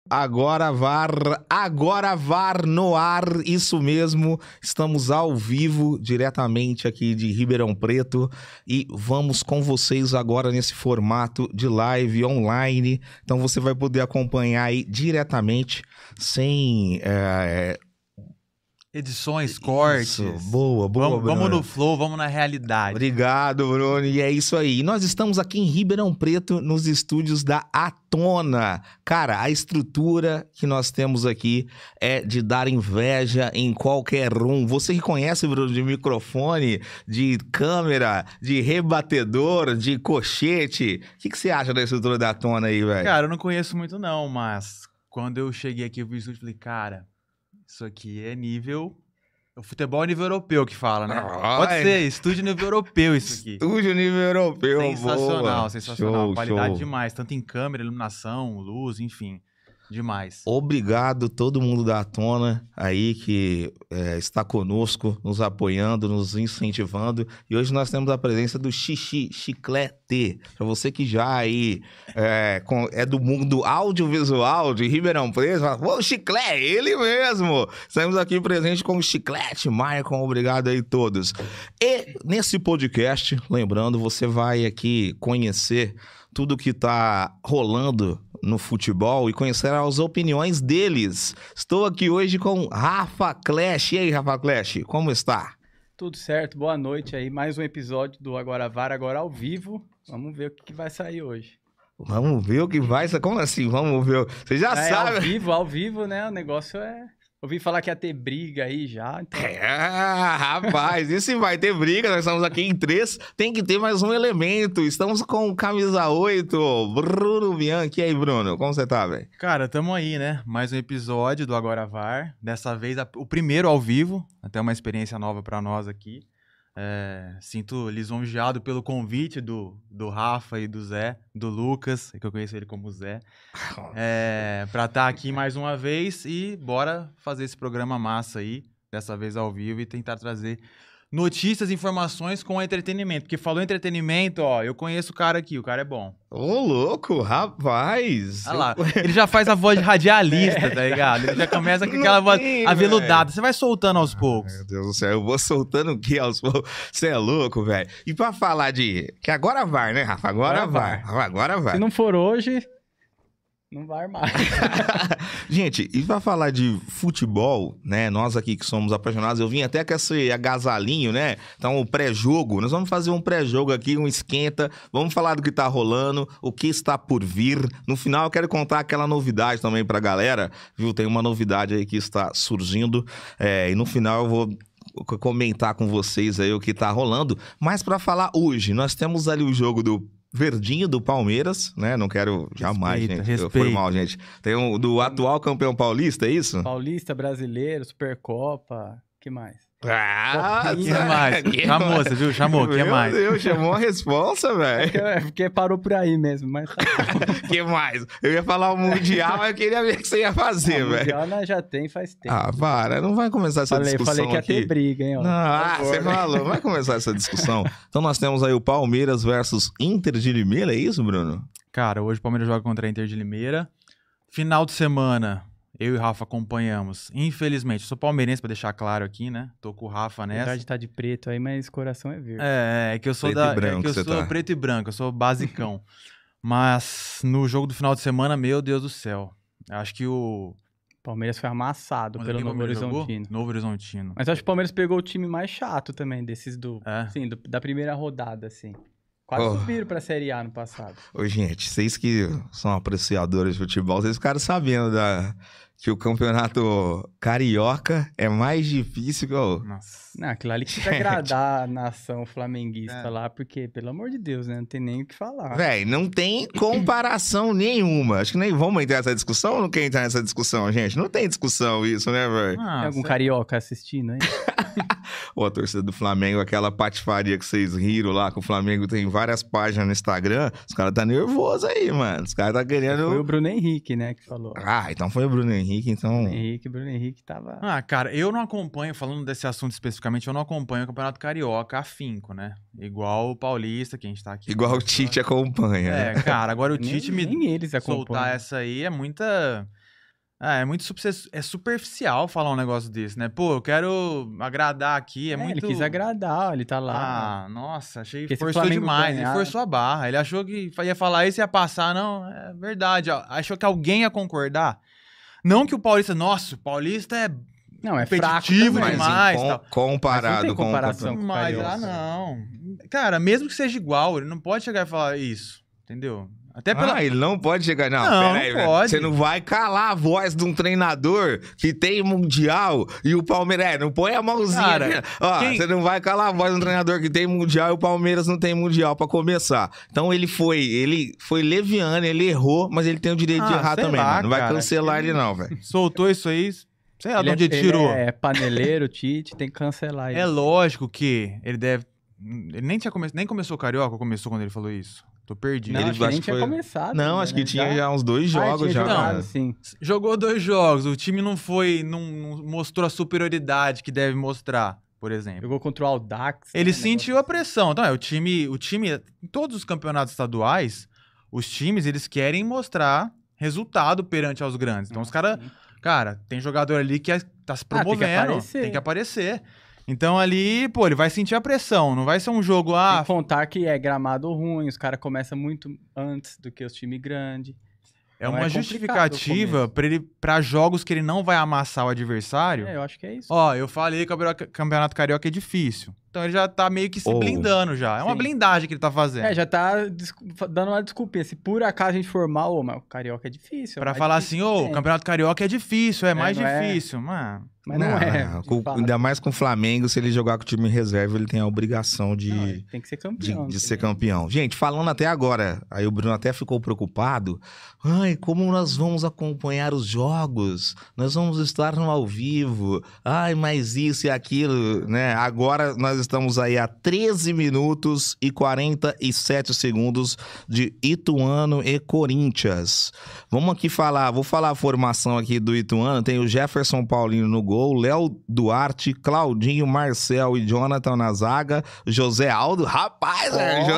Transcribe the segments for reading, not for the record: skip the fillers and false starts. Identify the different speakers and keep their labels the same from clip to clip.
Speaker 1: Agora VAR no ar, isso mesmo, estamos ao vivo, diretamente aqui de Ribeirão Preto e vamos com vocês agora nesse formato de live online, então você vai poder acompanhar aí diretamente, sem...
Speaker 2: edições, cortes.
Speaker 1: Isso, boa,
Speaker 2: vamos
Speaker 1: Bruno.
Speaker 2: no flow, vamos na realidade.
Speaker 1: Obrigado, Bruno. E é isso aí. Nós estamos aqui em Ribeirão Preto, nos estúdios da Atona. Cara, a estrutura que nós temos aqui é de dar inveja em qualquer um. Você que conhece, Bruno, de microfone, de câmera, de rebatedor, de cochete. O que você acha da estrutura da Atona aí, velho?
Speaker 2: Cara, eu não conheço muito não, mas quando eu cheguei aqui, eu vi o estúdio e falei, cara... Isso aqui é nível... O futebol é nível europeu que fala, né? Pode ser, estúdio nível europeu isso aqui.
Speaker 1: Estúdio nível europeu,
Speaker 2: sensacional,
Speaker 1: boa.
Speaker 2: sensacional. Qualidade
Speaker 1: show.
Speaker 2: demais, tanto em câmera, iluminação, luz, enfim. Demais.
Speaker 1: Obrigado todo mundo da Atona aí que está conosco, nos apoiando, nos incentivando. E hoje nós temos a presença do Xixi Chiclete. Para você que já aí é do mundo audiovisual de Ribeirão Preto, o Chiclete, ele mesmo. Estamos aqui presente com o Chiclete, Maicon, obrigado aí todos. E nesse podcast, lembrando, você vai aqui conhecer tudo que tá rolando no futebol e conhecer as opiniões deles. Estou aqui hoje com Rafa Clash. E aí, Rafa Clash, como está?
Speaker 3: Tudo certo, boa noite aí. Mais um episódio do Agora VAR, agora ao vivo. Vamos ver o que vai sair hoje.
Speaker 1: Vamos ver o que vai sair. Como assim? Vamos ver. Você já sabe.
Speaker 3: Ao vivo, né? O negócio é... Ouvi falar que ia ter briga aí já. Então...
Speaker 1: rapaz, e se vai ter briga? Nós estamos aqui em 3, tem que ter mais um elemento. Estamos com camisa 8, Bruno Bianchi. E aí, Bruno, como você tá, velho?
Speaker 2: Cara, tamo aí, né? Mais um episódio do Agora VAR. Dessa vez, o primeiro ao vivo. Até uma experiência nova pra nós aqui. Sinto lisonjeado pelo convite do Rafa e do Zé, do Lucas, que eu conheço ele como Zé, pra estar aqui mais uma vez e bora fazer esse programa massa aí, dessa vez ao vivo, e tentar trazer notícias, informações com entretenimento. Porque falou entretenimento, ó, eu conheço o cara aqui, o cara é bom.
Speaker 1: Ô, louco, rapaz!
Speaker 2: Olha lá, ele já faz a voz de radialista, tá ligado? Ele já começa com aquela voz aveludada. Você vai soltando aos poucos.
Speaker 1: Meu Deus do céu, eu vou soltando o que aos poucos? Você é louco, velho. E pra falar de... Que agora vai, né, Rafa? Agora vai. Agora vai.
Speaker 3: Se não for hoje... Não vai mais.
Speaker 1: Gente, e pra falar de futebol, né? Nós aqui que somos apaixonados, eu vim até com esse agasalinho, né? Então, o pré-jogo, nós vamos fazer um pré-jogo aqui, um esquenta. Vamos falar do que tá rolando, o que está por vir. No final, eu quero contar aquela novidade também pra galera, viu? Tem uma novidade aí que está surgindo. E no final eu vou comentar com vocês aí o que tá rolando. Mas pra falar hoje, nós temos ali o jogo do Verdinho do Palmeiras, né? Não quero jamais, gente. Foi mal, gente. Tem do atual campeão paulista, é isso?
Speaker 3: Paulista, brasileiro, Supercopa, que mais?
Speaker 2: Que mais? Chamou, você viu? Chamou, que mais?
Speaker 1: Meu Deus, chamou a responsa, velho.
Speaker 3: Porque parou por aí mesmo, mas tá.
Speaker 1: Que mais? Eu ia falar o Mundial, mas eu queria ver o que você ia fazer, velho.
Speaker 3: O Mundial nós já tem faz tempo.
Speaker 1: Para, não vai começar essa discussão
Speaker 3: Falei que ia
Speaker 1: aqui.
Speaker 3: ter briga, hein? Ó.
Speaker 1: Não, você falou, vai começar essa discussão. Então nós temos aí o Palmeiras versus Inter de Limeira, é isso, Bruno?
Speaker 2: Cara, hoje o Palmeiras joga contra a Inter de Limeira. Final de semana... Eu e o Rafa acompanhamos. Infelizmente, eu sou palmeirense, pra deixar claro aqui, né? Tô com o Rafa nessa.
Speaker 3: Apesar de estar de preto aí, mas coração é verde.
Speaker 2: É que eu sou preto e branco, eu sou basicão. Mas no jogo do final de semana, meu Deus do céu. Acho que o
Speaker 3: Palmeiras foi amassado pelo Novo Horizontino.
Speaker 2: Novo Horizontino.
Speaker 3: Mas acho que o Palmeiras pegou o time mais chato também, desses da primeira rodada, assim. Quase subiram pra Série A no passado.
Speaker 1: Ô, gente, vocês que são apreciadores de futebol, vocês ficaram sabendo que o campeonato carioca é mais difícil que o...
Speaker 3: Nossa. Não, aquilo ali que agradar a nação flamenguista lá, porque, pelo amor de Deus, né? Não tem nem o que falar.
Speaker 1: Véi, não tem comparação nenhuma. Acho que nem vamos entrar nessa discussão ou não quer entrar nessa discussão, gente? Não tem discussão isso, né, velho?
Speaker 3: Tem algum carioca assistindo aí?
Speaker 1: Ô, a torcida do Flamengo, aquela patifaria que vocês riram lá, que o Flamengo tem várias páginas no Instagram, os caras tá nervosos aí, mano. Os caras tá querendo...
Speaker 3: Foi o Bruno Henrique, né, que falou.
Speaker 1: Então foi o Bruno Henrique, então...
Speaker 3: Bruno Henrique tava...
Speaker 2: Cara, eu não acompanho, falando desse assunto especificamente, eu não acompanho o Campeonato Carioca afinco, né? Igual o Paulista, que a gente tá aqui.
Speaker 1: Igual o Tite acompanha, né?
Speaker 2: Cara, agora o Tite
Speaker 3: nem eles
Speaker 2: soltar
Speaker 3: acompanham.
Speaker 2: essa aí é muita... É muito superficial falar um negócio desse, né? Pô, eu quero agradar aqui, muito...
Speaker 3: Ele quis agradar, ele tá lá.
Speaker 2: Ah, nossa, achei
Speaker 3: Porque
Speaker 2: que
Speaker 3: se o
Speaker 2: forçou
Speaker 3: Flamengo
Speaker 2: demais,
Speaker 3: ganhar-
Speaker 2: ele forçou a barra, ele achou que ia falar isso e ia passar, não, é verdade, ó, achou que alguém ia concordar. Não que o Paulista, nossa, o Paulista é
Speaker 3: Não, é fraco
Speaker 2: competitivo
Speaker 3: também.
Speaker 2: demais,
Speaker 1: Mas
Speaker 2: tal.
Speaker 1: comparado
Speaker 3: Mas não tem
Speaker 1: com
Speaker 3: comparação.
Speaker 1: o
Speaker 3: com o
Speaker 2: Mas,
Speaker 3: Carioca.
Speaker 2: não. Cara, mesmo que seja igual, ele não pode chegar e falar isso, entendeu? Até pela...
Speaker 1: ele não pode chegar. Não,
Speaker 2: Não,
Speaker 1: peraí,
Speaker 2: não pode.
Speaker 1: Você não vai calar a voz de um treinador que tem mundial e o Palmeiras. Não põe a mãozinha.
Speaker 2: Cara,
Speaker 1: Ó,
Speaker 2: quem-
Speaker 1: você não vai calar a voz de um treinador que tem mundial e o Palmeiras não tem mundial pra começar. Então ele foi leviano, ele errou, mas ele tem o direito de errar
Speaker 2: sei
Speaker 1: também,
Speaker 2: lá,
Speaker 1: mano. Não vai
Speaker 2: cara,
Speaker 1: cancelar ele não, velho.
Speaker 2: soltou isso aí, sei lá de onde ele
Speaker 3: Ele
Speaker 2: tirou.
Speaker 3: é paneleiro, Tite, tem que cancelar
Speaker 2: É
Speaker 3: isso.
Speaker 2: lógico que ele deve... Ele nem começou o Carioca ou começou quando ele falou isso? Tô perdido.
Speaker 3: Não,
Speaker 1: Ele
Speaker 3: acho que
Speaker 1: acho
Speaker 3: nem
Speaker 1: que
Speaker 3: tinha
Speaker 1: foi-
Speaker 3: começado.
Speaker 1: Não,
Speaker 3: ainda,
Speaker 1: acho que
Speaker 3: né?
Speaker 1: tinha já uns 2 jogos
Speaker 3: tinha
Speaker 1: já.
Speaker 3: jogado,
Speaker 1: né?
Speaker 3: sim.
Speaker 2: Jogou 2 jogos, o time não mostrou a superioridade que deve mostrar, por exemplo.
Speaker 3: Jogou contra o Audax.
Speaker 2: Ele
Speaker 3: né,
Speaker 2: sentiu a pressão. Então, o time, em todos os campeonatos estaduais, os times, eles querem mostrar resultado perante aos grandes. Então, os caras,
Speaker 3: sim.
Speaker 2: cara, tem jogador ali que tá se
Speaker 3: tem que
Speaker 2: promovendo,
Speaker 3: aparecer.
Speaker 2: tem que aparecer. Então, ali, pô, ele vai sentir a pressão. Não vai ser um jogo,
Speaker 3: Sem contar que é gramado ruim, os caras começam muito antes do que os times grandes.
Speaker 2: é
Speaker 3: Então
Speaker 2: uma
Speaker 3: complicado
Speaker 2: justificativa
Speaker 3: o começo.
Speaker 2: pra jogos que ele não vai amassar o adversário.
Speaker 3: Eu acho que é isso.
Speaker 2: Ó, eu falei que o Campeonato Carioca é difícil. Então ele já tá meio que se
Speaker 1: Oh.
Speaker 2: blindando já. É uma
Speaker 3: Sim.
Speaker 2: blindagem que ele tá fazendo.
Speaker 3: Já tá dando uma desculpinha. Se por acaso a gente for mal, mas o Carioca é difícil.
Speaker 2: Pra
Speaker 3: mais
Speaker 2: falar
Speaker 3: difícil
Speaker 2: assim,
Speaker 3: que
Speaker 2: ô, o
Speaker 3: tem.
Speaker 2: Campeonato Carioca é difícil, é mais
Speaker 3: não é.
Speaker 2: difícil. Mano,
Speaker 3: Mas não é. de fato.
Speaker 1: Ainda mais com o Flamengo, se ele jogar com o time em reserva, ele tem a obrigação de...
Speaker 3: Não, ele tem que ser campeão.
Speaker 1: de ser campeão. Gente, falando até agora, aí o Bruno até ficou preocupado. Ai, como nós vamos acompanhar os jogos? Nós vamos estar no ao vivo. Ai, mas isso e aquilo, né? Agora nós estamos aí há 13 minutos e 47 segundos de Ituano e Corinthians. Vamos aqui vou falar a formação aqui do Ituano. Tem o Jefferson Paulino no gol, Léo Duarte, Claudinho, Marcel e Jonathan na zaga, José Aldo, rapaz,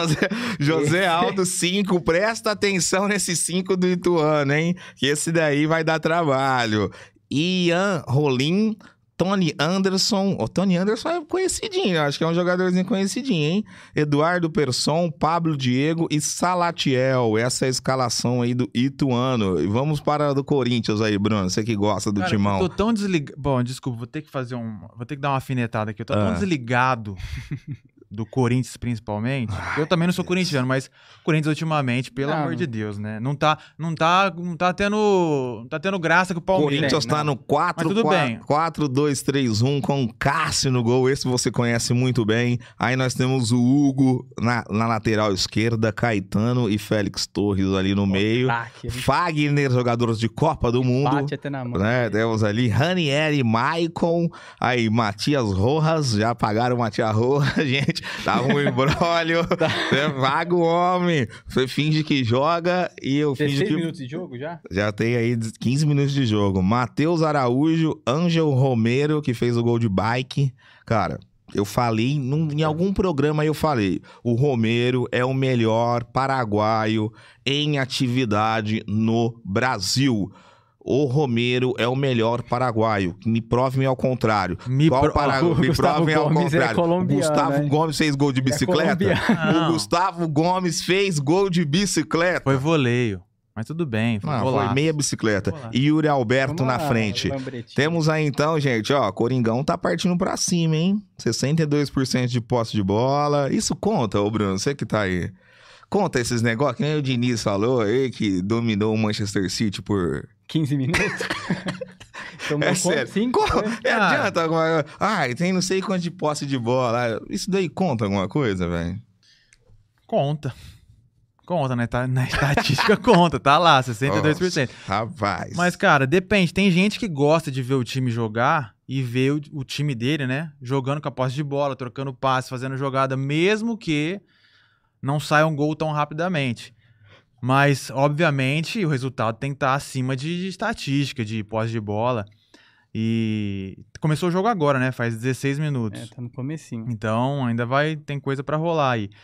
Speaker 1: José Aldo 5, presta atenção nesse 5 do Ituano, hein? Que esse daí vai dar trabalho. Ian Rolim, Tony Anderson. O Tony Anderson é conhecidinho, acho que é um jogadorzinho conhecidinho, hein? Eduardo Persson, Pablo Diego e Salatiel. Essa é a escalação aí do Ituano. E vamos para a do Corinthians aí, Bruno. Você que gosta do
Speaker 2: cara,
Speaker 1: timão.
Speaker 2: eu tô tão desligado. Bom, desculpa, vou ter que dar uma afinetada aqui. Eu tô tão desligado do Corinthians, principalmente. Eu também não sou corintiano, mas o Corinthians ultimamente, pelo amor de Deus, né? Não tá tendo graça que o Palmeiras.
Speaker 1: Corinthians tá no
Speaker 2: Mas tudo bem.
Speaker 1: 4-2-3-1 com Cássio no gol. Esse você conhece muito bem. Aí nós temos o Hugo na lateral esquerda, Caetano e Félix Torres ali no meio.
Speaker 3: Craque,
Speaker 1: Fagner, jogadores de Copa do Mundo.
Speaker 3: bate até na mão.
Speaker 1: Né? Temos ali Ranieri, Maicon, aí Matias Rojas, já pagaram o Matias Rojas, gente, tava um embrólio, você vaga o homem, você finge que joga e eu finge
Speaker 3: 16
Speaker 1: que...
Speaker 3: minutos de jogo já?
Speaker 1: Já tem aí 15 minutos de jogo. Matheus Araújo, Ângel Romero, que fez o gol de bike. Cara, eu falei, em algum programa eu falei, o Romero é o melhor paraguaio em atividade no Brasil. O Romero é o melhor paraguaio. Me provem ao contrário. Me provem ao contrário. O Gustavo Gomes fez gol de bicicleta? O Gustavo Gomes fez gol de bicicleta.
Speaker 2: Foi voleio. Mas tudo bem,
Speaker 1: foi meia bicicleta. E Yuri Alberto na frente. Temos aí então, gente, ó, Coringão tá partindo pra cima, hein? 62% de posse de bola. Isso conta, ô Bruno, você que tá aí. Conta esses negócios, que nem o Diniz falou aí, que dominou o Manchester City por
Speaker 3: 15 minutos.
Speaker 1: É sério.
Speaker 3: 5,
Speaker 1: adianta alguma coisa. Ai, tem não sei quanto de posse de bola. Isso daí conta alguma coisa, velho?
Speaker 2: Conta, né? Na estatística conta, tá lá, 62%.
Speaker 1: Nossa, rapaz.
Speaker 2: Mas, cara, depende. Tem gente que gosta de ver o time jogar e ver o time dele, né? Jogando com a posse de bola, trocando passe, fazendo jogada, mesmo que não saia um gol tão rapidamente. Mas, obviamente, o resultado tem que estar acima de estatística, de posse de bola. E começou o jogo agora, né? Faz 16 minutos.
Speaker 3: Tá no comecinho.
Speaker 2: Então, ainda tem coisa pra rolar aí.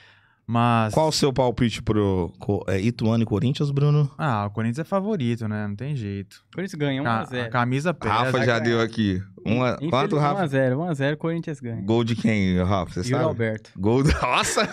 Speaker 2: Mas...
Speaker 1: Qual o seu palpite pro Ituano e Corinthians, Bruno?
Speaker 2: O Corinthians é favorito, né? Não tem jeito.
Speaker 3: O Corinthians ganha 1-0.
Speaker 2: A camisa pesa.
Speaker 1: Rafa já deu aqui. Quanto, Rafa?
Speaker 3: 1-0, Corinthians ganha.
Speaker 1: Gol de quem, Rafa? Você sabe?
Speaker 3: Alberto.
Speaker 1: Gol do... Nossa!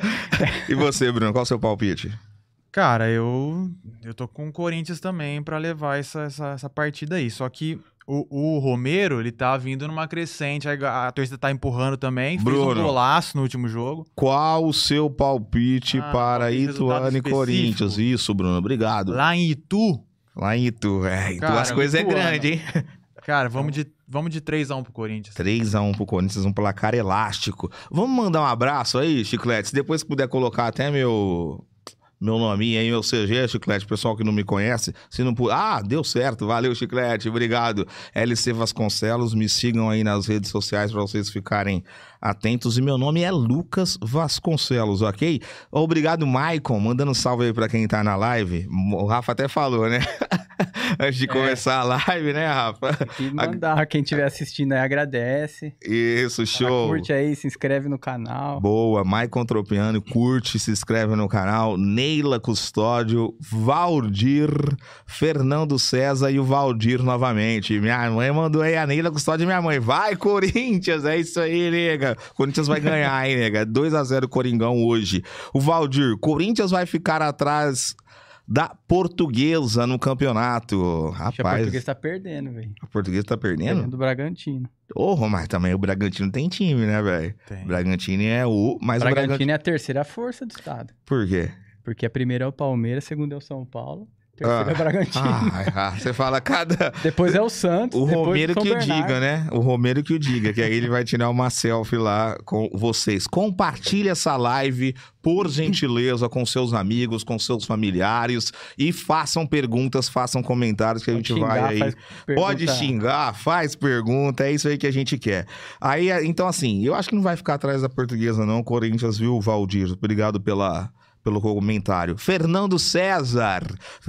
Speaker 1: E você, Bruno? Qual o seu palpite?
Speaker 2: Cara, eu tô com o Corinthians também pra levar essa partida aí. Só que o Romero, ele tá vindo numa crescente, a torcida tá empurrando também.
Speaker 1: Bruno,
Speaker 2: fez um golaço no último jogo.
Speaker 1: Qual o seu palpite para Ituano e Corinthians? Isso, Bruno, obrigado.
Speaker 2: Lá em Itu.
Speaker 1: Lá em Itu, Itu
Speaker 3: Cara,
Speaker 1: as coisas é grande, hein?
Speaker 2: Cara, vamos de 3-1 pro Corinthians.
Speaker 1: 3-1 pro Corinthians, um placar elástico. Vamos mandar um abraço aí, Chiclete? Se depois puder colocar até meu nominho aí, meu CG, Chiclete, pessoal que não me conhece, se não puder... deu certo, valeu, Chiclete, obrigado. LC Vasconcelos, me sigam aí nas redes sociais para vocês ficarem atentos. E meu nome é Lucas Vasconcelos, ok? Obrigado, Maicon, mandando um salve aí pra quem tá na live. O Rafa até falou, né? Antes de começar a live, né, Rafa?
Speaker 3: E mandar, quem estiver assistindo aí agradece.
Speaker 1: Isso, show.
Speaker 3: Curte aí, se inscreve no canal.
Speaker 1: Boa, Maicon Tropiano, curte, se inscreve no canal. Neila Custódio, Valdir, Fernando César e o Valdir novamente. Minha mãe mandou aí a Neila Custódio e minha mãe. Vai, Corinthians, é isso aí, nega. Corinthians vai ganhar, hein, nega. 2-0 Coringão hoje. O Valdir, Corinthians vai ficar atrás da Portuguesa no campeonato. Rapaz.
Speaker 3: A Portuguesa tá perdendo, velho.
Speaker 1: A Portuguesa tá perdendo?
Speaker 3: Perdendo do Bragantino.
Speaker 1: Mas também o Bragantino tem time, né, velho?
Speaker 2: Tem.
Speaker 1: O Bragantino é o... Mas
Speaker 3: o Bragantino é a terceira força do estado.
Speaker 1: Por quê?
Speaker 3: Porque a primeira é o Palmeiras, a segunda é o São Paulo, a terceira é o Bragantino.
Speaker 1: Você fala cada...
Speaker 3: Depois é o Santos,
Speaker 1: o
Speaker 3: depois
Speaker 1: Romero
Speaker 3: o São
Speaker 1: que o
Speaker 3: Bernardo.
Speaker 1: diga, né? O Romero que o diga, que aí ele vai tirar uma selfie lá com vocês. Compartilhe essa live, por gentileza, com seus amigos, com seus familiares e façam perguntas, façam comentários que a gente vai aí. Pode xingar, faz pergunta, é isso aí que a gente quer. Aí, então assim, eu acho que não vai ficar atrás da Portuguesa não, o Corinthians, viu, Valdir? Obrigado pelo comentário. Fernando César,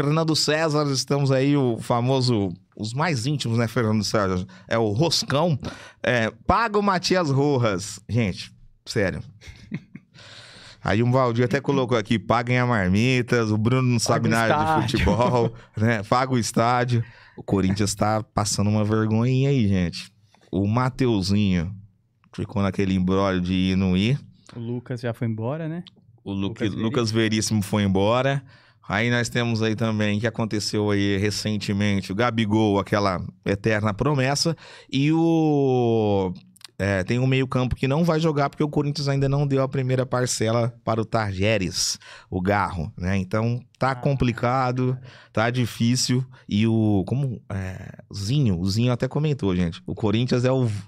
Speaker 1: estamos aí, o famoso, os mais íntimos, né, Fernando César? É o Roscão. Paga o Matias Rojas. Gente, sério. Aí o Valdir até colocou aqui, paguem a marmitas, o Bruno não sabe nada de futebol, né? Paga o estádio. O Corinthians tá passando uma vergonhinha aí, gente. O Mateuzinho ficou naquele imbróglio de ir e não ir.
Speaker 3: O Lucas já foi embora, né?
Speaker 1: O Lucas Veríssimo foi embora. Aí nós temos aí também, que aconteceu aí recentemente, o Gabigol, aquela eterna promessa. E tem um meio-campo que não vai jogar porque o Corinthians ainda não deu a primeira parcela para o Tajeres, o Garro, né? Então tá complicado, tá difícil. E o Zinho até comentou, gente. O Corinthians é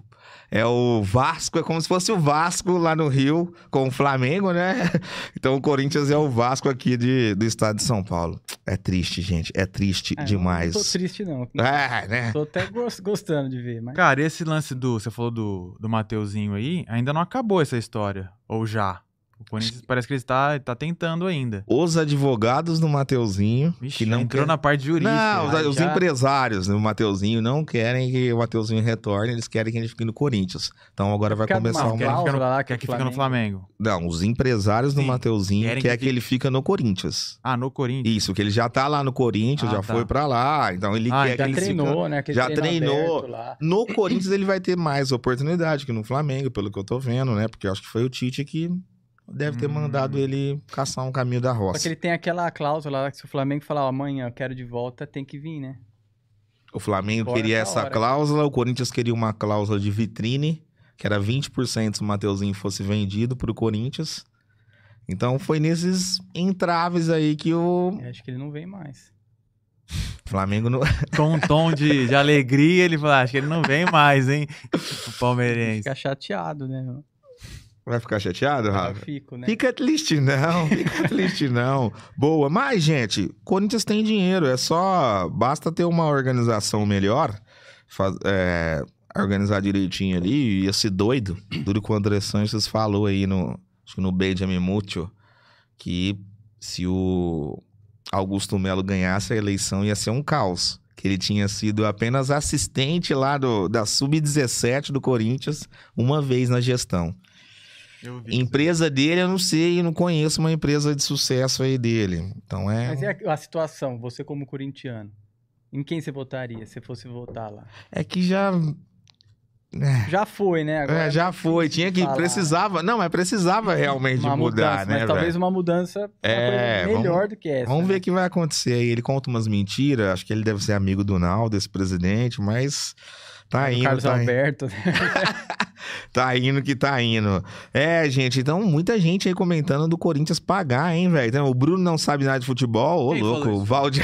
Speaker 1: o Vasco, é como se fosse o Vasco lá no Rio com o Flamengo, né? Então o Corinthians é o Vasco aqui do estado de São Paulo. É triste, gente. É triste demais.
Speaker 3: Não tô triste, não.
Speaker 1: Né?
Speaker 3: Tô até gostando de ver. Mas...
Speaker 2: Cara, esse lance você falou do Mateuzinho aí, ainda não acabou essa história. Ou já? O Corinthians parece que ele está tentando ainda.
Speaker 1: Os advogados do Mateuzinho...
Speaker 2: Vixe,
Speaker 1: que não
Speaker 2: entrou na parte jurídica.
Speaker 1: Não, os empresários do Mateuzinho não querem que o Mateuzinho retorne, eles querem que ele fique no Corinthians. Então agora vai começar uma...
Speaker 2: Quer que fica no Flamengo.
Speaker 1: Não, os empresários do Mateuzinho querem que ele fique no Corinthians.
Speaker 2: No Corinthians.
Speaker 1: Isso, que ele já tá lá no Corinthians, já foi pra lá. Então ele quer que ele
Speaker 3: treinou, né?
Speaker 1: Já treinou. No Corinthians ele vai ter mais oportunidade que no Flamengo, pelo que eu tô vendo, né? Porque eu acho que foi o Tite que... deve ter mandado ele caçar um caminho da roça.
Speaker 3: Só que ele tem aquela cláusula lá que se o Flamengo falar amanhã eu quero de volta, tem que vir, né?
Speaker 1: O Flamengo queria essa cláusula, o Corinthians queria uma cláusula de vitrine, que era 20% se o Mateuzinho fosse vendido pro Corinthians. Então foi nesses entraves aí que o...
Speaker 3: Eu acho que ele não vem mais.
Speaker 1: Flamengo não...
Speaker 2: Com um tom de alegria, ele falou, acho que ele não vem mais, hein? O palmeirense.
Speaker 3: Fica chateado, né?
Speaker 1: Vai ficar chateado, Rafa?
Speaker 3: Eu fico, né?
Speaker 1: Fica triste não. Boa. Mas, gente, Corinthians tem dinheiro. Basta ter uma organização melhor, organizar direitinho ali. E esse doido, duro que o André Sanches falou aí acho que no Benjamin Múcio, que se o Augusto Melo ganhasse a eleição ia ser um caos. Que ele tinha sido apenas assistente lá da Sub-17 do Corinthians uma vez na gestão. Empresa dele, eu não sei, eu não conheço uma empresa de sucesso aí dele. Então
Speaker 3: Mas e a situação, você como corintiano? Em quem você votaria, se fosse votar lá?
Speaker 1: É que já...
Speaker 3: Já foi, né? Agora
Speaker 1: já foi, tinha que... Precisava... Não, mas precisava realmente mudar,
Speaker 3: mudança,
Speaker 1: né,
Speaker 3: mas talvez uma mudança melhor do que essa.
Speaker 1: Vamos ver o que vai acontecer aí. Ele conta umas mentiras, acho que ele deve ser amigo do Naldo, esse presidente, mas... Tá indo,
Speaker 3: Carlos Alberto.
Speaker 1: Tá indo que tá indo. Gente, então muita gente aí comentando do Corinthians pagar, hein, velho? Então, o Bruno não sabe nada de futebol, ô louco. O Valdir...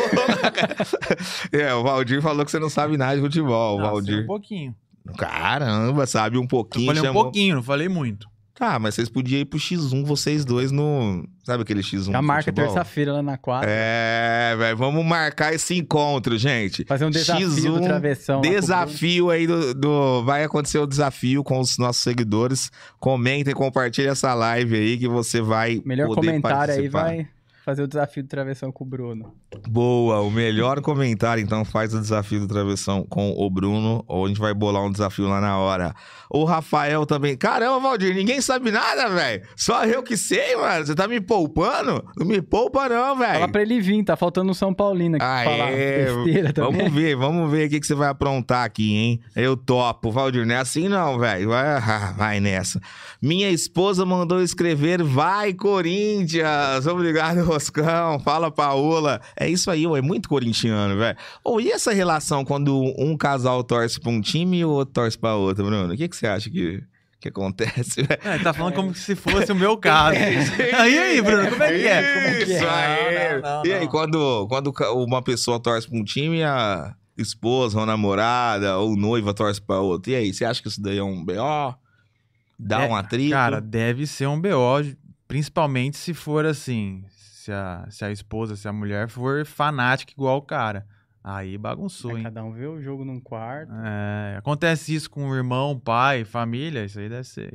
Speaker 1: o Valdir falou que você não sabe nada de futebol. O Valdir...
Speaker 2: Um pouquinho.
Speaker 1: Caramba, sabe um pouquinho.
Speaker 2: Eu falei um pouquinho, não falei muito.
Speaker 1: Tá, mas vocês podiam ir pro X1, vocês dois no... Sabe aquele X1
Speaker 3: Já marca terça-feira lá na quadra.
Speaker 1: Velho, vamos marcar esse encontro, gente.
Speaker 3: Fazer um desafio
Speaker 1: X1,
Speaker 3: do travessão.
Speaker 1: Desafio aí vai acontecer o desafio com os nossos seguidores. Comentem, compartilhem essa live aí que você vai
Speaker 3: melhor
Speaker 1: poder
Speaker 3: comentário
Speaker 1: participar.
Speaker 3: Aí vai fazer o desafio do travessão com o Bruno.
Speaker 1: Boa, o melhor comentário, então, faz o desafio do travessão com o Bruno, ou a gente vai bolar um desafio lá na hora. O Rafael também. Caramba, Valdir, ninguém sabe nada, velho. Só eu que sei, mano. Você tá me poupando? Não me poupa não, velho.
Speaker 3: Fala pra ele vir, tá faltando um São Paulino aqui pra falar besteira também.
Speaker 1: Vamos ver o que você vai aprontar aqui, hein? Eu topo, Valdir, não é assim não, velho. Vai nessa. Minha esposa mandou escrever, vai Corinthians. Obrigado, Roscão. Fala, Paola. É isso aí, é muito corintiano, velho. E essa relação quando um casal torce pra um time e o outro torce pra outro, Bruno? O que você acha que acontece, velho?
Speaker 2: Tá falando como se fosse o meu caso. E aí, Bruno, como é que é?
Speaker 1: Isso aí. Não. E aí, quando uma pessoa torce pra um time, a esposa ou namorada ou noiva torce pra outro. E aí, você acha que isso daí é um BO? Dá um atrito?
Speaker 2: Cara, deve ser um BO, principalmente se for assim... Se a esposa, se a mulher for fanática igual o cara. Aí bagunçou, hein?
Speaker 3: Cada um vê o jogo num quarto.
Speaker 2: Acontece isso com o irmão, pai, família, isso aí deve ser.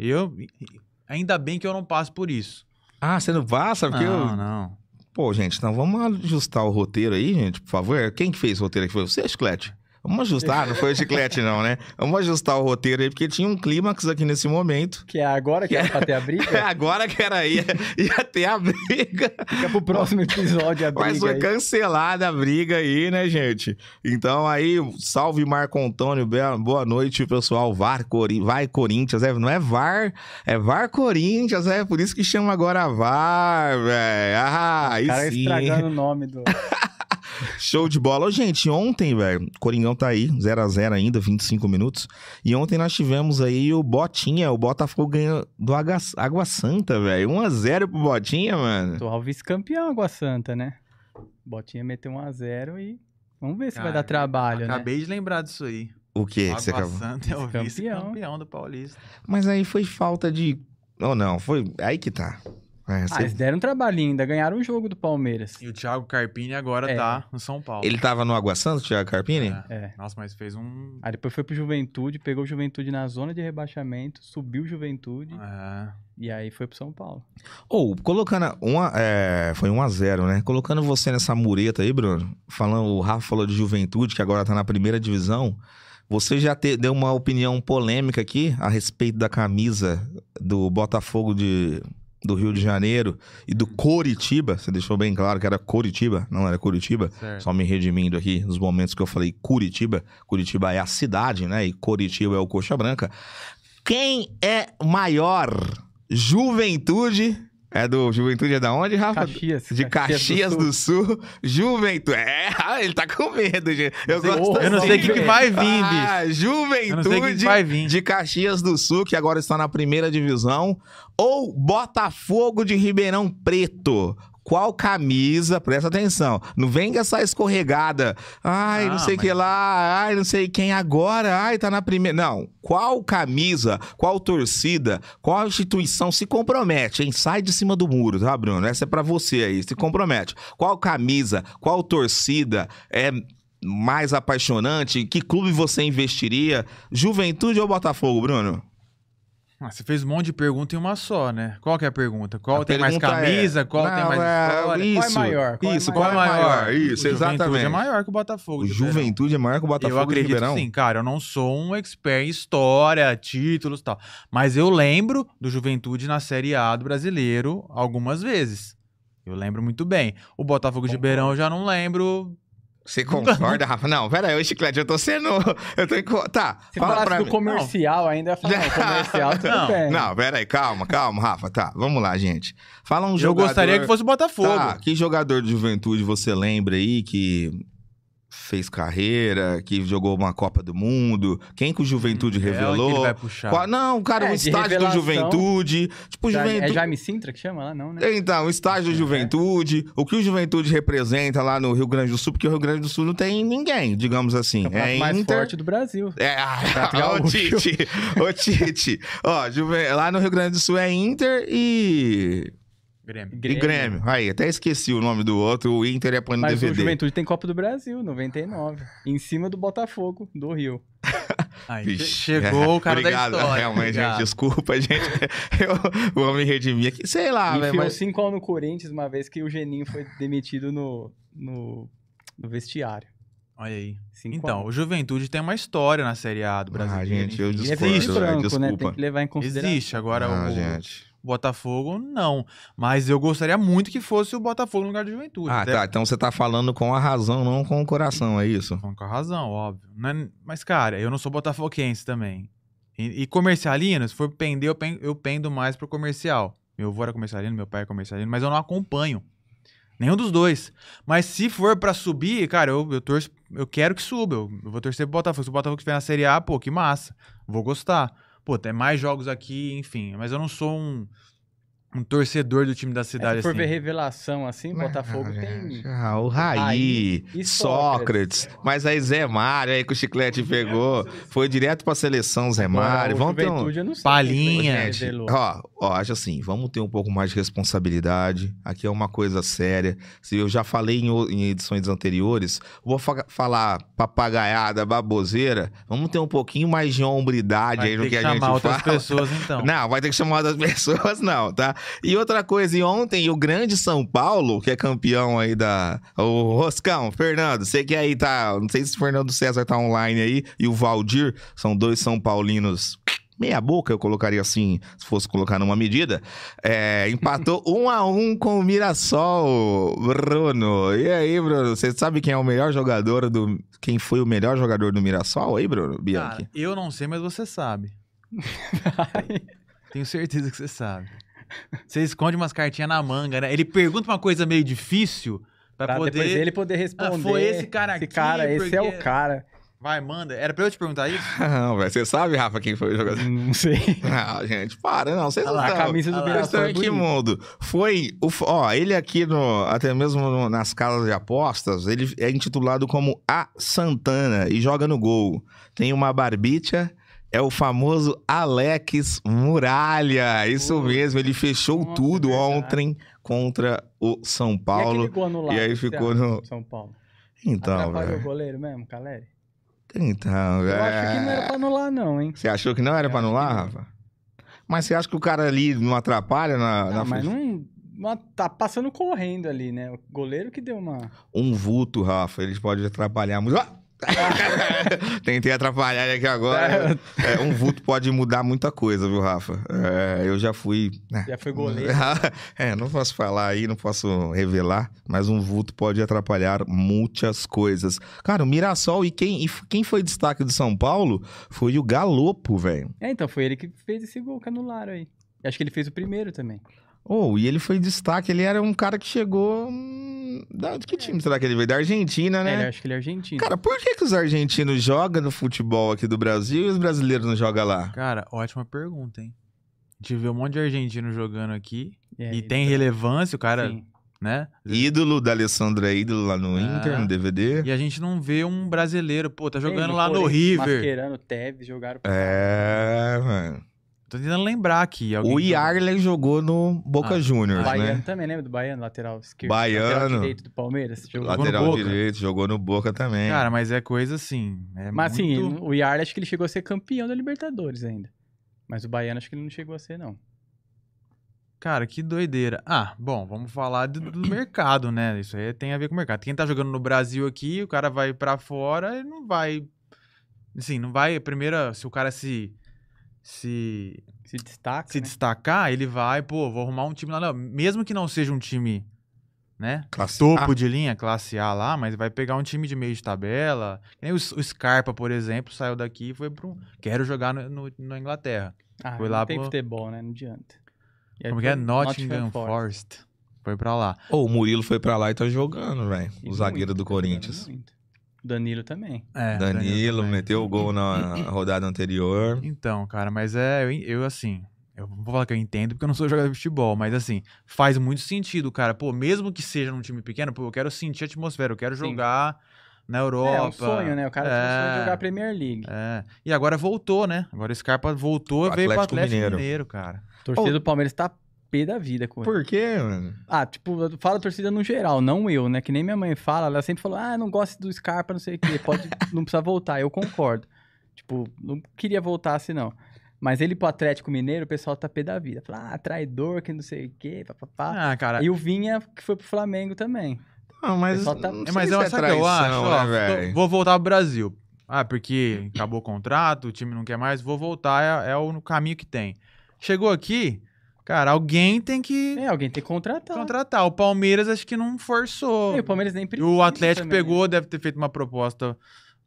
Speaker 2: Ainda bem que eu não passo por isso.
Speaker 1: Ah, você não passa? Porque
Speaker 2: não.
Speaker 1: Pô, gente, então vamos ajustar o roteiro aí, gente, por favor. Quem que fez o roteiro aqui? Foi você, Chiclete? Vamos ajustar, não foi o Chiclete não, né? Vamos ajustar o roteiro aí, porque tinha um clímax aqui nesse momento.
Speaker 3: Que é agora que era pra ter a briga?
Speaker 1: Agora que ia ter a briga.
Speaker 3: Fica pro próximo episódio a briga.
Speaker 1: Mas foi cancelada a briga aí, né, gente? Então aí, salve Marco Antônio, boa noite, pessoal. Vai Corinthians, não é VAR, é VAR Corinthians, por isso que chama agora VAR, velho. Aí
Speaker 3: cara
Speaker 1: sim.
Speaker 3: Estragando o nome do...
Speaker 1: Show de bola. Gente, ontem, velho, Coringão tá aí, 0x0 ainda, 25 minutos. E ontem nós tivemos aí o Botinha, o Botafogo ganhou do Água Santa, velho. 1x0 pro Botinha, mano.
Speaker 3: Atual vice-campeão Água Santa, né? Botinha meteu 1x0 e vamos ver se vai dar trabalho,
Speaker 2: acabei de lembrar disso aí.
Speaker 1: O quê?
Speaker 2: Água Santa é o vice-campeão do Paulista.
Speaker 1: Mas aí foi falta de... Ou não, foi aí que tá.
Speaker 3: Eles deram um trabalhinho, ainda ganharam um jogo do Palmeiras.
Speaker 2: E o Thiago Carpini agora tá no São Paulo.
Speaker 1: Ele tava no Água Santa, o Thiago Carpini?
Speaker 2: Nossa, mas fez um...
Speaker 3: Aí depois foi pro Juventude, pegou o Juventude na zona de rebaixamento, subiu o Juventude e aí foi pro São Paulo.
Speaker 1: Colocando foi 1x0, né? Colocando você nessa mureta aí, Bruno, o Rafa falou de Juventude, que agora tá na primeira divisão. Você já deu uma opinião polêmica aqui a respeito da camisa do Botafogo do Rio de Janeiro e do Coritiba. Você deixou bem claro que era Coritiba, não era Curitiba.
Speaker 2: Certo.
Speaker 1: Só me redimindo aqui nos momentos que eu falei Curitiba. Curitiba é a cidade, né? E Coritiba é o Coxa Branca. Quem é maior? Juventude... Juventude é da onde, Rafa?
Speaker 3: Caxias.
Speaker 1: De Caxias do Sul. Juventude. Ele tá com medo, gente.
Speaker 2: Eu não sei o que vai vir, bicho.
Speaker 1: Juventude de Caxias do Sul, que agora está na primeira divisão. Ou Botafogo de Ribeirão Preto. Qual camisa? Presta atenção. Não vem com essa escorregada. Não sei o que lá. Não sei quem agora. Tá na primeira. Não. Qual camisa, qual torcida, qual instituição se compromete, hein? Sai de cima do muro, tá, Bruno? Essa é pra você aí. Se compromete. Qual camisa, qual torcida é mais apaixonante? Que clube você investiria? Juventude ou Botafogo, Bruno?
Speaker 2: Você fez um monte de pergunta em uma só, né? Qual que é a pergunta? Qual tem mais
Speaker 1: pergunta
Speaker 2: camisa? Qual tem mais história?
Speaker 1: Isso,
Speaker 3: Qual é maior?
Speaker 1: Qual é maior? Isso,
Speaker 2: O
Speaker 1: exatamente.
Speaker 2: Juventude é maior que o Botafogo.
Speaker 1: O Juventude é maior que o Botafogo
Speaker 2: Eu acredito
Speaker 1: de Ribeirão?
Speaker 2: que sim, cara. Eu não sou um expert em história, títulos e tal. Mas eu lembro do Juventude na Série A do Brasileiro algumas vezes. Eu lembro muito bem. O Botafogo de Ribeirão eu já não lembro.
Speaker 1: Você concorda, Rafa? Não, pera aí, Chiclete, eu tô sendo... Tá,
Speaker 3: Se
Speaker 1: fala pra
Speaker 3: falasse
Speaker 1: mim.
Speaker 3: do comercial ainda, ia falar, não, comercial tudo
Speaker 2: Não,
Speaker 3: bem.
Speaker 1: Não, pera aí, calma, Rafa. Tá, vamos lá, gente. Fala um
Speaker 2: Eu
Speaker 1: jogador...
Speaker 2: gostaria que fosse o Botafogo.
Speaker 1: Tá, que jogador de Juventude você lembra aí que fez carreira, que jogou uma Copa do Mundo? Quem que o Juventude
Speaker 2: Que
Speaker 1: revelou?
Speaker 2: ele vai puxar.
Speaker 1: Não, cara,
Speaker 3: É,
Speaker 1: o
Speaker 3: de
Speaker 1: estágio do
Speaker 3: revelação.
Speaker 1: Juventude. Tipo, Juventude...
Speaker 3: É Jaime Sintra que chama lá, não, né?
Speaker 1: Então, o estágio do Juventude, o que o Juventude representa lá no Rio Grande do Sul, porque o Rio Grande do Sul não tem ninguém, digamos assim.
Speaker 3: Campeonato
Speaker 1: É
Speaker 3: mais
Speaker 1: Inter...
Speaker 3: forte do Brasil.
Speaker 1: Ô Tite. Ó, lá no Rio Grande do Sul é Inter e Grêmio. Aí, até esqueci o nome do outro, o Inter é põe no
Speaker 3: Mas
Speaker 1: DVD.
Speaker 3: o Juventude tem Copa do Brasil, 99. Em cima do Botafogo, do Rio.
Speaker 2: Aí,
Speaker 1: Vixe,
Speaker 2: chegou o cara
Speaker 1: obrigado,
Speaker 2: da história.
Speaker 1: realmente,
Speaker 2: Obrigado.
Speaker 1: gente, desculpa, gente. Eu vou me redimir aqui. Sei lá, velho,
Speaker 3: Enfiou
Speaker 1: mas...
Speaker 3: 5 anos no Corinthians uma vez que o Geninho foi demitido no vestiário.
Speaker 2: Olha aí.
Speaker 3: 5
Speaker 2: Então,
Speaker 3: anos.
Speaker 2: o Juventude tem uma história na Série A do Brasileiro.
Speaker 1: gente, eu
Speaker 3: E é
Speaker 1: discordo,
Speaker 3: preto e branco, né?
Speaker 1: desculpa.
Speaker 3: Tem que levar em consideração.
Speaker 2: Existe. Agora,
Speaker 1: gente.
Speaker 2: o Botafogo, não. Mas eu gostaria muito que fosse o Botafogo no lugar do Juventude.
Speaker 1: Ah, tá. Então você tá falando com a razão, não com o coração, é isso?
Speaker 2: Com a razão, óbvio. Mas, cara, eu não sou botafoguense também. E comercialino, se for pender, eu pendo mais pro comercial. Meu avô era comercialino, meu pai é comercialino, mas eu não acompanho. Nenhum dos dois. Mas se for pra subir, cara, eu torço, eu quero que suba. Eu vou torcer pro Botafogo. Se o Botafogo estiver na Série A, pô, que massa. Vou gostar. Pô, tem mais jogos aqui, enfim. Mas eu não sou um torcedor do time da cidade,
Speaker 3: Se for
Speaker 2: assim.
Speaker 3: ver revelação assim, Botafogo tem...
Speaker 1: O Raí,
Speaker 3: e
Speaker 1: Sócrates. Mas aí Zé Mário, aí que o Chiclete pegou. Foi direto pra seleção, Zé Mário. Vamos ter
Speaker 3: Juventude, eu não sei
Speaker 2: Palhinha.
Speaker 3: quem
Speaker 1: Gente,
Speaker 3: revelou.
Speaker 1: acho assim, vamos ter um pouco mais de responsabilidade. Aqui é uma coisa séria. Se eu já falei em edições anteriores, vou falar papagaiada, baboseira. Vamos ter um pouquinho mais de hombridade
Speaker 2: Vai
Speaker 1: aí no
Speaker 2: ter
Speaker 1: que a
Speaker 2: chamar
Speaker 1: gente
Speaker 2: outras
Speaker 1: fala.
Speaker 2: pessoas, então.
Speaker 1: Não, vai ter que chamar outras pessoas, não, tá? E outra coisa, e ontem o grande São Paulo, que é campeão aí o Roscão, Fernando, você que aí tá, não sei se o Fernando César tá online aí, e o Valdir, são dois São Paulinos meia boca, eu colocaria assim, se fosse colocar numa medida, empatou 1-1 com o Mirassol, Bruno. E aí, Bruno, você sabe quem é o melhor jogador quem foi o melhor jogador do Mirassol aí, Bruno? Bianchi?
Speaker 2: Cara, eu não sei, mas você sabe. Tenho certeza que você sabe. Você esconde umas cartinhas na manga, né? Ele pergunta uma coisa meio difícil pra poder...
Speaker 3: Depois ele poder responder.
Speaker 2: foi esse cara aqui,
Speaker 3: Esse é o cara.
Speaker 2: Vai, manda. Era pra eu te perguntar isso?
Speaker 1: Não, velho, você sabe, Rafa, quem foi o jogador?
Speaker 3: Não sei.
Speaker 1: Ah, gente, para, não, vocês não
Speaker 3: A
Speaker 1: estão...
Speaker 3: camisa do
Speaker 1: Vocês
Speaker 3: Mirassol
Speaker 1: estão
Speaker 3: é
Speaker 1: em que
Speaker 3: bonita.
Speaker 1: mundo? Foi, ele aqui, até mesmo nas casas de apostas, ele é intitulado como A Santana e joga no gol. Tem uma barbicha, é o famoso Alex Muralha. Isso mesmo, ele fechou
Speaker 3: Nossa,
Speaker 1: tudo
Speaker 3: verdade.
Speaker 1: ontem contra o São
Speaker 3: E
Speaker 1: Paulo.
Speaker 3: aquele gol anulado,
Speaker 1: E aí
Speaker 3: o que você
Speaker 1: ficou
Speaker 3: acha,
Speaker 1: no...
Speaker 3: São Paulo.
Speaker 1: Então,
Speaker 3: Atrapalhou o
Speaker 1: velho.
Speaker 3: goleiro mesmo, Caleri?
Speaker 1: Então,
Speaker 3: Eu acho que não era pra anular, não, hein?
Speaker 1: Você achou que não era
Speaker 3: Eu
Speaker 1: pra
Speaker 3: acho
Speaker 1: anular,
Speaker 3: que não.
Speaker 1: Rafa? Mas você acha que o cara ali não atrapalha na
Speaker 3: Mas não tá passando correndo ali, né? O goleiro que deu uma...
Speaker 1: Um vulto, Rafa, eles podem atrapalhar muito. Tentei atrapalhar ele aqui agora. Um vulto pode mudar muita coisa, viu, Rafa? Eu já fui...
Speaker 3: Já foi goleiro.
Speaker 1: Não posso falar aí, não posso revelar, mas um vulto pode atrapalhar muitas coisas. Cara, o Mirassol e quem foi destaque do São Paulo foi o Galopo, velho.
Speaker 3: Então, foi ele que fez esse gol que anularam aí. Acho que ele fez o primeiro também.
Speaker 1: E ele foi destaque, ele era um cara que chegou... De que time será que ele veio? Da Argentina, né?
Speaker 3: Acho que ele é argentino.
Speaker 1: Cara, por que os argentinos jogam no futebol aqui do Brasil e os brasileiros não jogam lá?
Speaker 2: Cara, ótima pergunta, hein? A gente vê um monte de argentino jogando aqui.
Speaker 3: aí,
Speaker 2: E tem relevância, o cara,
Speaker 3: Sim.
Speaker 2: né?
Speaker 1: Ídolo da Alessandra, ídolo lá no Inter, no DVD.
Speaker 2: E a gente não vê um brasileiro, pô, tá jogando
Speaker 3: Tem
Speaker 2: lá no
Speaker 3: Corinthians,
Speaker 2: River.
Speaker 3: Mascherano, Tevez, jogaram...
Speaker 1: Mano.
Speaker 2: Tô tentando lembrar aqui.
Speaker 1: O Yarley jogou no Boca Juniors,
Speaker 3: Baiano
Speaker 1: né?
Speaker 3: também, lembra do Baiano, lateral esquerdo?
Speaker 1: Baiano.
Speaker 3: Lateral direito do Palmeiras. Jogou no
Speaker 1: Lateral
Speaker 3: Boca.
Speaker 1: direito, jogou no Boca também.
Speaker 2: Cara, mas é coisa assim.
Speaker 3: Mas
Speaker 2: muito...
Speaker 3: assim, o Yarley acho que ele chegou a ser campeão da Libertadores ainda. Mas o baiano acho que ele não chegou a ser, não.
Speaker 2: Cara, que doideira. Bom, vamos falar do mercado, né? Isso aí tem a ver com o mercado. Quem tá jogando no Brasil aqui, o cara vai pra fora e não vai... Assim, não vai... Primeiro, se o cara se
Speaker 3: destaca,
Speaker 2: se destacar, ele vai, pô, vou arrumar um time lá. Não, mesmo que não seja um time, né? Topo de linha, classe A lá, mas vai pegar um time de meio de tabela. O Scarpa, por exemplo, saiu daqui e foi pro... Quero jogar na Inglaterra. Foi lá
Speaker 3: tem futebol, né? Não adianta.
Speaker 2: Como que é? Nottingham Forest. Foi pra lá.
Speaker 1: O Murilo foi pra lá e tá jogando, velho. O zagueiro do Corinthians.
Speaker 3: Danilo também.
Speaker 1: Danilo meteu o gol na rodada anterior.
Speaker 2: Então, cara, mas eu assim... Eu vou falar que eu entendo porque eu não sou jogador de futebol, mas assim, faz muito sentido, cara. Pô, mesmo que seja num time pequeno, pô, eu quero sentir a atmosfera, eu quero jogar na Europa.
Speaker 3: É um sonho, né? O cara tem um sonho de jogar a Premier League.
Speaker 2: E agora voltou, né? Agora o Scarpa voltou e veio pro Atlético Mineiro, cara.
Speaker 3: A torcida do Palmeiras tá pé da vida com ele.
Speaker 1: Por quê, mano?
Speaker 3: Eu falo a torcida no geral, não eu, né? Que nem minha mãe fala, ela sempre falou, não gosto do Scarpa, não sei o quê, não precisa voltar. Eu concordo. Tipo, não queria voltar assim, não. Mas ele pro Atlético Mineiro, o pessoal tá pé da vida. Fala, traidor, que não sei o quê, papapá.
Speaker 2: Cara...
Speaker 3: E o Vinha, que foi pro Flamengo também.
Speaker 1: Não, mas
Speaker 3: tá...
Speaker 2: mas é uma traição, que eu acho, né, vou voltar pro Brasil. Porque acabou o contrato, o time não quer mais, vou voltar, é o caminho que tem. Chegou aqui, cara, alguém tem que...
Speaker 3: alguém tem que contratar.
Speaker 2: O Palmeiras acho que não forçou.
Speaker 3: O Palmeiras nem precisa.
Speaker 2: O Atlético pegou, deve ter feito uma proposta...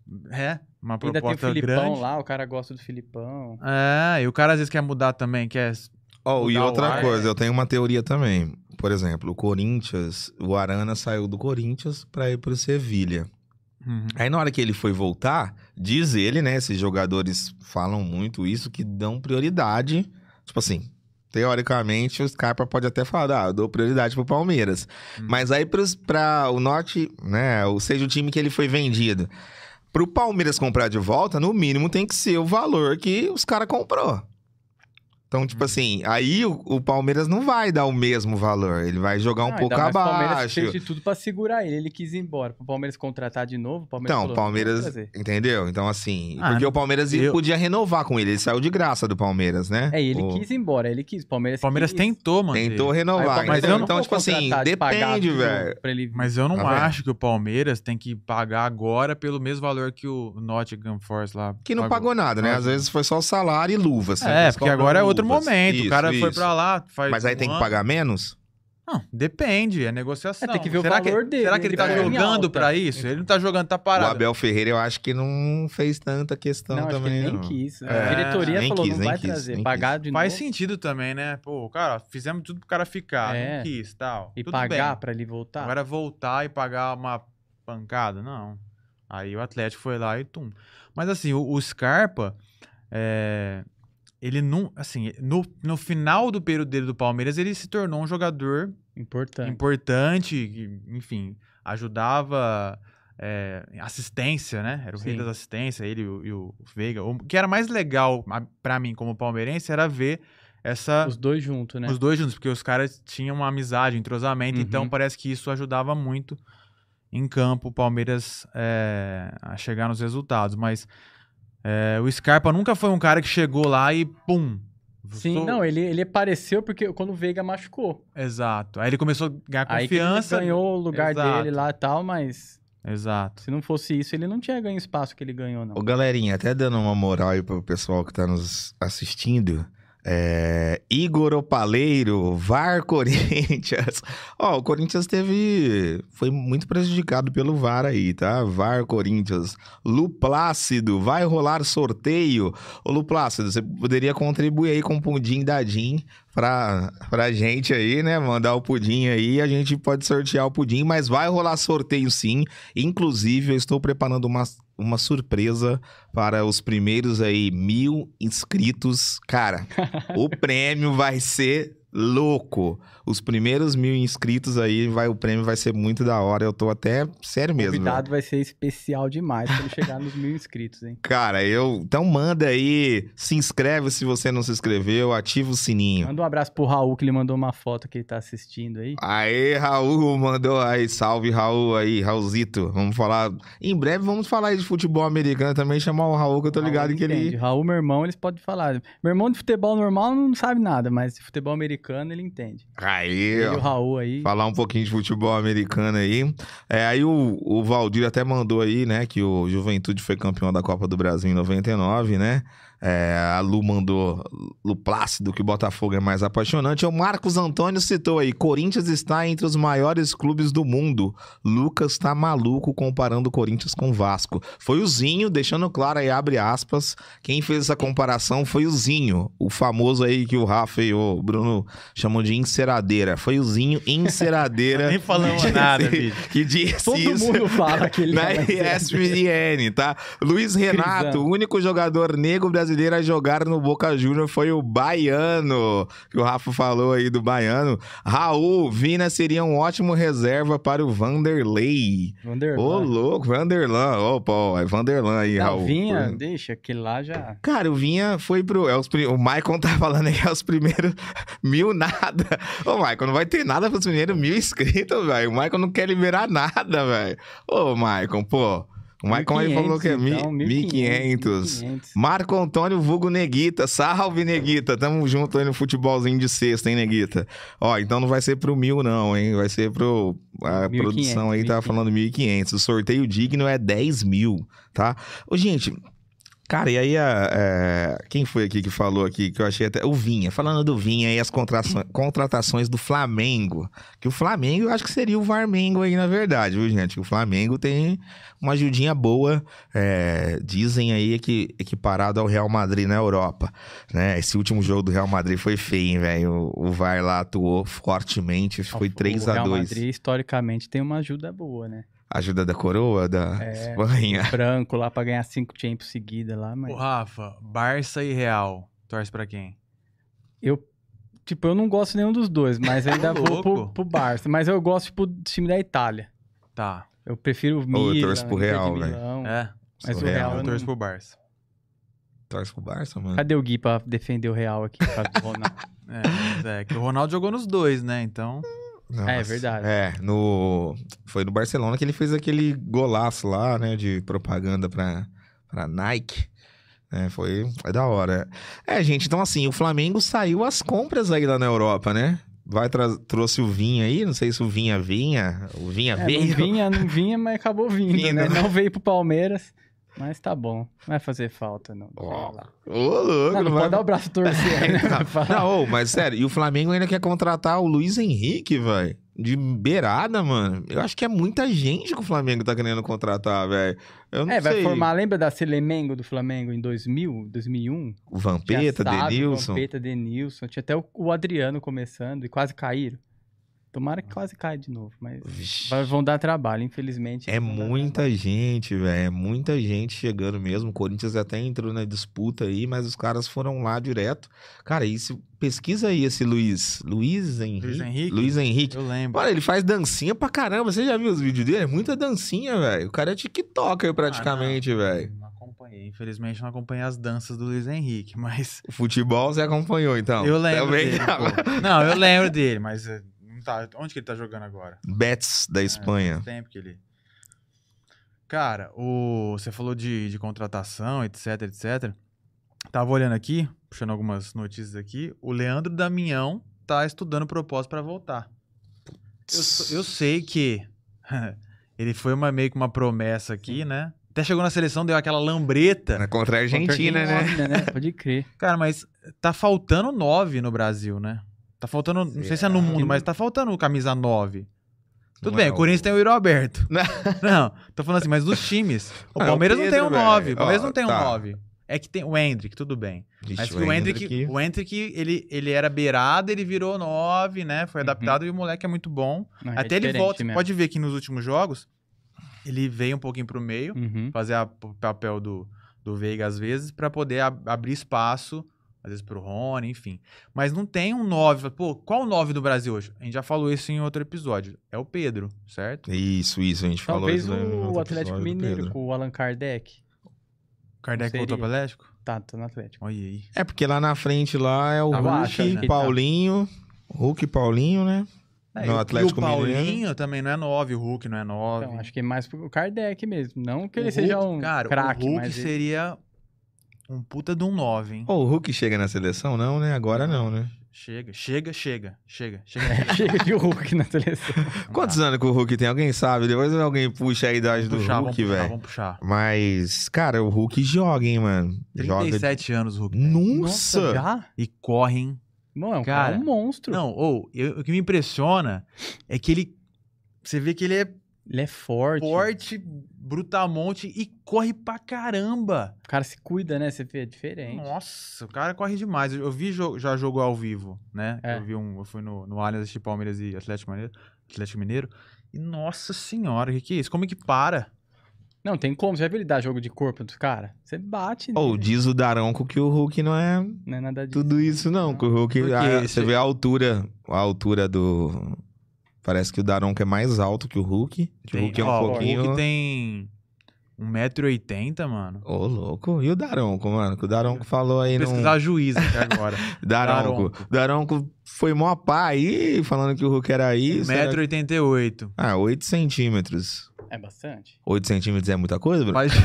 Speaker 2: uma proposta
Speaker 3: ainda tem o Filipão
Speaker 2: grande.
Speaker 3: Lá, o cara gosta do Filipão.
Speaker 2: E o cara às vezes quer mudar também, quer...
Speaker 1: E outra coisa, eu tenho uma teoria também. Por exemplo, o Corinthians, o Arana saiu do Corinthians pra ir pro Sevilha. Aí na hora que ele foi voltar, diz ele, né, esses jogadores falam muito isso, que dão prioridade, tipo assim, teoricamente o Scarpa pode até falar, eu dou prioridade pro Palmeiras. Mas aí pra o Norte, né, ou seja, o time que ele foi vendido, pro Palmeiras comprar de volta, no mínimo tem que ser o valor que os caras comprou. Então, tipo assim, aí o Palmeiras não vai dar o mesmo valor, ele vai jogar um pouco abaixo. O Palmeiras
Speaker 3: fez de tudo pra segurar ele quis ir embora. Pro Palmeiras contratar de novo, o Palmeiras
Speaker 1: o Palmeiras, entendeu? Então, assim, porque o Palmeiras podia renovar com ele saiu de graça do Palmeiras, né?
Speaker 3: Ele quis ir embora, o Palmeiras
Speaker 2: tentou, mano.
Speaker 1: Tentou renovar.
Speaker 2: Mas eu não
Speaker 1: então, tipo assim, depende, velho.
Speaker 2: Mas eu não acho que o Palmeiras tem que pagar agora pelo mesmo valor que o Nottingham Forest lá.
Speaker 1: Que não pagou nada, né? Às vezes foi só o salário e luva.
Speaker 2: Porque agora é outro momento. O cara foi pra lá.
Speaker 1: Mas aí tem que pagar menos?
Speaker 2: Não, depende, é negociação.
Speaker 3: Tem que ver o valor dele.
Speaker 2: Será que ele tá jogando pra isso? Ele não tá jogando, tá parado.
Speaker 1: O Abel Ferreira, eu acho que não fez tanta questão também,
Speaker 3: não. Nem quis. A diretoria falou, não vai trazer. Pagar de novo.
Speaker 2: Faz sentido também, né? Pô, cara, fizemos tudo pro cara ficar. Não quis, tal.
Speaker 3: E pagar pra ele voltar?
Speaker 2: Agora voltar e pagar uma pancada, não. Aí o Atlético foi lá e tum. Mas assim, o Scarpa... Ele não, assim, no final do período dele do Palmeiras, ele se tornou um jogador importante, que, enfim, ajudava assistência, né? Era o rei das assistências, ele e o Veiga. O que era mais legal pra mim como palmeirense era ver
Speaker 3: os dois juntos, né?
Speaker 2: Os dois juntos, porque os caras tinham uma amizade, um entrosamento, então parece que isso ajudava muito em campo o Palmeiras a chegar nos resultados, mas... o Scarpa nunca foi um cara que chegou lá e pum.
Speaker 3: Sim, não, ele apareceu porque quando o Veiga machucou.
Speaker 2: Exato. Aí ele começou a ganhar confiança.
Speaker 3: Aí ele ganhou o lugar dele lá e tal, mas...
Speaker 2: Exato.
Speaker 3: Se não fosse isso, ele não tinha ganho o espaço que ele ganhou, não.
Speaker 1: Ô, galerinha, até dando uma moral aí pro pessoal que tá nos assistindo... Igor Opaleiro, VAR Corinthians. O Corinthians foi muito prejudicado pelo VAR aí, tá? VAR Corinthians. Lu Plácido, vai rolar sorteio. Ô, Lu Plácido, você poderia contribuir aí com o pudim da Jim pra gente aí, né? Mandar o pudim aí, a gente pode sortear o pudim, mas vai rolar sorteio sim. Inclusive, eu estou preparando uma surpresa para os primeiros aí 1.000 inscritos. Cara, o prêmio vai ser louco. Os primeiros 1.000 inscritos aí, o prêmio vai ser muito da hora. Eu tô até sério
Speaker 3: O
Speaker 1: mesmo.
Speaker 3: convidado vai ser especial demais quando chegar nos 1.000 inscritos, hein?
Speaker 1: Cara, então manda aí, se inscreve se você não se inscreveu, ativa o sininho.
Speaker 3: Manda um abraço pro Raul, que ele mandou uma foto que ele tá assistindo aí.
Speaker 1: Aê, Raul, mandou aí, salve Raul aí, Raulzito. Vamos falar, em breve vamos falar aí de futebol americano também, chamar o Raul, que eu tô ligado que
Speaker 3: entende.
Speaker 1: ele...
Speaker 3: Raul, meu irmão, eles podem falar. Meu irmão de futebol normal não sabe nada, mas de futebol americano ele entende.
Speaker 1: Aí,
Speaker 3: Ele e o Raul aí.
Speaker 1: falar um pouquinho de futebol americano aí. Aí o Valdir até mandou aí, né, que o Juventude foi campeão da Copa do Brasil em 99, né? A Lu mandou, Lu Plácido, que o Botafogo é mais apaixonante. O Marcos Antônio citou aí, Corinthians está entre os maiores clubes do mundo. Lucas tá maluco comparando o Corinthians com o Vasco. Foi o Zinho, deixando claro aí, abre aspas, quem fez essa comparação foi o Zinho, o famoso aí que o Rafa e o Bruno chamam de enceradeira. Foi o Zinho, enceradeira.
Speaker 2: Nem falamos nada, bicho.
Speaker 1: Que disse
Speaker 3: Todo
Speaker 1: isso
Speaker 3: mundo fala que ele
Speaker 1: na
Speaker 3: é
Speaker 1: ESPN, tá? Luiz Renato,
Speaker 3: Crisano.
Speaker 1: o único jogador negro brasileiro a jogar no Boca Juniors foi o Baiano, que o Rafa falou aí do Baiano. Raul, Vina seria um ótimo reserva para o Vanderlei.
Speaker 3: Vanderlan.
Speaker 1: Ô, louco, Vanderlan. Opa, é Vanderlan aí,
Speaker 3: Não,
Speaker 1: Raul.
Speaker 3: Vinha, deixa, aquele lá já...
Speaker 1: Cara, o Vinha foi pro... o Maicon tá falando aí que é os primeiros 1.000 nada. Ô, Maicon, não vai ter nada pros primeiros 1.000 inscritos, velho. O Maicon não quer liberar nada, velho. Ô, Maicon, pô... O Maicon aí falou que é 1.500. Marco Antônio Vulgo Neguita. Salve, Neguita. Tamo junto aí no futebolzinho de sexta, hein, Neguita? Ó, então não vai ser pro 1.000 não, hein? Vai ser pro... A
Speaker 3: 1.500,
Speaker 1: produção aí tava falando 1.500. O sorteio digno é 10.000, tá? Ô, gente... Cara, e aí quem foi aqui que falou aqui, que eu achei até... O Vinha, falando do Vinha e as contratações do Flamengo. Que o Flamengo, eu acho que seria o Varmengo aí, na verdade, viu, gente? O Flamengo tem uma ajudinha boa, dizem aí que equiparado ao Real Madrid na Europa, né? Esse último jogo do Real Madrid foi feio, hein, velho? O VAR lá atuou fortemente, foi 3-2.
Speaker 3: O Real Madrid, historicamente, tem uma ajuda boa, né?
Speaker 1: Ajuda da coroa, da Espanha.
Speaker 3: Branco lá pra ganhar 5 Champions seguida lá, mas...
Speaker 2: Ô, Rafa, Barça e Real, torce pra quem?
Speaker 3: Eu não gosto nenhum dos dois, mas ainda vou pro Barça. Mas eu gosto, tipo, do time da Itália.
Speaker 2: Tá.
Speaker 3: Eu prefiro o Milan,
Speaker 1: eu torço pro
Speaker 3: Inter de
Speaker 1: Real, velho.
Speaker 3: Milão. Mas
Speaker 1: Sou
Speaker 3: o Real
Speaker 2: Eu
Speaker 3: eu
Speaker 2: torço
Speaker 3: não...
Speaker 2: pro Barça.
Speaker 1: Torce pro Barça, mano?
Speaker 3: Cadê o Gui pra defender o Real aqui, pra Ronaldo?
Speaker 2: Mas que o Ronaldo jogou nos dois, né? Então...
Speaker 1: Nossa.
Speaker 3: É verdade.
Speaker 1: Foi no Barcelona que ele fez aquele golaço lá, né, de propaganda pra Nike. Foi da hora. Gente, então assim, o Flamengo saiu às compras aí lá na Europa, né? Trouxe o Vinha aí, não sei se o Vinha vinha, o Vinha veio.
Speaker 3: Não vinha, mas acabou vindo, né? Não veio pro Palmeiras, mas tá bom. Não vai fazer falta, não.
Speaker 1: Ô, louco.
Speaker 3: Não pode dar o braço torcer, né?
Speaker 1: Não, mas sério, e o Flamengo ainda quer contratar o Luiz Henrique, velho. De beirada, mano. Eu acho que é muita gente que o Flamengo tá querendo contratar, velho. Eu não sei.
Speaker 3: Vai formar, lembra da Selemengo do Flamengo em 2000, 2001?
Speaker 1: O Vampeta, Denilson.
Speaker 3: O Vampeta, Denilson. Tinha até o Adriano começando e quase caíram. Tomara que quase caia de novo, mas vão dar trabalho, infelizmente.
Speaker 1: É muita gente, velho. É muita gente chegando mesmo. O Corinthians até entrou na disputa aí, mas os caras foram lá direto. Cara, pesquisa aí esse Luiz Henrique. Luiz Henrique.
Speaker 2: Eu lembro.
Speaker 1: Olha, ele faz dancinha pra caramba. Você já viu os vídeos dele? É muita dancinha, velho. O cara é TikToker praticamente, velho.
Speaker 2: Não acompanhei. Infelizmente não acompanhei as danças do Luiz Henrique, mas...
Speaker 1: O futebol você acompanhou, então?
Speaker 2: Eu lembro
Speaker 1: também
Speaker 2: dele. Não, eu lembro dele, mas... Onde que ele tá jogando agora?
Speaker 1: Betis, da Espanha.
Speaker 2: Faz tempo que ele... Cara, você falou de contratação, etc. Tava olhando aqui, puxando algumas notícias aqui. O Leandro Damião tá estudando propósito pra voltar. Eu sei que ele foi meio que uma promessa aqui, né? Até chegou na seleção, deu aquela lambreta.
Speaker 1: Contra a Argentina, né?
Speaker 3: Pode crer.
Speaker 2: Cara, mas tá faltando 9 no Brasil, né? Tá faltando, não sei se é no mundo, mas tá faltando camisa 9. Tudo bem, o Corinthians tem o Yuri Alberto. Não, tô falando assim, mas dos times. O Palmeiras não tem um 9. O Palmeiras não tem um 9. É que tem o Hendrick, tudo bem. Mas o Hendrick, ele era beirado, ele virou 9, né? Foi adaptado e o moleque é muito bom. Até ele volta. Você pode ver que nos últimos jogos, ele veio um pouquinho pro meio, fazer o papel do Veiga às vezes, pra poder abrir espaço às vezes pro Rony, enfim. Mas não tem um 9. Pô, qual o 9 do Brasil hoje? A gente já falou isso em outro episódio. É o Pedro, certo?
Speaker 1: Isso, a gente falou
Speaker 3: Talvez
Speaker 1: isso. Né, no
Speaker 3: o
Speaker 1: outro
Speaker 3: Atlético
Speaker 1: episódio do
Speaker 3: Mineiro
Speaker 1: Pedro.
Speaker 3: com o Allan Kardec.
Speaker 2: Kardec
Speaker 3: Seria.
Speaker 2: voltou pro Atlético?
Speaker 3: Tá no Atlético.
Speaker 2: Olha aí.
Speaker 1: É, porque lá na frente lá é o
Speaker 3: Eu acho,
Speaker 1: Hulk,
Speaker 3: né?
Speaker 1: Paulinho. Hulk e Paulinho, né? No Atlético
Speaker 2: e o Paulinho
Speaker 1: Mineiro.
Speaker 2: também não é 9, o Hulk não é 9.
Speaker 3: Então, acho que é mais pro Kardec mesmo. Não que ele
Speaker 2: O
Speaker 3: seja
Speaker 2: Hulk,
Speaker 3: um
Speaker 2: cara,
Speaker 3: craque,
Speaker 2: o Hulk
Speaker 3: mas ele...
Speaker 2: seria um puta de um 9, hein?
Speaker 1: Ô, o Hulk chega na seleção? Não, né? Agora não, né?
Speaker 2: Chega.
Speaker 3: chega de Hulk na seleção.
Speaker 1: Quantos anos que o Hulk tem? Alguém sabe? Depois alguém puxa a idade do Hulk, velho.
Speaker 2: Vamos puxar.
Speaker 1: Mas, cara, o Hulk joga, hein, mano?
Speaker 2: 37 anos o Hulk. tem.
Speaker 1: Nossa!
Speaker 3: já?
Speaker 2: E corre, hein?
Speaker 3: Bom, é um
Speaker 2: Cara,
Speaker 3: cara um monstro.
Speaker 2: Não, o que me impressiona é que ele... Você vê que ele é
Speaker 3: Ele é forte.
Speaker 2: forte, brutamonte e corre pra caramba.
Speaker 3: O cara se cuida, né? Você vê, é diferente.
Speaker 2: Nossa, o cara corre demais. Eu vi já jogou ao vivo, né?
Speaker 3: É.
Speaker 2: Eu fui no Allianz assistir Palmeiras e Atlético Mineiro. E nossa senhora, o que é isso? Como é que para?
Speaker 3: Não, tem como. Você já viu ele dar jogo de corpo dos caras? Você bate.
Speaker 1: Ou
Speaker 3: nele.
Speaker 1: diz o Daronco que o Hulk não é
Speaker 3: Não é nada disso.
Speaker 1: tudo isso, não. Que o Hulk.
Speaker 2: Por quê?
Speaker 1: Você vê a altura do. Parece que o Daronco é mais alto que o Hulk. Que o Hulk é um
Speaker 2: ó,
Speaker 1: pouquinho.
Speaker 2: O Hulk tem 1,80 m, mano.
Speaker 1: Ô, louco. E o Daronco, mano? Que o Daronco falou aí
Speaker 2: Vou
Speaker 1: no.
Speaker 2: pesquisar juiz aqui agora.
Speaker 1: Daronco foi mó pá aí, falando que o Hulk era isso.
Speaker 2: 1,88 m.
Speaker 1: Ah, 8 centímetros.
Speaker 3: É bastante.
Speaker 1: 8 centímetros é muita coisa, Bruno?
Speaker 2: Faz,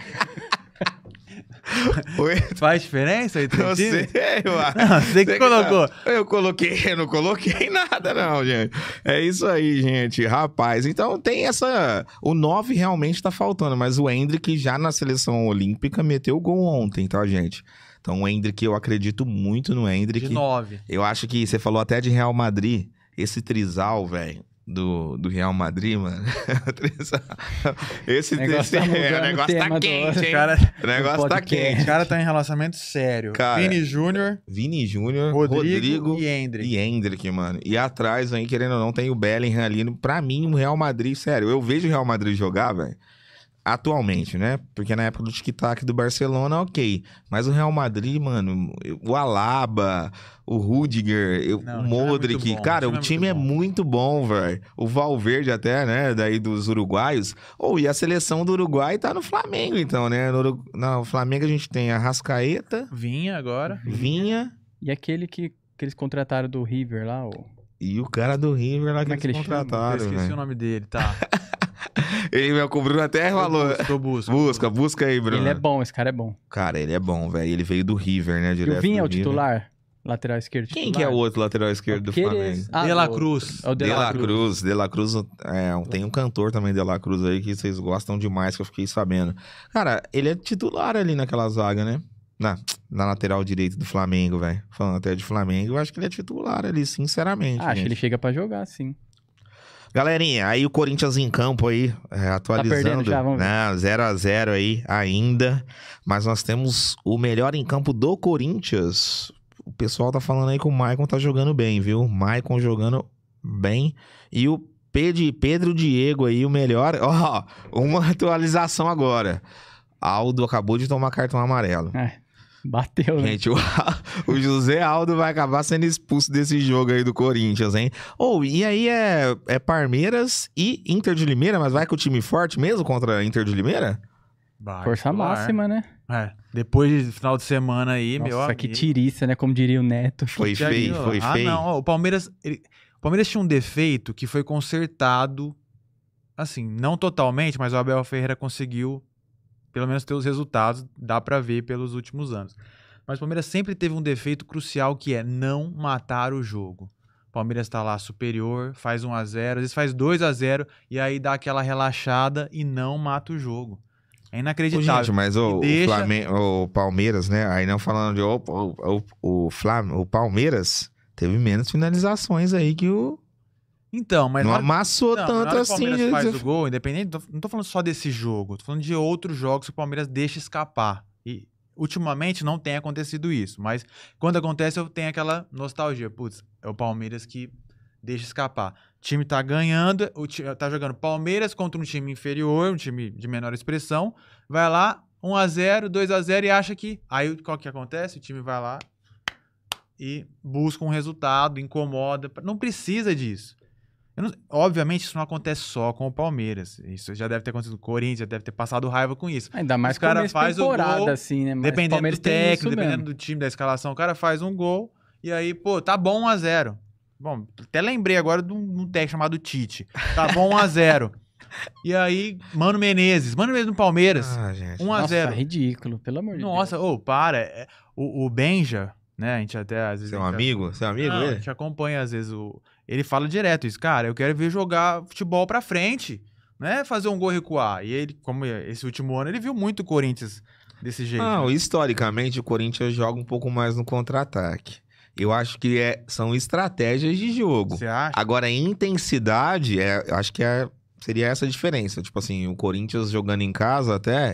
Speaker 1: 8
Speaker 2: faz diferença? 8
Speaker 1: Eu sei,
Speaker 2: centímetros?
Speaker 1: mano.
Speaker 2: Não, você que colocou.
Speaker 1: Eu não coloquei nada, não, gente. É isso aí, gente. Rapaz, então tem essa. O 9 realmente tá faltando, mas o Endrick já na seleção olímpica meteu o gol ontem, tá, gente? Então o Endrick, eu acredito muito no Endrick.
Speaker 2: De 9.
Speaker 1: Eu acho que você falou até de Real Madrid. Esse trisal, velho. Do Real Madrid, mano. Esse
Speaker 3: O negócio tá mudando
Speaker 1: o negócio
Speaker 3: o tema
Speaker 1: tá
Speaker 3: do-
Speaker 1: quente, hein?
Speaker 2: Cara,
Speaker 1: O negócio tá
Speaker 3: podcast.
Speaker 1: quente.
Speaker 2: o cara tá em relacionamento sério.
Speaker 1: Cara,
Speaker 2: Vini Júnior,
Speaker 1: Vini Júnior,
Speaker 2: Rodrigo
Speaker 1: Rodrigo
Speaker 2: e Endrick.
Speaker 1: e Endrick, mano. E atrás, aí, querendo ou não, tem o Bellingham ali. Pra mim, o Real Madrid, sério, eu vejo o Real Madrid jogar, velho. Atualmente, né? Porque na época do tic-tac do Barcelona, ok. Mas o Real Madrid, mano, o Alaba, o Rudiger,
Speaker 2: Não,
Speaker 1: o
Speaker 2: o time é
Speaker 1: Modric.
Speaker 2: muito bom,
Speaker 1: Cara,
Speaker 2: o
Speaker 1: o time é
Speaker 2: muito
Speaker 1: muito bom, velho. O Valverde até, né? Daí dos uruguaios. E a seleção do Uruguai tá no Flamengo, então, né? No Flamengo a gente tem a Arrascaeta,
Speaker 2: Vinha agora.
Speaker 1: Vinha
Speaker 3: E aquele que eles contrataram do River lá,
Speaker 1: e o cara do River lá que
Speaker 3: Como é que
Speaker 1: eles
Speaker 3: ele chama?
Speaker 2: Eu
Speaker 1: contrataram,
Speaker 2: esqueci
Speaker 1: velho.
Speaker 2: o nome dele, tá.
Speaker 1: Ele me cobriu até falou. Busca aí, Bruno.
Speaker 3: Ele é bom, esse cara é bom.
Speaker 1: Cara, ele é bom, velho. Ele veio do River, né?
Speaker 3: E
Speaker 1: Direto
Speaker 3: o Vinha é
Speaker 1: do
Speaker 3: o
Speaker 1: River.
Speaker 3: titular? Lateral esquerdo titular?
Speaker 1: Quem que é o outro lateral esquerdo do Flamengo?
Speaker 2: De La Cruz.
Speaker 3: É o
Speaker 1: De La Cruz. De La Cruz, tem um cantor também de La Cruz aí que vocês gostam demais, que eu fiquei sabendo. Cara, ele é titular ali naquela zaga, né? Na lateral direita do Flamengo, velho. Falando até de Flamengo, eu acho que ele é titular ali, sinceramente.
Speaker 3: Acho que
Speaker 1: gente.
Speaker 3: ele chega pra jogar, sim.
Speaker 1: Galerinha, aí o Corinthians em campo aí, atualizando.
Speaker 3: Tá perdendo já, vamos ver.
Speaker 1: 0x0 aí ainda. Mas nós temos o melhor em campo do Corinthians. O pessoal tá falando aí que o Maicon tá jogando bem, viu? Maicon jogando bem. E o Pedro Diego aí, o melhor. Ó, uma atualização agora. Aldo acabou de tomar cartão amarelo.
Speaker 3: Bateu, né?
Speaker 1: Gente, o José Aldo vai acabar sendo expulso desse jogo aí do Corinthians, hein? E aí é Palmeiras e Inter de Limeira, mas vai com o time forte mesmo contra a Inter de Limeira?
Speaker 2: Vai,
Speaker 3: Força
Speaker 2: titular.
Speaker 3: máxima, né?
Speaker 2: Depois do final de semana aí, meu
Speaker 3: Nossa,
Speaker 2: amigo.
Speaker 3: que tiriça, né? Como diria o Neto.
Speaker 1: Foi feio, foi feio.
Speaker 2: Não, ó, o Palmeiras tinha um defeito que foi consertado, assim, não totalmente, mas o Abel Ferreira conseguiu pelo menos ter os resultados, dá pra ver pelos últimos anos. Mas o Palmeiras sempre teve um defeito crucial que é não matar o jogo. O Palmeiras tá lá superior, faz 1x0, às vezes faz 2x0 e aí dá aquela relaxada e não mata o jogo. É inacreditável.
Speaker 1: Gente, mas o Palmeiras, né? Aí não falando de o Palmeiras teve menos finalizações aí que o
Speaker 2: Então, mas
Speaker 1: não
Speaker 2: na hora-
Speaker 1: amassou
Speaker 2: não,
Speaker 1: tanto
Speaker 2: na hora que o
Speaker 1: assim.
Speaker 2: Palmeiras faz o gol, independente, não tô falando só desse jogo, tô falando de outros jogos que o Palmeiras deixa escapar. E ultimamente não tem acontecido isso, mas quando acontece eu tenho aquela nostalgia. Putz, é o Palmeiras que deixa escapar. O time tá ganhando, tá jogando Palmeiras contra um time inferior, um time de menor expressão, vai lá, 1x0, 2x0 e acha que... Aí qual que acontece? O time vai lá, e busca um resultado, incomoda. Não precisa disso. Obviamente, isso não acontece só com o Palmeiras. Isso já deve ter acontecido com o Corinthians, já deve ter passado raiva com isso.
Speaker 3: Ainda mais
Speaker 2: Os cara
Speaker 3: começo
Speaker 2: faz o
Speaker 3: temporada,
Speaker 2: gol,
Speaker 3: assim, né? Mas
Speaker 2: dependendo do
Speaker 3: Palmeiras tem isso
Speaker 2: técnico, dependendo
Speaker 3: mesmo.
Speaker 2: do time, da escalação, o cara faz um gol e aí, pô, tá bom 1-0. Bom, até lembrei agora de um técnico chamado Tite. Tá bom 1-0. E aí, Mano Menezes no Palmeiras,
Speaker 1: Ah, gente.
Speaker 2: 1-0.
Speaker 3: Nossa, ridículo, pelo amor de Deus.
Speaker 2: Nossa, para. O Benja, né? A gente até às vezes.
Speaker 1: Seu amigo? Seu amigo,
Speaker 2: Não, a
Speaker 1: ele?
Speaker 2: gente acompanha às vezes ele fala direto isso, cara, eu quero ver jogar futebol pra frente, não é fazer um gol e recuar. E ele, como esse último ano, ele viu muito o Corinthians desse jeito.
Speaker 1: Não,
Speaker 2: né?
Speaker 1: historicamente o Corinthians joga um pouco mais no contra-ataque. Eu acho que são estratégias de jogo.
Speaker 2: Você acha?
Speaker 1: Agora, em intensidade, eu acho que seria essa a diferença. Tipo assim, o Corinthians jogando em casa até,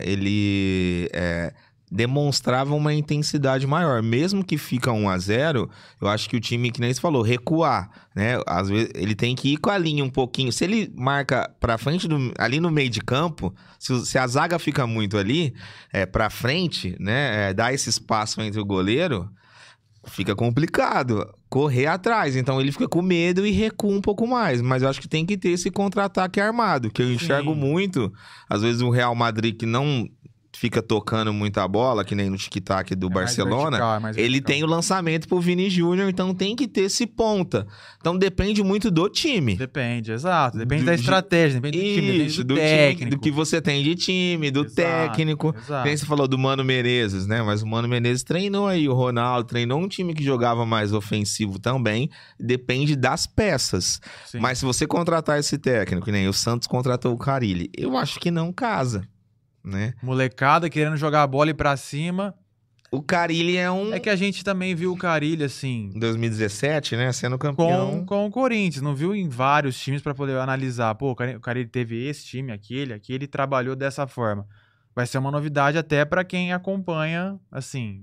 Speaker 1: ele demonstrava uma intensidade maior. Mesmo que fica 1-0, eu acho que o time, que nem você falou, recuar, né? Às vezes ele tem que ir com a linha um pouquinho. Se ele marca pra frente, ali no meio de campo, se a zaga fica muito ali, pra frente, né? Dá esse espaço entre o goleiro, fica complicado correr atrás. Então ele fica com medo e recua um pouco mais. Mas eu acho que tem que ter esse contra-ataque armado, que eu enxergo muito. Às vezes o Real Madrid, que não fica tocando muita bola, que nem no tic-tac do Barcelona, ele tem o lançamento pro Vini Júnior, então tem que ter esse ponta. Então depende muito do time.
Speaker 2: Depende, exato. Depende da estratégia, depende do time, depende do
Speaker 1: time,
Speaker 2: técnico.
Speaker 1: do que você tem de time, do técnico.
Speaker 2: Exato.
Speaker 1: Quem você falou do Mano Menezes, né? Mas o Mano Menezes treinou aí, o Ronaldo treinou um time que jogava mais ofensivo também. Depende das peças.
Speaker 2: Sim.
Speaker 1: Mas se você contratar esse técnico, que nem o Santos contratou o Carille, eu acho que não casa, né?
Speaker 2: Molecada querendo jogar a bola e ir pra cima.
Speaker 1: O Carille
Speaker 2: É que a gente também viu o Carille, assim,
Speaker 1: em 2017, né? Sendo campeão.
Speaker 2: com o Corinthians. Não viu em vários times pra poder analisar. Pô, o Carille teve esse time, aquele, ele trabalhou dessa forma. Vai ser uma novidade até pra quem acompanha, assim...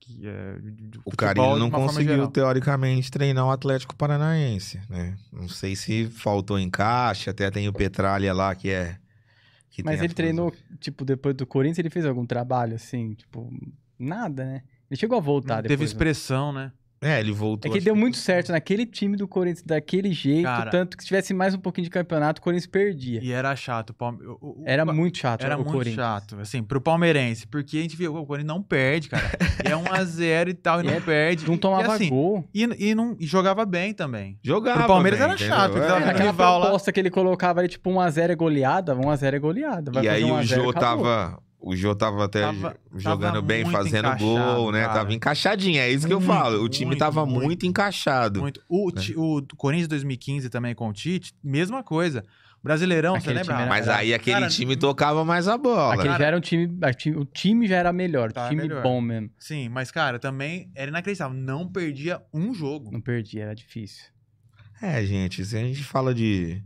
Speaker 1: O Carille não conseguiu, teoricamente, treinar o Atlético Paranaense, né? Não sei se faltou encaixe, até tem o Petralha lá, que
Speaker 3: Mas ele treinou, tipo, depois do Corinthians, ele fez algum trabalho, assim, tipo, nada, né? Ele chegou a voltar
Speaker 2: Não
Speaker 3: depois.
Speaker 2: teve expressão, né?
Speaker 1: Ele voltou.
Speaker 3: É que deu muito certo naquele time do Corinthians, daquele jeito,
Speaker 2: Cara,
Speaker 3: tanto que se tivesse mais um pouquinho de campeonato, o Corinthians perdia.
Speaker 2: E era chato.
Speaker 3: Era muito chato
Speaker 2: Era
Speaker 3: o
Speaker 2: muito
Speaker 3: Corinthians.
Speaker 2: chato, assim, pro palmeirense. Porque a gente viu, o Corinthians não perde, cara. E é 1-0 e tal, e não perde.
Speaker 3: Não tomava
Speaker 2: e, assim,
Speaker 3: gol.
Speaker 2: E jogava bem também.
Speaker 1: Jogava.
Speaker 2: Pro Palmeiras
Speaker 1: bem,
Speaker 2: era chato.
Speaker 1: entendeu?
Speaker 2: Ele tava
Speaker 3: Aquela
Speaker 2: rival lá.
Speaker 3: proposta que ele colocava ali, tipo, 1-0 é goleada, 1-0 é goleada. Vai
Speaker 1: E
Speaker 3: fazer
Speaker 1: aí
Speaker 3: 1 a
Speaker 1: o
Speaker 3: 0,
Speaker 1: Jô
Speaker 3: acabou.
Speaker 1: tava até jogando bem,
Speaker 2: muito
Speaker 1: fazendo
Speaker 2: encaixado,
Speaker 1: gol, né?
Speaker 2: cara.
Speaker 1: Tava encaixadinho, é isso que eu
Speaker 2: Muito,
Speaker 1: falo. O time tava muito encaixado.
Speaker 2: Muito. O Corinthians 2015 também com o Tite, mesma coisa. Brasileirão,
Speaker 3: Aquele
Speaker 2: você lembra?
Speaker 3: time era
Speaker 1: Mas aí aquele
Speaker 2: Cara,
Speaker 1: time tocava mais a bola.
Speaker 3: Aquele já era um time, o time já era melhor,
Speaker 2: Tá
Speaker 3: time
Speaker 2: melhor.
Speaker 3: bom mesmo.
Speaker 2: Sim, mas, cara, também era inacreditável. Não perdia um jogo.
Speaker 3: Não perdia, era difícil.
Speaker 1: Gente, se a gente fala de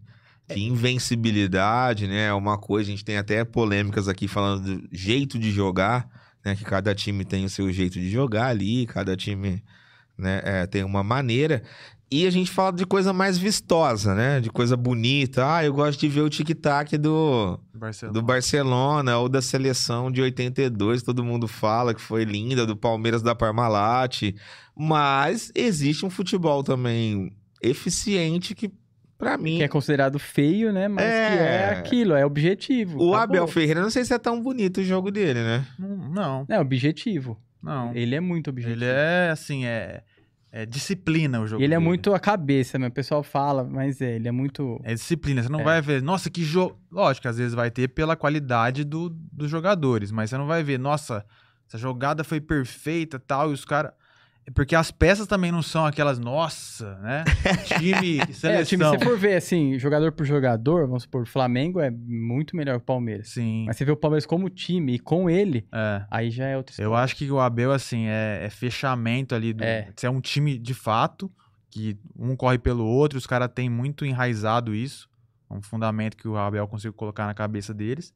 Speaker 1: invencibilidade, né? É uma coisa, a gente tem até polêmicas aqui falando do jeito de jogar, né? Que cada time tem o seu jeito de jogar ali, cada time, né, tem uma maneira. E a gente fala de coisa mais vistosa, né? De coisa bonita. Eu gosto de ver o tic-tac do Barcelona ou da seleção de 82, todo mundo fala que foi linda, do Palmeiras da Parmalat. Mas existe um futebol também eficiente que, pra mim...
Speaker 3: Que é considerado feio, né? Mas que é aquilo, é objetivo.
Speaker 1: O
Speaker 3: acabou.
Speaker 1: Abel Ferreira, não sei se é tão bonito o jogo dele, né?
Speaker 2: Não.
Speaker 3: É objetivo.
Speaker 2: Não.
Speaker 3: Ele é muito objetivo.
Speaker 2: Ele é, assim, é disciplina o jogo
Speaker 3: E ele é
Speaker 2: dele.
Speaker 3: muito a cabeça, né? O pessoal fala, mas ele é muito...
Speaker 2: É disciplina. Você não vai ver, nossa, que jogo... Lógico, às vezes vai ter pela qualidade dos jogadores, mas você não vai ver, nossa, essa jogada foi perfeita e tal, e os caras... Porque as peças também não são aquelas, nossa, né? Time, seleção.
Speaker 3: time, se você for ver, assim, jogador por jogador, vamos supor, o Flamengo é muito melhor que o Palmeiras.
Speaker 2: Sim.
Speaker 3: Mas você vê o Palmeiras como time e com ele,
Speaker 2: É.
Speaker 3: aí já é outra história.
Speaker 2: Eu acho que o Abel, assim, é fechamento ali. Se é um time de fato, que um corre pelo outro, os caras têm muito enraizado isso. É um fundamento que o Abel conseguiu colocar na cabeça deles.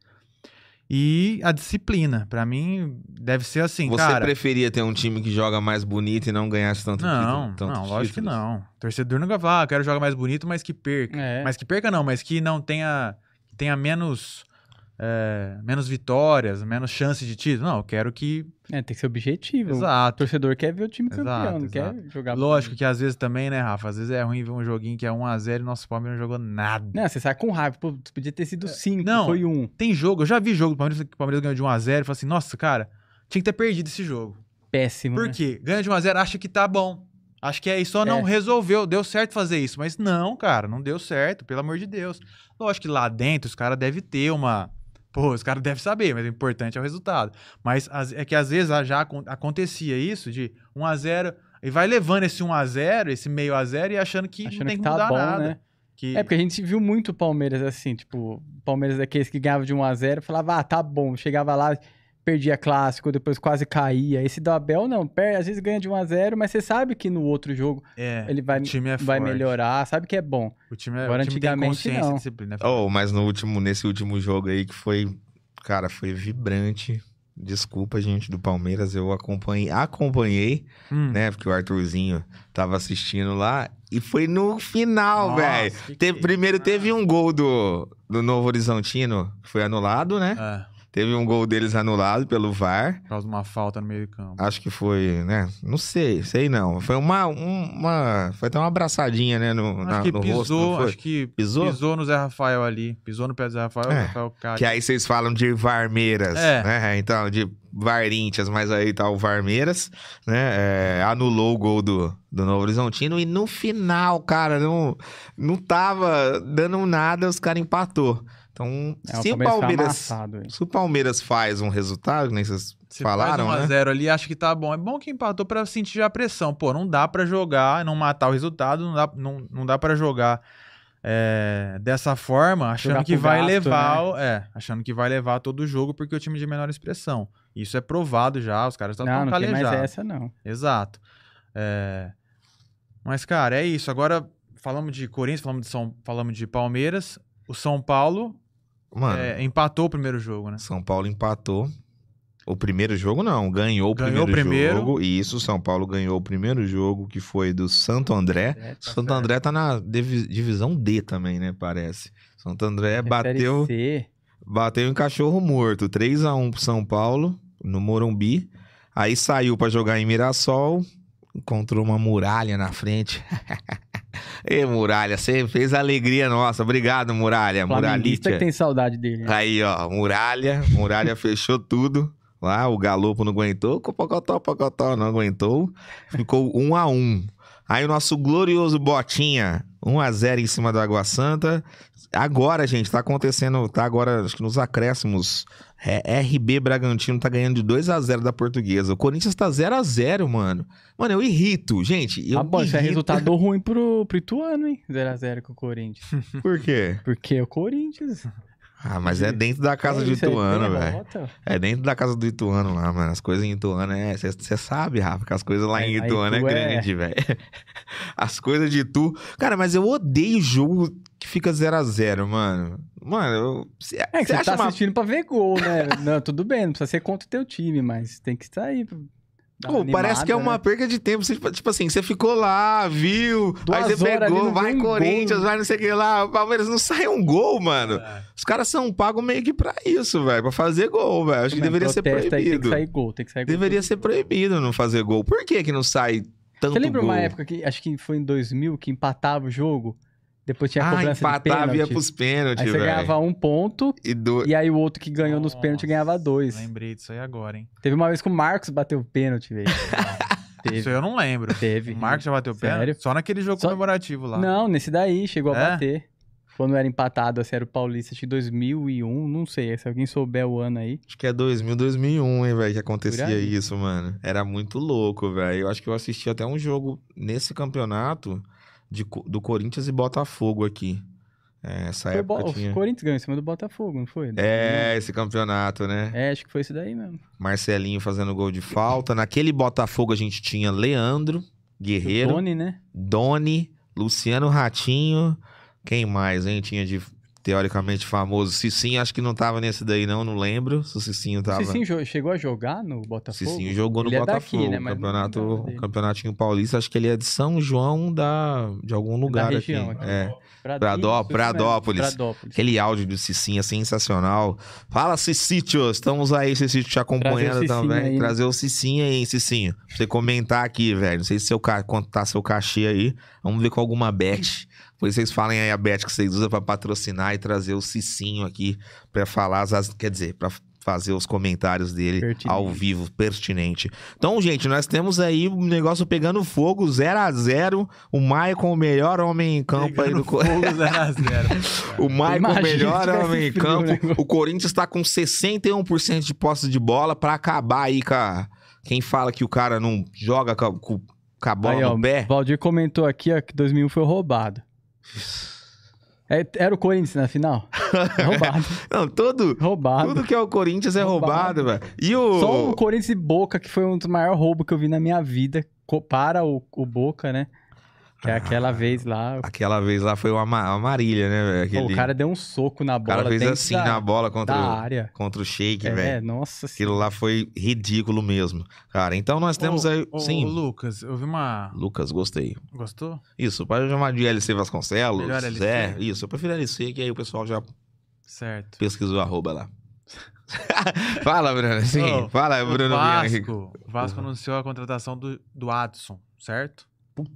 Speaker 2: E a disciplina, pra mim, deve ser assim,
Speaker 1: Você
Speaker 2: cara...
Speaker 1: preferia ter um time que joga mais bonito e não ganhasse tanto título?
Speaker 2: Não, lógico que não. O torcedor nunca fala, eu quero jogar mais bonito, mas que perca.
Speaker 3: É.
Speaker 2: Mas que perca não, mas que não tenha menos menos vitórias, menos chance de título. Não, eu quero que...
Speaker 3: Tem que ser objetivo. O
Speaker 2: Exato.
Speaker 3: torcedor quer ver o time campeão,
Speaker 2: Exato,
Speaker 3: não
Speaker 2: exato.
Speaker 3: quer jogar...
Speaker 2: Lógico que às vezes também, né, Rafa? Às vezes é ruim ver um joguinho que é 1x0 e nosso Palmeiras não jogou nada.
Speaker 3: Não, você sai com raiva. Pô, podia ter sido 5,
Speaker 2: Não,
Speaker 3: foi 1.
Speaker 2: Tem jogo, eu já vi jogo do Palmeiras que o Palmeiras ganhou de 1x0 e falei assim, nossa, cara, tinha que ter perdido esse jogo.
Speaker 3: Péssimo,
Speaker 2: Por
Speaker 3: né?
Speaker 2: quê? Ganha de 1x0, acha que tá bom. Acho que é isso, só não resolveu, deu certo fazer isso. Mas não, cara, não deu certo, pelo amor de Deus. Lógico que lá dentro os caras devem ter uma... Pô, os caras devem saber, mas o importante é o resultado. Mas é que às vezes já acontecia isso de 1x0, e vai levando esse 1x0, esse meio a 0 e achando que não tem que mudar nada.
Speaker 3: Né? Porque a gente viu muito o Palmeiras assim, tipo, o Palmeiras daqueles que ganhava de 1x0, falava, tá bom, chegava lá, perdia clássico, depois quase caía. Esse do Abel não, às vezes ganha de 1x0, mas você sabe que no outro jogo ele vai, vai melhorar, sabe que é bom.
Speaker 2: O time
Speaker 3: agora, antigamente,
Speaker 2: tem consciência,
Speaker 3: não.
Speaker 2: Disciplina.
Speaker 1: Mas nesse último jogo aí que foi, cara, foi vibrante. Desculpa, gente, do Palmeiras, eu acompanhei, né, porque o Arthurzinho tava assistindo lá, e foi no final, velho. Primeiro teve um gol do Novo Horizontino, que foi anulado, né? Teve um gol deles anulado pelo VAR.
Speaker 2: Por causa de uma falta no meio do campo.
Speaker 1: Acho que foi, né? Não sei não. Foi foi até uma abraçadinha, né? No rosto.
Speaker 2: Acho que pisou no Zé Rafael ali. Pisou no pé do Zé Rafael, o Rafael cai.
Speaker 1: Que aí vocês falam de Varmeiras, né? Então, de Varíntias, mas aí tá o Varmeiras, né? Anulou o gol do Novo Horizontino e no final, cara, não tava dando nada, os caras empatou. Então, se o Palmeiras faz um resultado, nem vocês falaram,
Speaker 2: faz 1x0 ali, acho que tá bom. É bom que empatou pra sentir a pressão. Pô, não dá pra jogar, não matar o resultado, não dá pra jogar dessa forma, achando que vai levar, né? Achando que vai levar todo o jogo, porque o time de menor expressão. Isso é provado já, os caras estão calejados.
Speaker 3: Não tem mais essa, não.
Speaker 2: Exato. Mas, cara, é isso. Agora, falamos de Corinthians, falamos de Palmeiras. O São Paulo...
Speaker 1: Mano,
Speaker 2: empatou o primeiro jogo, né?
Speaker 1: São Paulo empatou. O primeiro jogo não, ganhou o primeiro jogo. E isso, São Paulo ganhou o primeiro jogo, que foi do Santo André. Santo André tá na divisão D também, né? Parece. Santo André bateu em cachorro morto. 3x1 pro São Paulo, no Morumbi. Aí saiu pra jogar em Mirassol. Encontrou uma muralha na frente. Ei, Muralha, você fez a alegria nossa. Obrigado, Muralha.
Speaker 3: Flamenguista que tem saudade dele. Né?
Speaker 1: Aí, ó, Muralha fechou tudo. Lá, o Galopo não aguentou. Pocotó não aguentou. Ficou 1x1. Aí o nosso glorioso Botinha, 1x0 em cima do Água Santa. Agora, gente, tá acontecendo, agora, acho que nos acréscimos, RB Bragantino tá ganhando de 2x0 da Portuguesa. O Corinthians tá 0x0, mano. Mano, eu irrito, gente.
Speaker 3: Isso é resultado ruim pro Ituano, hein? 0x0 com o Corinthians.
Speaker 1: Por quê?
Speaker 3: Porque é o Corinthians.
Speaker 1: Mas é dentro da casa do Ituano, velho. É dentro da casa do Ituano lá, mano. As coisas em Ituano Você sabe, Rafa, que as coisas lá em Ituano é grande, velho. As coisas de Itu... Cara, mas eu odeio jogo que fica 0x0, mano. Mano,
Speaker 3: você tá assistindo pra ver gol, né? Não, tudo bem, não precisa ser contra o teu time, mas tem que estar aí...
Speaker 1: parece que é uma perca de tempo. Tipo assim, você ficou lá, viu, aí você pegou, vai Corinthians, vai não sei o que lá. O Palmeiras não sai um gol, mano. Os caras são pagos meio que pra isso, velho, pra fazer gol, velho. Acho que deveria ser proibido.
Speaker 3: Tem que sair gol,
Speaker 1: Deveria ser proibido não fazer gol. Por que não sai tanto gol? Você lembra
Speaker 3: uma época que, acho que foi em 2000, que empatava o jogo? Depois tinha a cobrança de pênalti.
Speaker 1: Empatava e ia pros pênaltis, velho.
Speaker 3: Aí você ganhava 1 ponto e aí o outro que ganhou nos pênaltis ganhava 2.
Speaker 2: Lembrei disso aí agora, hein?
Speaker 3: Teve uma vez que o Marcos bateu o pênalti, velho.
Speaker 2: Isso eu não lembro.
Speaker 3: Teve.
Speaker 2: O Marcos já bateu o pênalti? Só naquele jogo comemorativo lá.
Speaker 3: Não, nesse daí chegou a bater. Quando era empatado, assim, era o Paulista, acho que 2001, não sei, se alguém souber o ano aí.
Speaker 1: Acho que é 2000, 2001, hein, velho, que acontecia isso, mano. Era muito louco, velho. Eu acho que eu assisti até um jogo nesse campeonato do Corinthians e Botafogo aqui. Essa
Speaker 3: foi
Speaker 1: época tinha...
Speaker 3: O Corinthians ganhou em cima do Botafogo, não foi?
Speaker 1: Esse campeonato, né?
Speaker 3: Acho que foi isso daí mesmo.
Speaker 1: Marcelinho fazendo gol de falta. Naquele Botafogo a gente tinha Leandro, Guerreiro.
Speaker 3: Doni, né?
Speaker 1: Doni, Luciano Ratinho. Quem mais, hein? teoricamente famoso. Cicinho, acho que não tava nesse daí não lembro se o Cicinho tava...
Speaker 3: O Cicinho chegou a jogar no Botafogo?
Speaker 1: Cicinho jogou no
Speaker 3: Ele
Speaker 1: Botafogo,
Speaker 3: é daqui, né? Mas não lembrava dele.
Speaker 1: campeonatinho paulista, acho que ele é de São João de algum lugar
Speaker 3: da região
Speaker 1: aqui.
Speaker 3: aqui.
Speaker 1: É.
Speaker 3: Pradópolis.
Speaker 1: Aquele áudio do Cicinho é sensacional. Fala, Cicítio, estamos aí, Cicítio, te acompanhando também.
Speaker 3: Aí,
Speaker 1: trazer o Cicinho aí, Cicinho. Pra você comentar aqui, velho. Não sei se quanto tá seu cachê aí. Vamos ver com alguma bet. Depois vocês falem aí a bet que vocês usam pra patrocinar e trazer o Cicinho aqui pra falar, quer dizer, pra fazer os comentários dele ao vivo, pertinente. Então, gente, nós temos aí um negócio pegando fogo, 0-0. O Maicon, o melhor homem em campo aí do
Speaker 2: Corinthians. 0-0.
Speaker 1: O Maicon, o melhor homem em campo. O Corinthians tá com 61% de posse de bola pra acabar aí com a... Quem fala que o cara não joga com a bola
Speaker 3: aí,
Speaker 1: no pé.
Speaker 3: Valdir comentou aqui ó, que 2001 foi roubado. Era o Corinthians na final? Roubado.
Speaker 1: Não,
Speaker 3: roubado.
Speaker 1: Tudo que é o Corinthians é roubado, velho.
Speaker 3: Só o Corinthians e Boca, que foi um dos maiores roubos que eu vi na minha vida, para o Boca, né? Que é aquela vez lá.
Speaker 1: Aquela vez lá foi uma Marília, né, velho?
Speaker 3: O cara deu um soco na bola.
Speaker 1: O cara fez assim na bola contra o Sheik, velho.
Speaker 3: Nossa
Speaker 1: Aquilo lá foi ridículo mesmo. Cara, então nós temos aí... Sim.
Speaker 2: Lucas, eu vi uma...
Speaker 1: Lucas, gostei.
Speaker 2: Gostou?
Speaker 1: Isso, pode chamar de LC Vasconcelos.
Speaker 2: Melhor LC?
Speaker 1: Isso, eu prefiro LC, que aí o pessoal já
Speaker 2: pesquisou
Speaker 1: @, lá. Fala, Bruno. Sim, fala, Bruno.
Speaker 2: O Vasco anunciou a contratação do Adson, certo?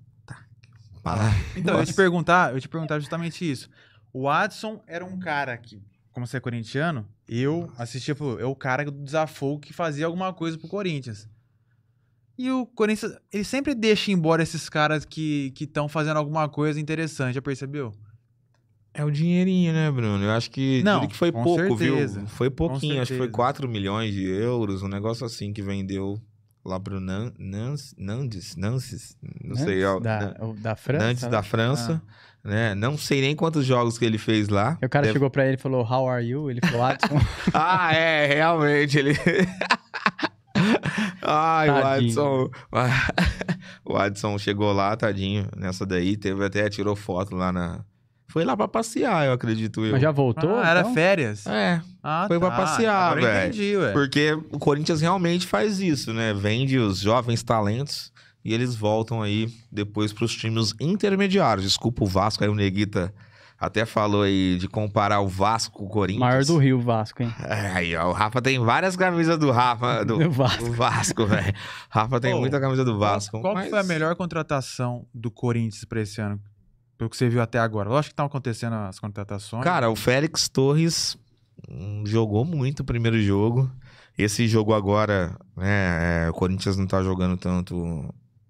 Speaker 2: Então, eu ia te perguntar justamente isso. O Adson era um cara que, como você é corintiano, eu assistia, é o cara do desafogo que fazia alguma coisa pro Corinthians. E o Corinthians, ele sempre deixa embora esses caras que estão fazendo alguma coisa interessante, já percebeu?
Speaker 1: É o dinheirinho, né, Bruno? Eu acho que
Speaker 2: não,
Speaker 1: que foi pouco,
Speaker 2: certeza,
Speaker 1: viu? Foi pouquinho, acho que foi 4 milhões de euros, um negócio assim que vendeu lá pro Nantes, não sei.
Speaker 3: Da França?
Speaker 1: Nantes da França, né? Não sei nem quantos jogos que ele fez lá.
Speaker 3: E o cara chegou pra ele e falou, how are you? Ele falou, Adson.
Speaker 1: Realmente, ele... Ai,
Speaker 3: tadinho.
Speaker 1: O Adson chegou lá, tadinho, nessa daí, tirou foto lá na... Foi lá pra passear, eu acredito eu.
Speaker 3: Mas já voltou?
Speaker 2: Era férias?
Speaker 1: Foi pra passear, velho.
Speaker 2: Entendi, ué.
Speaker 1: Porque o Corinthians realmente faz isso, né? Vende os jovens talentos e eles voltam aí depois pros times intermediários. Desculpa o Vasco, aí o Neguita até falou aí de comparar o Vasco com o Corinthians.
Speaker 3: Maior do Rio, Vasco, hein?
Speaker 1: Aí, ó, o Rafa tem várias camisas do Rafa, do Vasco, velho. Rafa tem muita camisa do Vasco.
Speaker 2: Qual foi a melhor contratação do Corinthians pra esse ano? Pelo que você viu até agora. Lógico que estão acontecendo as contratações.
Speaker 1: Cara, o Félix Torres jogou muito o primeiro jogo. Esse jogo agora, né, o Corinthians não tá jogando tanto...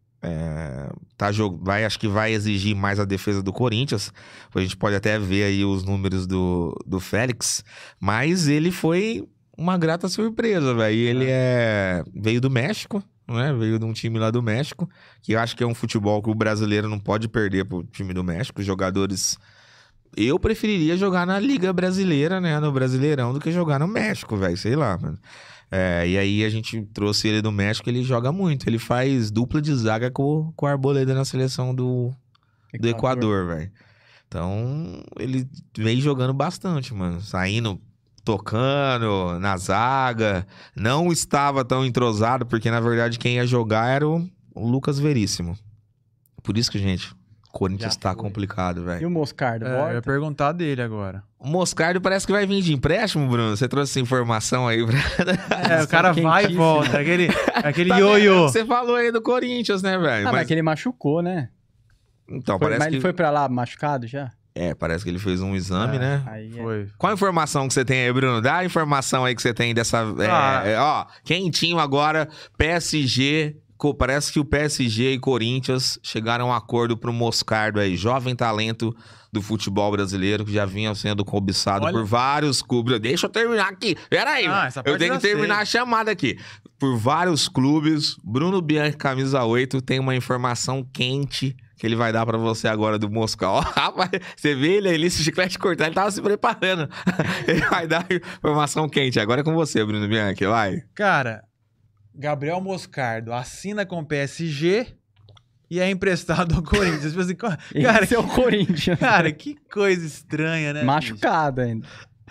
Speaker 1: acho que vai exigir mais a defesa do Corinthians. A gente pode até ver aí os números do Félix. Mas ele foi uma grata surpresa, velho. Ele veio do México. Né? Veio de um time lá do México, que eu acho que é um futebol que o brasileiro não pode perder pro time do México. Os jogadores... Eu preferiria jogar na Liga Brasileira, né? No Brasileirão, do que jogar no México, velho. Sei lá, mano. E aí a gente trouxe ele do México, ele joga muito. Ele faz dupla de zaga com o Arboleda na seleção do Equador, velho. Então, ele vem jogando bastante, mano. Saindo... tocando na zaga, não estava tão entrosado, porque na verdade quem ia jogar era o Lucas Veríssimo. Por isso que, gente, o Corinthians tá complicado, velho.
Speaker 3: E o Moscardo?
Speaker 2: Eu ia perguntar dele agora.
Speaker 1: O Moscardo parece que vai vir de empréstimo, Bruno. Você trouxe essa informação aí pra...
Speaker 2: o cara vai e volta. Aquele ioiô.
Speaker 1: Você falou aí do Corinthians, né, velho?
Speaker 3: Mas que ele machucou, né?
Speaker 1: Então,
Speaker 3: Mas ele foi pra lá machucado já?
Speaker 1: Parece que ele fez um exame, né?
Speaker 2: Foi.
Speaker 1: Qual a informação que você tem aí, Bruno? Dá a informação aí que você tem dessa... quentinho agora, PSG... Parece que o PSG e Corinthians chegaram a um acordo pro Moscardo aí, jovem talento do futebol brasileiro, que já vinha sendo cobiçado por vários clubes. Deixa eu terminar aqui. Pera aí, eu tenho que terminar a chamada aqui. Por vários clubes, Bruno Bianchi, camisa 8, tem uma informação quente que ele vai dar pra você agora do Moscardo. Ó, rapaz, você vê ele ali, se o chiclete cortar, ele tava se preparando. Ele vai dar informação quente. Agora é com você, Bruno Bianchi, vai.
Speaker 2: Cara, Gabriel Moscardo assina com o PSG e é emprestado ao Corinthians. Tipo assim, cara,
Speaker 3: Esse é o Corinthians.
Speaker 2: cara, que coisa estranha, né?
Speaker 3: Machucado ainda.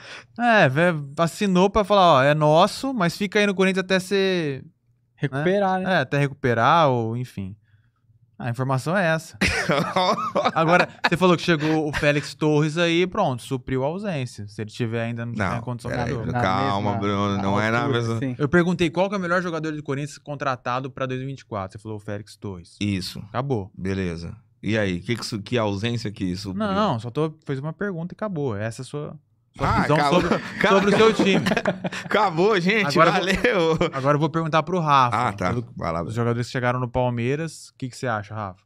Speaker 2: Assinou pra falar, ó, é nosso, mas fica aí no Corinthians até ser...
Speaker 3: Recuperar, né?
Speaker 2: até recuperar, ou enfim. A informação é essa. Agora, você falou que chegou o Félix Torres aí, pronto, supriu a ausência. Se ele tiver ainda não tiver condição de
Speaker 1: peraí,
Speaker 2: jogo.
Speaker 1: calma, Bruno, não é na mesma...
Speaker 3: Sim.
Speaker 2: Eu perguntei qual que é o melhor jogador do Corinthians contratado pra 2024. Você falou o Félix Torres.
Speaker 1: Isso,
Speaker 2: Acabou.
Speaker 1: beleza. E aí, que ausência que isso...
Speaker 2: Não, fez uma pergunta e acabou. Essa é a sua visão
Speaker 1: acabou.
Speaker 2: sobre o seu time.
Speaker 1: Acabou, gente,
Speaker 2: Agora
Speaker 1: valeu!
Speaker 2: Agora eu vou perguntar pro Rafa.
Speaker 1: Tá, vai lá.
Speaker 2: Os jogadores que chegaram no Palmeiras, o que você acha, Rafa?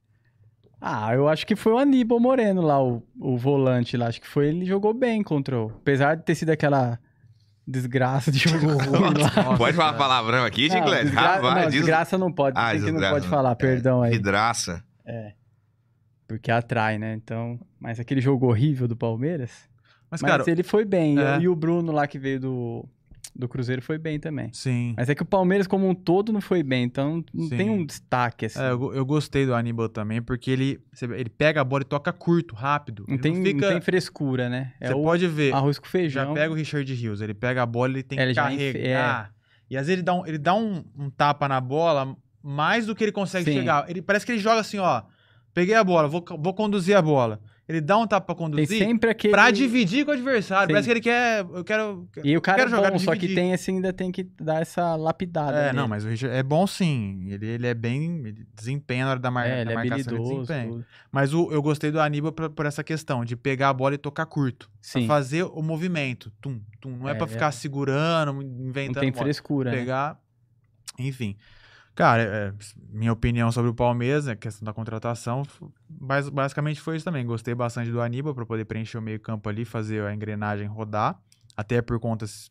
Speaker 3: Eu acho que foi o Aníbal Moreno lá, o volante lá. Acho que ele jogou bem contra o... Apesar de ter sido aquela desgraça de jogo ruim lá.
Speaker 1: Pode falar palavrão aqui, Chiclete?
Speaker 3: Desgraça não pode. Tem que não pode falar, perdão aí.
Speaker 1: Vidraça.
Speaker 3: Porque atrai, né? Então... Mas aquele jogo horrível do Palmeiras... Mas
Speaker 2: cara,
Speaker 3: ele foi bem. E o Bruno lá que veio do Cruzeiro foi bem também.
Speaker 2: Sim.
Speaker 3: Mas é que o Palmeiras como um todo não foi bem. Então não tem um destaque assim.
Speaker 2: Eu gostei do Aníbal também, porque ele pega a bola e toca curto, rápido.
Speaker 3: Não tem frescura, né?
Speaker 2: Você pode ver.
Speaker 3: Arroz com feijão.
Speaker 2: Já pega o Richard Rios. Ele pega a bola e ele tem que carregar. E às vezes ele dá um tapa na bola mais do que ele consegue chegar. Parece que ele joga assim, ó. Peguei a bola, vou conduzir a bola. Ele dá um tapa pra conduzir pra dividir com o adversário. Parece que ele quer...
Speaker 3: E o cara é
Speaker 2: jogar
Speaker 3: bom, só que ainda tem que dar essa lapidada.
Speaker 2: Não, mas o Richard é bom sim. Ele é bem... Ele desempenha na hora da marcação.
Speaker 3: Ele é habilidoso.
Speaker 2: Mas eu gostei do Aníbal por essa questão de pegar a bola e tocar curto. Pra fazer o movimento. Tum, tum. Não é pra ficar segurando, inventando.
Speaker 3: Não tem frescura.
Speaker 2: Pegar... Né? Enfim... Cara, minha opinião sobre o Palmeiras, a questão da contratação, basicamente foi isso também. Gostei bastante do Aníbal para poder preencher o meio-campo ali, fazer a engrenagem rodar. Até por contas,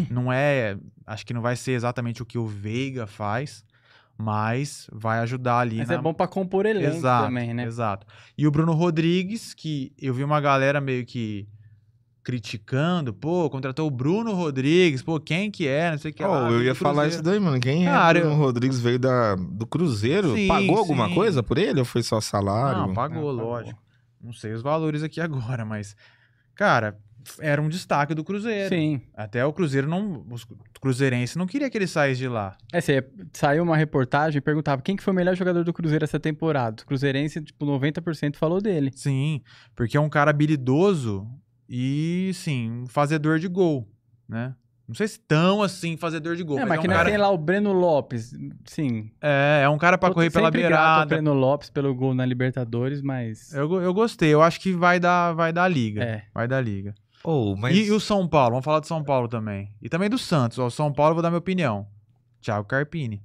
Speaker 2: acho que não vai ser exatamente o que o Veiga faz, mas vai ajudar ali.
Speaker 3: Mas é bom para compor elenco também, né?
Speaker 2: Exato. E o Bruno Rodrigues, que eu vi uma galera meio que criticando, contratou o Bruno Rodrigues, quem que é, não sei o que lá.
Speaker 1: Eu ia falar isso daí, mano, quem é o Bruno Rodrigues? Veio do Cruzeiro? Pagou alguma coisa por ele ou foi só salário?
Speaker 2: Não, pagou, lógico. Não sei os valores aqui agora, mas, cara, era um destaque do Cruzeiro.
Speaker 3: Sim.
Speaker 2: Até o Cruzeiro os cruzeirenses não queria que ele saísse de lá.
Speaker 3: Saiu uma reportagem e perguntava quem que foi o melhor jogador do Cruzeiro essa temporada. O cruzeirense, 90% falou dele.
Speaker 2: Sim, porque é um cara habilidoso e, sim, um fazedor de gol, né? Não sei se tão assim fazedor de gol.
Speaker 3: Mas que não tem lá o Breno Lopes, sim.
Speaker 2: É um cara pra correr pela beirada.
Speaker 3: O Breno Lopes pelo gol na Libertadores, mas...
Speaker 2: Eu gostei, eu acho que vai dar liga. Vai dar liga. E o São Paulo, vamos falar do São Paulo também. E também do Santos, o São Paulo, eu vou dar minha opinião. Thiago Carpini.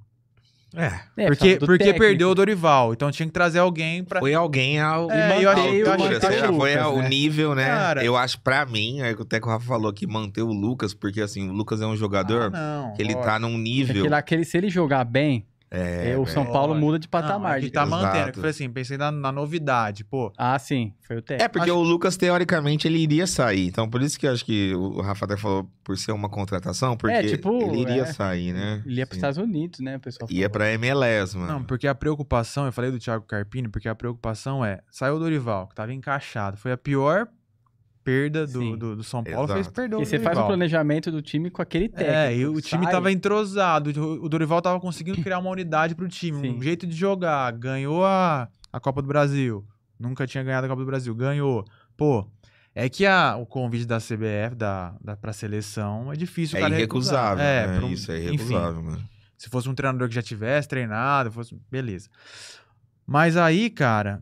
Speaker 2: Porque perdeu o Dorival, então tinha que trazer alguém pra...
Speaker 1: Foi alguém ao foi o nível, né? Cara, eu acho, pra mim, até que o Rafa falou que manter o Lucas, porque assim, o Lucas é um jogador que ele tá num nível...
Speaker 3: Se ele jogar bem, o São Paulo muda de patamar.
Speaker 2: Ele tá mantendo. Eu falei assim, pensei na novidade,
Speaker 3: sim, foi o técnico.
Speaker 1: Porque o Lucas, teoricamente, ele iria sair. Então, por isso que eu acho que o Rafa até falou por ser uma contratação, porque ele iria sair, né?
Speaker 3: Ele ia pros Estados Unidos, né? O pessoal
Speaker 1: ia pra MLS, mano.
Speaker 2: Não, porque a preocupação, eu falei do Thiago Carpini, porque a preocupação saiu o Dorival, que tava encaixado. Foi a pior perda do São Paulo, fez perder o Dorival.
Speaker 3: E você faz um planejamento do time com aquele técnico.
Speaker 2: E o time tava entrosado, o Dorival tava conseguindo criar uma unidade pro time, um jeito de jogar, ganhou a Copa do Brasil, nunca tinha ganhado a Copa do Brasil, ganhou. É que o convite da CBF, pra seleção, é difícil o cara
Speaker 1: irrecusável, isso é irrecusável, mano.
Speaker 2: Se fosse um treinador que já tivesse treinado, beleza. Mas aí, cara,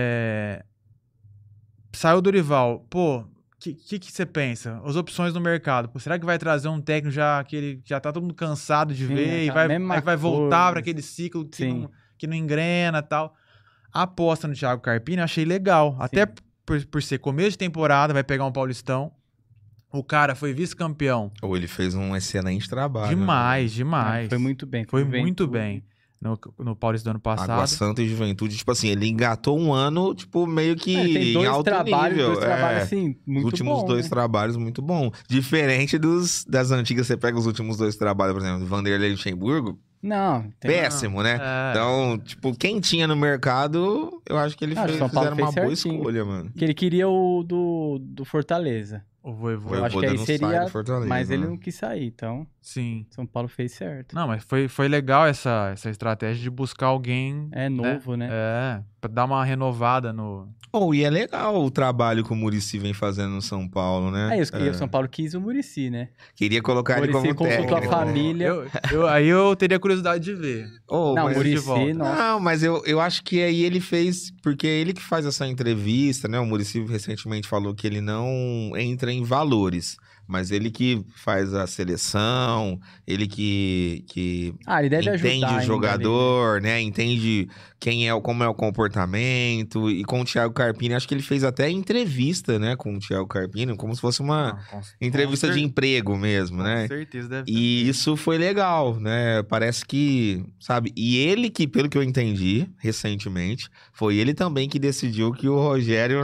Speaker 2: saiu o Dorival, que você pensa? As opções no mercado. Será que vai trazer um técnico que ele já tá todo mundo cansado de ver e vai voltar para aquele ciclo que não engrena e tal? A aposta no Thiago Carpini eu achei legal. Sim. Até por ser começo de temporada, vai pegar um Paulistão. O cara foi vice-campeão.
Speaker 1: Ele fez um excelente trabalho.
Speaker 2: Demais.
Speaker 3: Foi muito bem.
Speaker 2: Foi muito bem. No Paulista do ano passado.
Speaker 1: Água Santa e Juventude, tipo assim, ele engatou um ano, tipo, meio que em alto nível.
Speaker 3: Dois trabalhos, assim, muito
Speaker 1: Os últimos dois trabalhos, muito bom. Diferente das antigas, você pega os últimos dois trabalhos, por exemplo, do Vanderlei Luxemburgo,
Speaker 3: Não, tem...
Speaker 1: Péssimo, né? Então, tipo, quem tinha no mercado, eu acho que ele
Speaker 3: São Paulo
Speaker 1: fizeram uma
Speaker 3: fez
Speaker 1: boa
Speaker 3: certinho.
Speaker 1: escolha, mano.
Speaker 3: Que ele queria o do Fortaleza.
Speaker 2: O Vojvoda.
Speaker 3: Eu acho que
Speaker 1: Voivoda
Speaker 3: aí
Speaker 1: não sai
Speaker 3: seria...
Speaker 1: do Fortaleza,
Speaker 3: Mas ele
Speaker 1: né?
Speaker 3: não quis sair, então
Speaker 2: Sim.
Speaker 3: São Paulo fez certo.
Speaker 2: Não, mas foi legal essa estratégia de buscar alguém...
Speaker 3: É novo, né?
Speaker 2: Pra dar uma renovada no...
Speaker 1: E é legal o trabalho que o Muricy vem fazendo no São Paulo, né?
Speaker 3: Aí o São Paulo quis o Muricy, né?
Speaker 1: Queria colocar
Speaker 3: O
Speaker 1: ele como
Speaker 3: Muricy consultou
Speaker 1: técnico.
Speaker 3: a família.
Speaker 2: Aí eu teria curiosidade de ver.
Speaker 1: Não,
Speaker 3: Não, o
Speaker 2: de
Speaker 3: Muricy,
Speaker 2: volta.
Speaker 3: nossa.
Speaker 1: Não, mas eu acho que aí ele fez... Porque é ele que faz essa entrevista, né? O Muricy recentemente falou que ele não entra em valores. Mas ele que faz a seleção, ele que
Speaker 3: Ele deve ajudar
Speaker 1: entende o
Speaker 3: ainda
Speaker 1: jogador, né? Entende como é o comportamento. E com o Thiago Carpini, acho que ele fez até entrevista, né? Com o Thiago Carpini, como se fosse uma entrevista de emprego mesmo, né?
Speaker 2: Com certeza deve ter.
Speaker 1: E isso foi legal, né? Parece que, sabe? E ele que, pelo que eu entendi recentemente, foi ele também que decidiu que o Rogério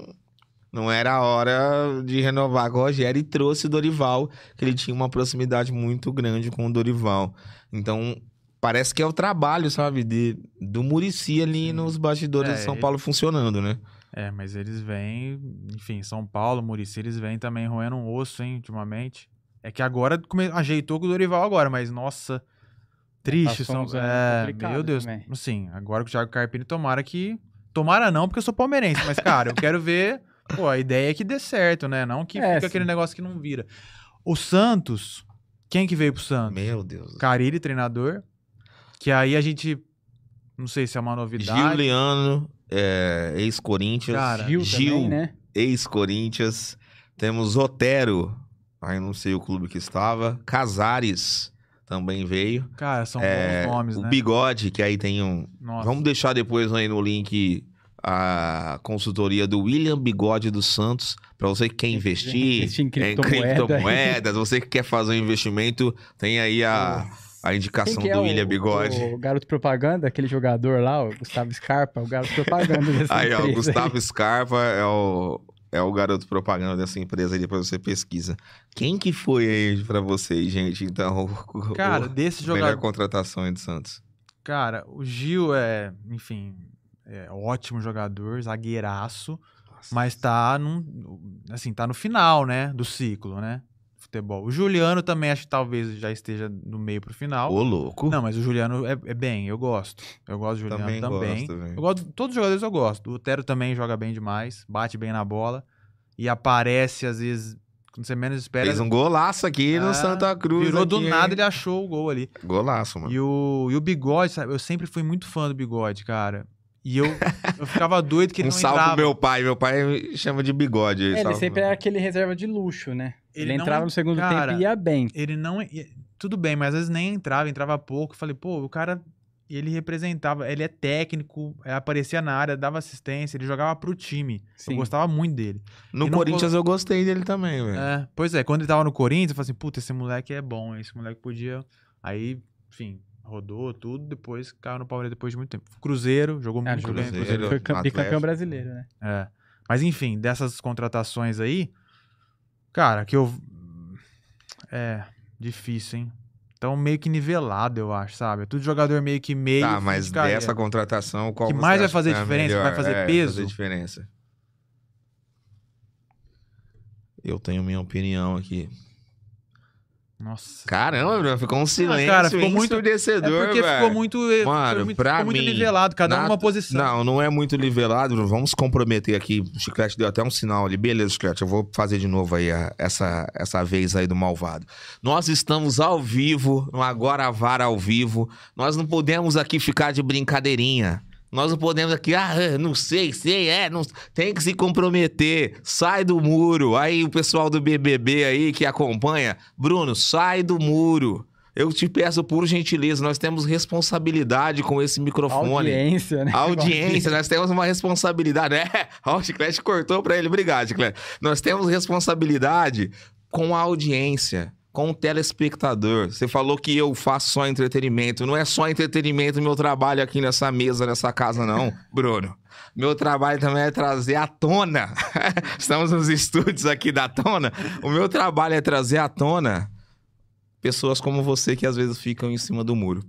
Speaker 1: não era a hora de renovar com o Rogério e trouxe o Dorival, que ele tinha uma proximidade muito grande com o Dorival. Então, parece que é o trabalho, sabe? Do Muricy ali nos bastidores de São Paulo funcionando, né?
Speaker 2: Mas eles vêm, enfim, São Paulo, Muricy, eles vêm também roendo um osso, hein, ultimamente. É que agora ajeitou com o Dorival agora, mas nossa, triste. Meu Deus.
Speaker 3: Também.
Speaker 2: Assim, agora com o Thiago Carpini, tomara não, porque eu sou palmeirense, mas, cara, eu quero ver... Pô, a ideia é que dê certo, né? Não que fica aquele negócio que não vira. O Santos, quem que veio pro Santos?
Speaker 1: Meu Deus.
Speaker 2: Carille, treinador. Que aí a gente, não sei se é uma novidade.
Speaker 1: Giuliano, ex-Corinthians.
Speaker 3: Cara, Gil também, né?
Speaker 1: Ex-Corinthians. Temos Otero, aí não sei o clube que estava. Casares também veio.
Speaker 2: Cara, são bons nomes, né?
Speaker 1: O Bigode, que aí tem um...
Speaker 2: Nossa.
Speaker 1: Vamos deixar depois aí no link a consultoria do William Bigode dos Santos, para você que quer investir
Speaker 3: em
Speaker 1: criptomoedas, você que quer fazer um investimento, tem aí a indicação do William Bigode.
Speaker 3: O garoto propaganda, aquele jogador lá, o Gustavo Scarpa, o garoto propaganda dessa
Speaker 1: aí,
Speaker 3: empresa.
Speaker 1: O Gustavo Scarpa é o garoto propaganda dessa empresa, aí depois você pesquisa. Quem que foi aí pra vocês, gente? Então,
Speaker 2: cara, desse jogador...
Speaker 1: melhor contratação aí do Santos.
Speaker 2: Cara, o Gil enfim... ótimo jogador, zagueiraço, mas tá no final, né, do ciclo, né, futebol. O Juliano também acho que talvez já esteja no meio pro final.
Speaker 1: Ô, louco.
Speaker 2: Não, mas o Juliano é bem, eu gosto. Eu gosto do Juliano também. Eu gosto, todos os jogadores eu gosto. O Otero também joga bem demais, bate bem na bola e aparece às vezes quando você menos espera.
Speaker 1: Fez um golaço aqui no Santa Cruz.
Speaker 2: Virou do nada, ele achou o gol ali.
Speaker 1: Golaço, mano.
Speaker 2: E o Bigode, sabe, eu sempre fui muito fã do Bigode, cara. E eu ficava doido que ele não entrava.
Speaker 1: Salve pro meu pai. Meu pai chama de Bigode.
Speaker 3: Ele sempre era aquele reserva de luxo, né? Ele entrava no segundo tempo e ia bem.
Speaker 2: Ele não... Tudo bem, mas às vezes nem entrava pouco. Eu falei, pô, o cara... Ele representava... Ele é técnico, aparecia na área, dava assistência, ele jogava pro time. Sim. Eu gostava muito dele.
Speaker 1: No Corinthians eu gostei dele também, velho.
Speaker 2: Pois é, quando ele tava no Corinthians, eu falei assim, puta, esse moleque é bom, esse moleque podia... Aí, enfim... Rodou tudo, depois caiu no Palmeiras depois de muito tempo. Cruzeiro, jogou muito bem.
Speaker 3: Cruzeiro foi bicampeão brasileiro, né?
Speaker 2: Mas enfim, dessas contratações aí, cara, que eu... difícil, hein? Então meio que nivelado, eu acho, sabe? É tudo jogador meio que meio...
Speaker 1: Tá, mas dessa contratação, qual
Speaker 2: que mais vai fazer diferença? Vai fazer peso?
Speaker 1: Vai fazer diferença. Eu tenho minha opinião aqui.
Speaker 2: Nossa.
Speaker 1: Caramba, Bruno, ficou um silêncio
Speaker 2: ficou muito
Speaker 1: ensurdecedor,
Speaker 2: porque
Speaker 1: velho.
Speaker 2: ficou muito,
Speaker 1: mano,
Speaker 2: ficou muito nivelado, cada um numa posição.
Speaker 1: Não é muito nivelado, Bruno. Vamos comprometer aqui. O Chiclete deu até um sinal ali. Beleza, Chiclete, eu vou fazer de novo aí essa vez aí do malvado. Nós estamos ao vivo, no Agora VAR ao vivo. Nós não podemos aqui ficar de brincadeirinha. Nós não podemos aqui, não sei, não, tem que se comprometer, sai do muro. Aí o pessoal do BBB aí que acompanha, Bruno, sai do muro. Eu te peço por gentileza, nós temos responsabilidade com esse microfone.
Speaker 3: Audiência, né?
Speaker 1: Audiência, nós temos uma responsabilidade. O Chiclete cortou pra ele, obrigado, Chiclete. Nós temos responsabilidade com a audiência. Com o telespectador. Você falou que eu faço só entretenimento. Não é só entretenimento meu trabalho aqui nessa mesa, nessa casa, não, Bruno. Meu trabalho também é trazer à tona. Estamos nos estúdios aqui da Tona. O meu trabalho é trazer à tona pessoas como você que às vezes ficam em cima do muro.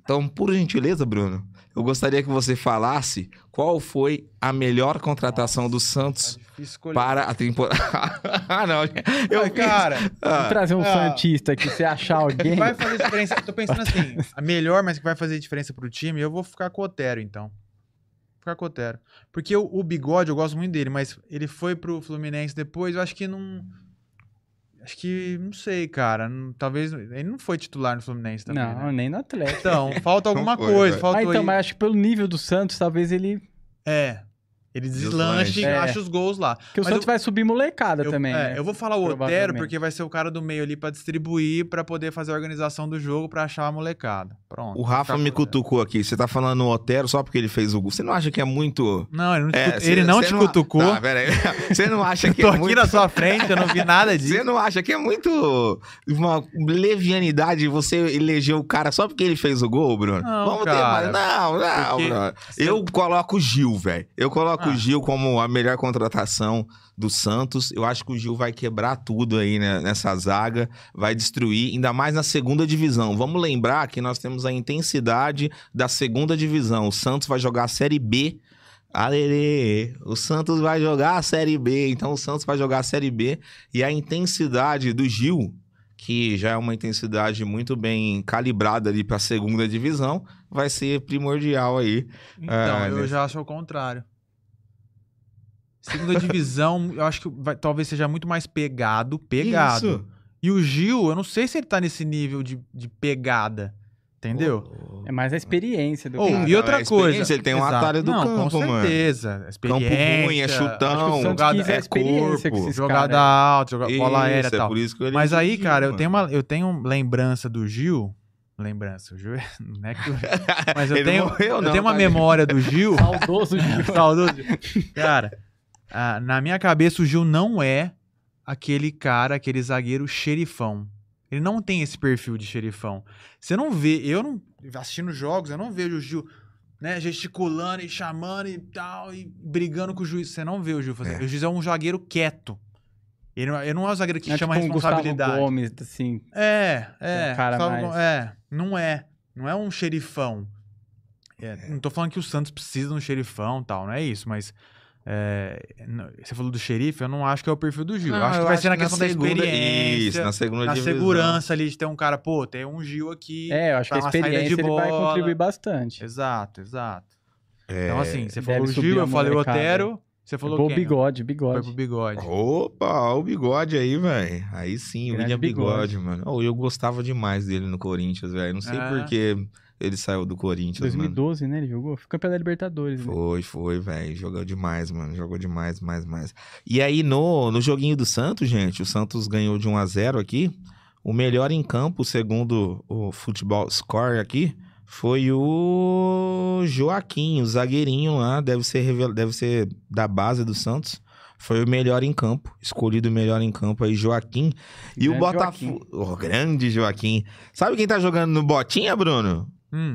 Speaker 1: Então, por gentileza, Bruno, eu gostaria que você falasse qual foi a melhor contratação do Santos
Speaker 2: Difícil escolher.
Speaker 1: para a temporada. Ah, não.
Speaker 2: Ai, cara,
Speaker 3: Vou trazer um Santista aqui, se achar alguém.
Speaker 2: vai fazer diferença. Tô pensando assim, a melhor, mas que vai fazer diferença pro time, eu vou ficar com o Otero, então. Ficar com o Otero. Porque o Bigode, eu gosto muito dele, mas ele foi pro Fluminense depois, eu acho que não... Acho que, não sei, cara. Talvez... Ele não foi titular no Fluminense também,
Speaker 3: Não,
Speaker 2: né?
Speaker 3: nem no Atlético.
Speaker 2: Então, falta alguma
Speaker 1: Não foi,
Speaker 2: coisa.
Speaker 1: velho.
Speaker 2: Faltou
Speaker 3: Mas então,
Speaker 2: aí...
Speaker 3: mas acho que pelo nível do Santos, talvez ele...
Speaker 2: Ele deslanche e
Speaker 3: É.
Speaker 2: acha os gols lá.
Speaker 3: Porque o
Speaker 2: Mas
Speaker 3: Santos vai subir molecada também, né?
Speaker 2: Eu vou falar o Otero
Speaker 3: Provavelmente.
Speaker 2: porque vai ser o cara do meio ali pra distribuir, pra poder fazer a organização do jogo, pra achar a molecada. Pronto.
Speaker 1: O Rafa
Speaker 2: Ficar
Speaker 1: me
Speaker 2: com o Otero.
Speaker 1: cutucou aqui. Você tá falando o Otero só porque ele fez o gol. Você não acha que é muito...
Speaker 2: Não, ele não te,
Speaker 1: É,
Speaker 2: ele não te cutucou.
Speaker 1: Tá, pera aí. Você não acha que
Speaker 2: Tô
Speaker 1: é
Speaker 2: aqui
Speaker 1: muito...
Speaker 2: na sua frente, eu não vi nada disso.
Speaker 1: Você não acha que é muito uma levianidade você eleger o cara só porque ele fez o gol, Bruno?
Speaker 2: Não,
Speaker 1: Vamos
Speaker 2: cara,
Speaker 1: ter mais. Não,
Speaker 2: porque
Speaker 1: Bruno.
Speaker 2: você-
Speaker 1: Eu coloco o Gil, velho. Eu coloco
Speaker 2: Ah.
Speaker 1: o Gil como a melhor contratação do Santos. Eu acho que o Gil vai quebrar tudo aí, né, nessa zaga, vai destruir, ainda mais na segunda divisão. Vamos lembrar que nós temos a intensidade da segunda divisão. O Santos vai jogar a Série B. Alelê, o Santos vai jogar a Série B, então o Santos vai jogar a Série B e a intensidade do Gil, que já é uma intensidade muito bem calibrada ali para a segunda divisão, vai ser primordial aí.
Speaker 2: Então, eu
Speaker 1: nesse-
Speaker 2: já acho o contrário. Segunda divisão, eu acho que talvez seja muito mais pegado.
Speaker 1: Isso.
Speaker 2: E o Gil, eu não sei se ele tá nesse nível de pegada. Entendeu?
Speaker 3: É mais a experiência do
Speaker 2: Oh,
Speaker 3: cara.
Speaker 2: e outra
Speaker 1: a experiência,
Speaker 2: coisa.
Speaker 1: ele tem um
Speaker 2: Exato.
Speaker 1: atalho do
Speaker 2: não,
Speaker 1: campo,
Speaker 2: com
Speaker 1: mano.
Speaker 2: certeza.
Speaker 1: Campo
Speaker 2: Experiência.
Speaker 1: ruim, é
Speaker 3: Acho que o
Speaker 1: chutão,
Speaker 3: Santos
Speaker 2: jogada-
Speaker 3: quis a
Speaker 1: é
Speaker 3: experiência com
Speaker 1: corpo,
Speaker 3: esses
Speaker 2: Jogada
Speaker 3: caras.
Speaker 2: alta, bola aérea e
Speaker 1: é
Speaker 2: tal.
Speaker 1: por isso que eu
Speaker 2: Mas
Speaker 1: elegi
Speaker 2: aí,
Speaker 1: o
Speaker 2: cara,
Speaker 1: Gil,
Speaker 2: eu tenho lembrança do Gil. Lembrança, o Gil não é que o... Mas eu
Speaker 1: Ele
Speaker 2: tenho,
Speaker 1: morreu,
Speaker 2: eu
Speaker 1: não,
Speaker 2: tenho uma
Speaker 1: tá?
Speaker 2: memória do Gil.
Speaker 3: Saudoso Gil.
Speaker 2: Saudoso. Cara, na minha cabeça o Gil não é aquele cara, aquele zagueiro xerifão. Ele não tem esse perfil de xerifão. Você não vê, assistindo jogos, eu não vejo o Gil, né, gesticulando e chamando e tal, e brigando com o juiz. Você não vê o Gil fazer. O Gil é um zagueiro quieto. Ele não é o zagueiro que
Speaker 3: É
Speaker 2: chama
Speaker 3: tipo
Speaker 2: a
Speaker 3: um Gustavo
Speaker 2: responsabilidade.
Speaker 3: Gomes, assim.
Speaker 2: Um
Speaker 3: cara mais-
Speaker 2: não é um xerifão. Não tô falando que o Santos precisa de um xerifão e tal, não é isso, mas você falou do xerife, eu não acho que é o perfil do Gil.
Speaker 1: Não,
Speaker 2: eu acho que
Speaker 1: eu
Speaker 2: vai
Speaker 1: acho
Speaker 2: ser na
Speaker 1: que na
Speaker 2: questão da
Speaker 1: segunda-
Speaker 2: experiência,
Speaker 1: isso, na segunda
Speaker 2: na
Speaker 1: divisão.
Speaker 2: segurança ali de ter um cara, pô, tem um Gil aqui.
Speaker 3: Eu acho que a
Speaker 2: pra uma saída de
Speaker 3: experiência ele vai
Speaker 2: bola.
Speaker 3: contribuir bastante.
Speaker 2: Exato.
Speaker 1: É.
Speaker 2: Então assim, você
Speaker 3: deve
Speaker 2: falou o
Speaker 3: subir
Speaker 2: Gil,
Speaker 3: a
Speaker 2: eu falei o
Speaker 3: molecada.
Speaker 2: Otero, você falou
Speaker 3: Pô,
Speaker 2: quem?
Speaker 3: bigode.
Speaker 2: Foi pro Bigode.
Speaker 1: Opa, o Bigode aí, velho. Aí sim, o
Speaker 3: Grande
Speaker 1: William Bigode,
Speaker 3: Bigode.
Speaker 1: mano. Oh, eu gostava demais dele no Corinthians, velho. Não sei por que ele saiu do Corinthians, mano.
Speaker 3: 2012, né? Ele jogou. Foi campeão da Libertadores, né?
Speaker 1: Foi, velho. Jogou demais, mano. Jogou demais, mais. E aí, no joguinho do Santos, gente, o Santos ganhou de 1-0 aqui. O melhor em campo, segundo o Futebol Score aqui, foi o Joaquim, o zagueirinho lá. Deve ser da base do Santos. Foi o melhor em campo. Escolhido o melhor em campo aí, Joaquim. E o
Speaker 3: Grande
Speaker 1: Botafogo... O grande Joaquim. Sabe quem tá jogando no Botinha, Bruno?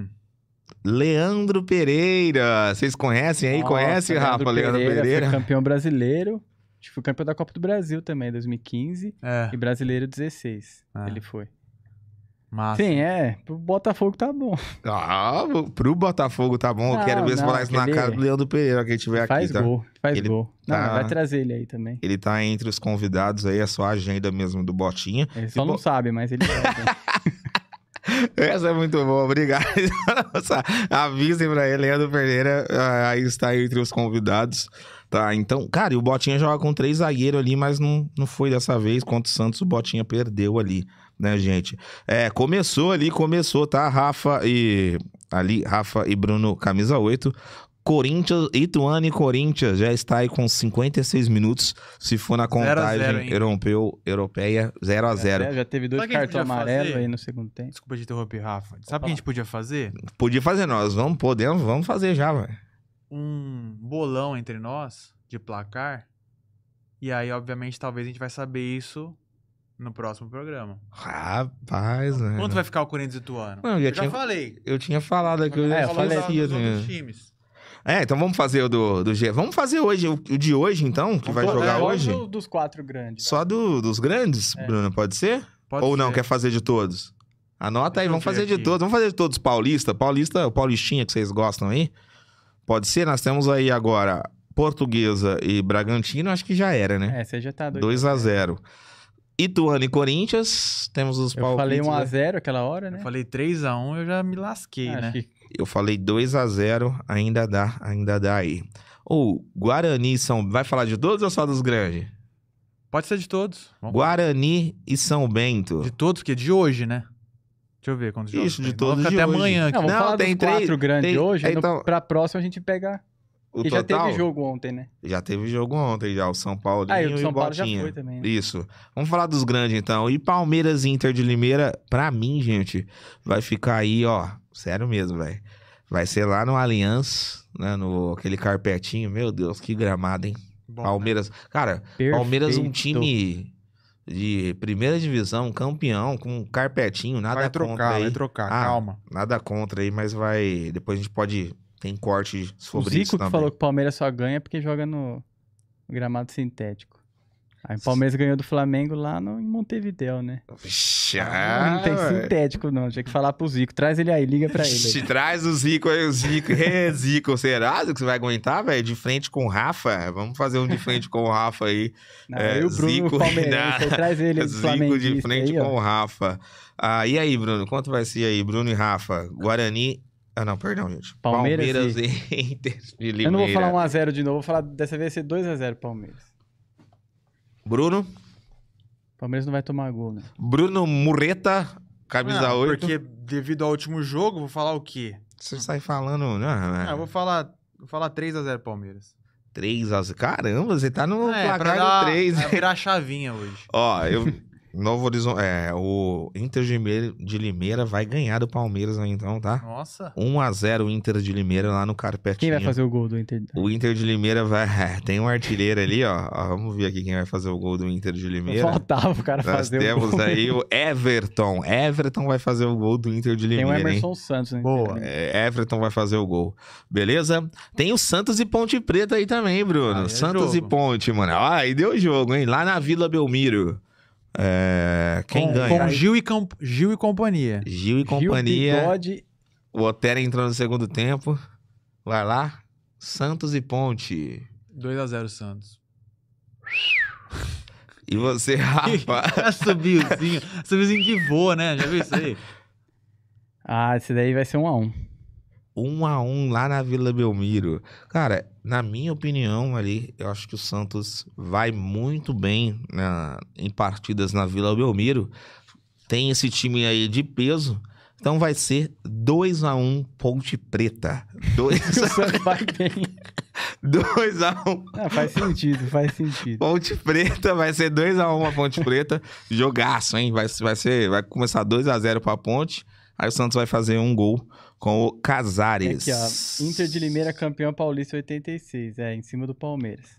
Speaker 1: Leandro Pereira. Vocês conhecem aí?
Speaker 3: Nossa,
Speaker 1: Conhece, Rafa? Leandro Pereira?
Speaker 3: Foi campeão brasileiro. Acho que foi campeão da Copa do Brasil também, 2015.
Speaker 2: É,
Speaker 3: E brasileiro 16.
Speaker 2: Ah.
Speaker 3: Ele foi.
Speaker 2: massa.
Speaker 3: Sim, pro Botafogo tá bom.
Speaker 1: Ah, pro Botafogo tá bom. Eu quero ver se falar isso na
Speaker 3: aquele-
Speaker 1: cara do Leandro Pereira, quem tiver
Speaker 3: Faz
Speaker 1: aqui, tá?
Speaker 3: gol, faz
Speaker 1: Ele
Speaker 3: gol. Não,
Speaker 1: tá-
Speaker 3: vai trazer ele aí também.
Speaker 1: Ele tá entre os convidados aí, é só a agenda mesmo do Botinha.
Speaker 3: Ele só não sabe, mas ele vai.
Speaker 1: Essa é muito boa, obrigado. Avisem pra ele, Leandro Pereira aí está entre os convidados. Tá, então, cara, e o Botinha joga com 3 zagueiros ali, mas não foi dessa vez. Contra o Santos, o Botinha perdeu ali, né, gente? Começou, tá? Rafa e Bruno, camisa 8. Corinthians, Ituano e Corinthians já está aí com 56 minutos. Se for na
Speaker 2: 0 a 0,
Speaker 1: contagem europeia, 0-0.
Speaker 3: Já teve 2
Speaker 2: Sabe o que a gente
Speaker 3: cartões
Speaker 2: podia
Speaker 3: amarelos
Speaker 2: fazer?
Speaker 3: aí no segundo tempo.
Speaker 2: Desculpa te interromper, Rafa. Sabe o que a gente podia fazer?
Speaker 1: Podia fazer nós, vamos fazer já, velho.
Speaker 2: Um bolão entre nós de placar. E aí, obviamente, talvez a gente vai saber isso no próximo programa.
Speaker 1: Rapaz, né?
Speaker 2: Quanto vai ficar o Corinthians e Ituano?
Speaker 1: Não,
Speaker 2: Eu já falei.
Speaker 1: Eu tinha falado aqui, eu
Speaker 3: eu
Speaker 1: já
Speaker 3: falei
Speaker 1: falei
Speaker 2: dos outros
Speaker 1: né?
Speaker 2: times.
Speaker 1: Então vamos fazer o do G. Vamos fazer hoje, o de hoje, então, que vai jogar
Speaker 3: Só
Speaker 1: hoje?
Speaker 3: dos 4 grandes.
Speaker 1: Só dos grandes, Bruno, pode ser?
Speaker 2: Pode
Speaker 1: Ou não,
Speaker 2: ser.
Speaker 1: quer fazer de todos? Anota aí,
Speaker 2: Deixa eu
Speaker 1: vamos fazer
Speaker 2: ver
Speaker 1: de
Speaker 2: aqui.
Speaker 1: todos. Vamos fazer de todos paulista. Paulista, o paulistinha que vocês gostam aí. Pode ser? Nós temos aí agora Portuguesa e Bragantino, acho que já era, né?
Speaker 3: Você já tá
Speaker 1: 2-0. Ituano e Corinthians, temos os
Speaker 3: Eu falei
Speaker 1: palpites.
Speaker 3: 1x0 aquela hora, né?
Speaker 2: Eu falei 3x1, eu já me lasquei,
Speaker 3: Acho
Speaker 2: né?
Speaker 3: que
Speaker 1: Eu falei 2-0, ainda dá aí. O Guarani e São... Vai falar de todos ou só dos grandes?
Speaker 2: Pode ser de todos. Vamos
Speaker 1: Guarani e São Bento.
Speaker 2: De todos, porque de hoje, né? Deixa eu ver quantos jogos.
Speaker 1: Isso, de
Speaker 2: tem.
Speaker 1: todos
Speaker 2: Vamos
Speaker 1: de
Speaker 2: ficar até
Speaker 1: hoje.
Speaker 2: amanhã aqui.
Speaker 3: Não, vamos
Speaker 1: Não,
Speaker 3: falar
Speaker 1: tem
Speaker 3: dos 4
Speaker 1: três-
Speaker 3: grandes
Speaker 1: tem-
Speaker 3: hoje,
Speaker 1: então-
Speaker 3: pra próxima a gente pega...
Speaker 1: O
Speaker 3: E já
Speaker 1: total?
Speaker 3: teve jogo ontem, né?
Speaker 1: Já teve jogo ontem, já. O São Paulo
Speaker 3: Ah, e
Speaker 1: e
Speaker 3: o
Speaker 1: o
Speaker 3: São Paulo já
Speaker 1: Botinha.
Speaker 3: foi também, né?
Speaker 1: Isso. Vamos falar dos grandes, então. E Palmeiras e Inter de Limeira, pra mim, gente, vai ficar aí, ó. Sério mesmo, velho. Vai ser lá no Allianz, né? No aquele carpetinho. Meu Deus, que gramado, hein?
Speaker 2: Bom,
Speaker 1: Palmeiras. Cara,
Speaker 3: Perfeito.
Speaker 1: Palmeiras um time de primeira divisão, campeão, com carpetinho, nada
Speaker 2: vai
Speaker 1: contra
Speaker 2: trocar,
Speaker 1: aí.
Speaker 2: vai trocar,
Speaker 1: Ah,
Speaker 2: calma.
Speaker 1: Nada contra aí, mas vai... Depois a gente pode... Tem corte
Speaker 3: O
Speaker 1: sobre
Speaker 3: Zico
Speaker 1: isso
Speaker 3: que
Speaker 1: também.
Speaker 3: falou que o Palmeiras só ganha porque joga no gramado sintético. Aí o Palmeiras ganhou do Flamengo lá em Montevidéu, né?
Speaker 1: Vixe,
Speaker 3: não tem
Speaker 1: ué.
Speaker 3: sintético, não. Tinha que falar pro Zico. Traz ele aí, liga pra ele.
Speaker 1: Se traz o Zico aí, o Zico. Zico, será que você vai aguentar, velho? De frente com o Rafa? Vamos fazer um de frente com o Rafa aí.
Speaker 3: Não, eu e o Bruno,
Speaker 1: Zico,
Speaker 3: o Palmeirense. Aí traz ele,
Speaker 1: Zico de
Speaker 3: flamenguista
Speaker 1: frente
Speaker 3: aí, ó.
Speaker 1: com o Rafa. Ah, e aí, Bruno? Quanto vai ser aí, Bruno e Rafa? Guarani... Ah, não, perdão, gente.
Speaker 3: Palmeiras
Speaker 1: e Inter de Limeira.
Speaker 3: Eu não vou falar 1x0 de novo, vou falar dessa vez vai ser 2x0 Palmeiras.
Speaker 1: Bruno?
Speaker 3: Palmeiras não vai tomar gol, né?
Speaker 1: Bruno Murreta, camisa
Speaker 2: Não,
Speaker 1: 8.
Speaker 2: porque devido ao último jogo, vou falar o quê?
Speaker 1: Você sai falando... Não,
Speaker 2: Ah, eu vou falar 3x0 Palmeiras.
Speaker 1: 3-0. Caramba, você tá no
Speaker 2: pra
Speaker 1: placar
Speaker 2: dar,
Speaker 1: do 3.
Speaker 2: pra virar a chavinha hoje.
Speaker 1: Ó, Novo Horizonte... o Inter de Limeira vai ganhar do Palmeiras aí, então, tá?
Speaker 2: Nossa.
Speaker 1: 1-0 Inter de Limeira lá no
Speaker 3: Quem
Speaker 1: Carpetinho.
Speaker 3: vai fazer o gol do Inter?
Speaker 1: O Inter de Limeira vai... Tem um artilheiro ali, ó. Vamos ver aqui quem vai fazer o gol do Inter de Limeira.
Speaker 3: Faltava o cara
Speaker 1: Nós
Speaker 3: fazer
Speaker 1: temos
Speaker 3: o gol.
Speaker 1: aí o Everton. Everton vai fazer o gol do Inter de
Speaker 3: Tem o
Speaker 1: Limeira, hein?
Speaker 3: Emerson Santos, né?
Speaker 2: Boa.
Speaker 1: Everton vai fazer o gol. Beleza? Tem o Santos e Ponte Preta aí também, Bruno.
Speaker 2: Aí é
Speaker 1: Santos
Speaker 2: jogo.
Speaker 1: e Ponte, mano. Aí deu jogo, hein? Lá na Vila Belmiro. Quem ganha?
Speaker 2: Com Gil e companhia.
Speaker 1: Gil e
Speaker 3: Gil,
Speaker 1: companhia.
Speaker 3: Bigode,
Speaker 1: O Otero entrou no segundo tempo. Vai lá. Santos e Ponte.
Speaker 2: 2x0 Santos.
Speaker 1: E você, Rafa?
Speaker 2: Subiozinho de voa, né? Já viu isso aí?
Speaker 3: esse daí vai ser 1x1.
Speaker 1: 1-1 lá na Vila Belmiro. Cara, na minha opinião ali, eu acho que o Santos vai muito bem em partidas na Vila Belmiro. Tem esse time aí de peso. Então vai ser 2-1 Ponte Preta.
Speaker 3: O Santos vai bem.
Speaker 1: 2-1
Speaker 3: Faz sentido.
Speaker 1: Ponte Preta, vai ser 2-1 a Ponte Preta. Jogaço, hein? Vai começar 2-0 pra Ponte. Aí o Santos vai fazer um gol com o Casares.
Speaker 3: Aqui, ó. Inter de Limeira campeão paulista 86. Em cima do Palmeiras.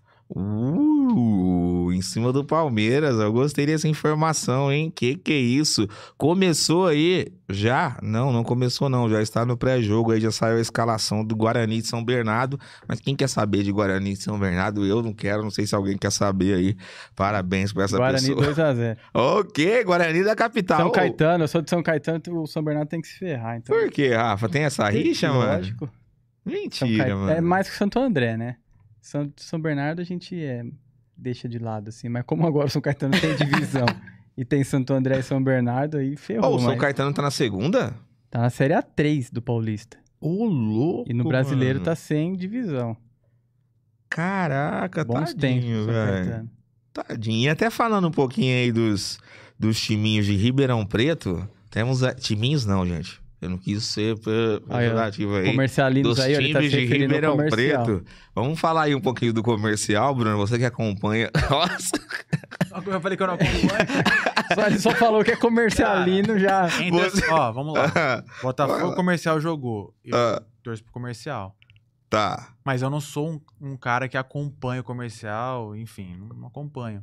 Speaker 1: Em cima do Palmeiras. Eu gostei dessa informação, hein? Que é isso? Começou aí já? Não começou não. Já está no pré-jogo aí, já saiu a escalação do Guarani de São Bernardo. Mas quem quer saber de Guarani de São Bernardo? Eu não quero, não sei se alguém quer saber aí. Parabéns pra essa
Speaker 3: Guarani
Speaker 1: pessoa.
Speaker 3: 2x0.
Speaker 1: Ok, Guarani da capital.
Speaker 3: São Caetano, eu sou de São Caetano, o São Bernardo tem que se ferrar. Então...
Speaker 1: Por que, Rafa? Tem essa rixa, mano?
Speaker 3: Lógico.
Speaker 1: Mentira, mano.
Speaker 3: É mais que Santo André, né? São Bernardo a gente deixa de lado, assim. Mas como agora o São Caetano tem divisão e tem Santo André e São Bernardo, aí ferrou.
Speaker 1: O São Caetano tá na segunda?
Speaker 3: Tá na Série A3 do Paulista.
Speaker 1: Ô, louco,
Speaker 3: E no Brasileiro
Speaker 1: mano.
Speaker 3: tá sem divisão.
Speaker 1: Caraca,
Speaker 3: Bons tempos
Speaker 1: tadinho,
Speaker 3: pro São
Speaker 1: velho.
Speaker 3: Caetano.
Speaker 1: Tadinho. E até falando um pouquinho aí dos timinhos de Ribeirão Preto, temos... Timinhos não, gente. Eu não quis ser pejorativo aí.
Speaker 3: Comercialinos
Speaker 1: Dos
Speaker 3: aí, ele tá
Speaker 1: times
Speaker 3: se
Speaker 1: de
Speaker 3: referindo ao
Speaker 1: Ribeirão
Speaker 3: comercial.
Speaker 1: Preto. Vamos falar aí um pouquinho do comercial, Bruno. Você que acompanha... Nossa!
Speaker 2: Eu falei que eu não acompanho.
Speaker 3: Ele só falou que é comercialino já.
Speaker 2: Ó, vamos lá. Botafogo Comercial jogou. Eu torço pro comercial.
Speaker 1: Tá.
Speaker 2: Mas eu não sou um cara que acompanha o comercial, enfim, não acompanho.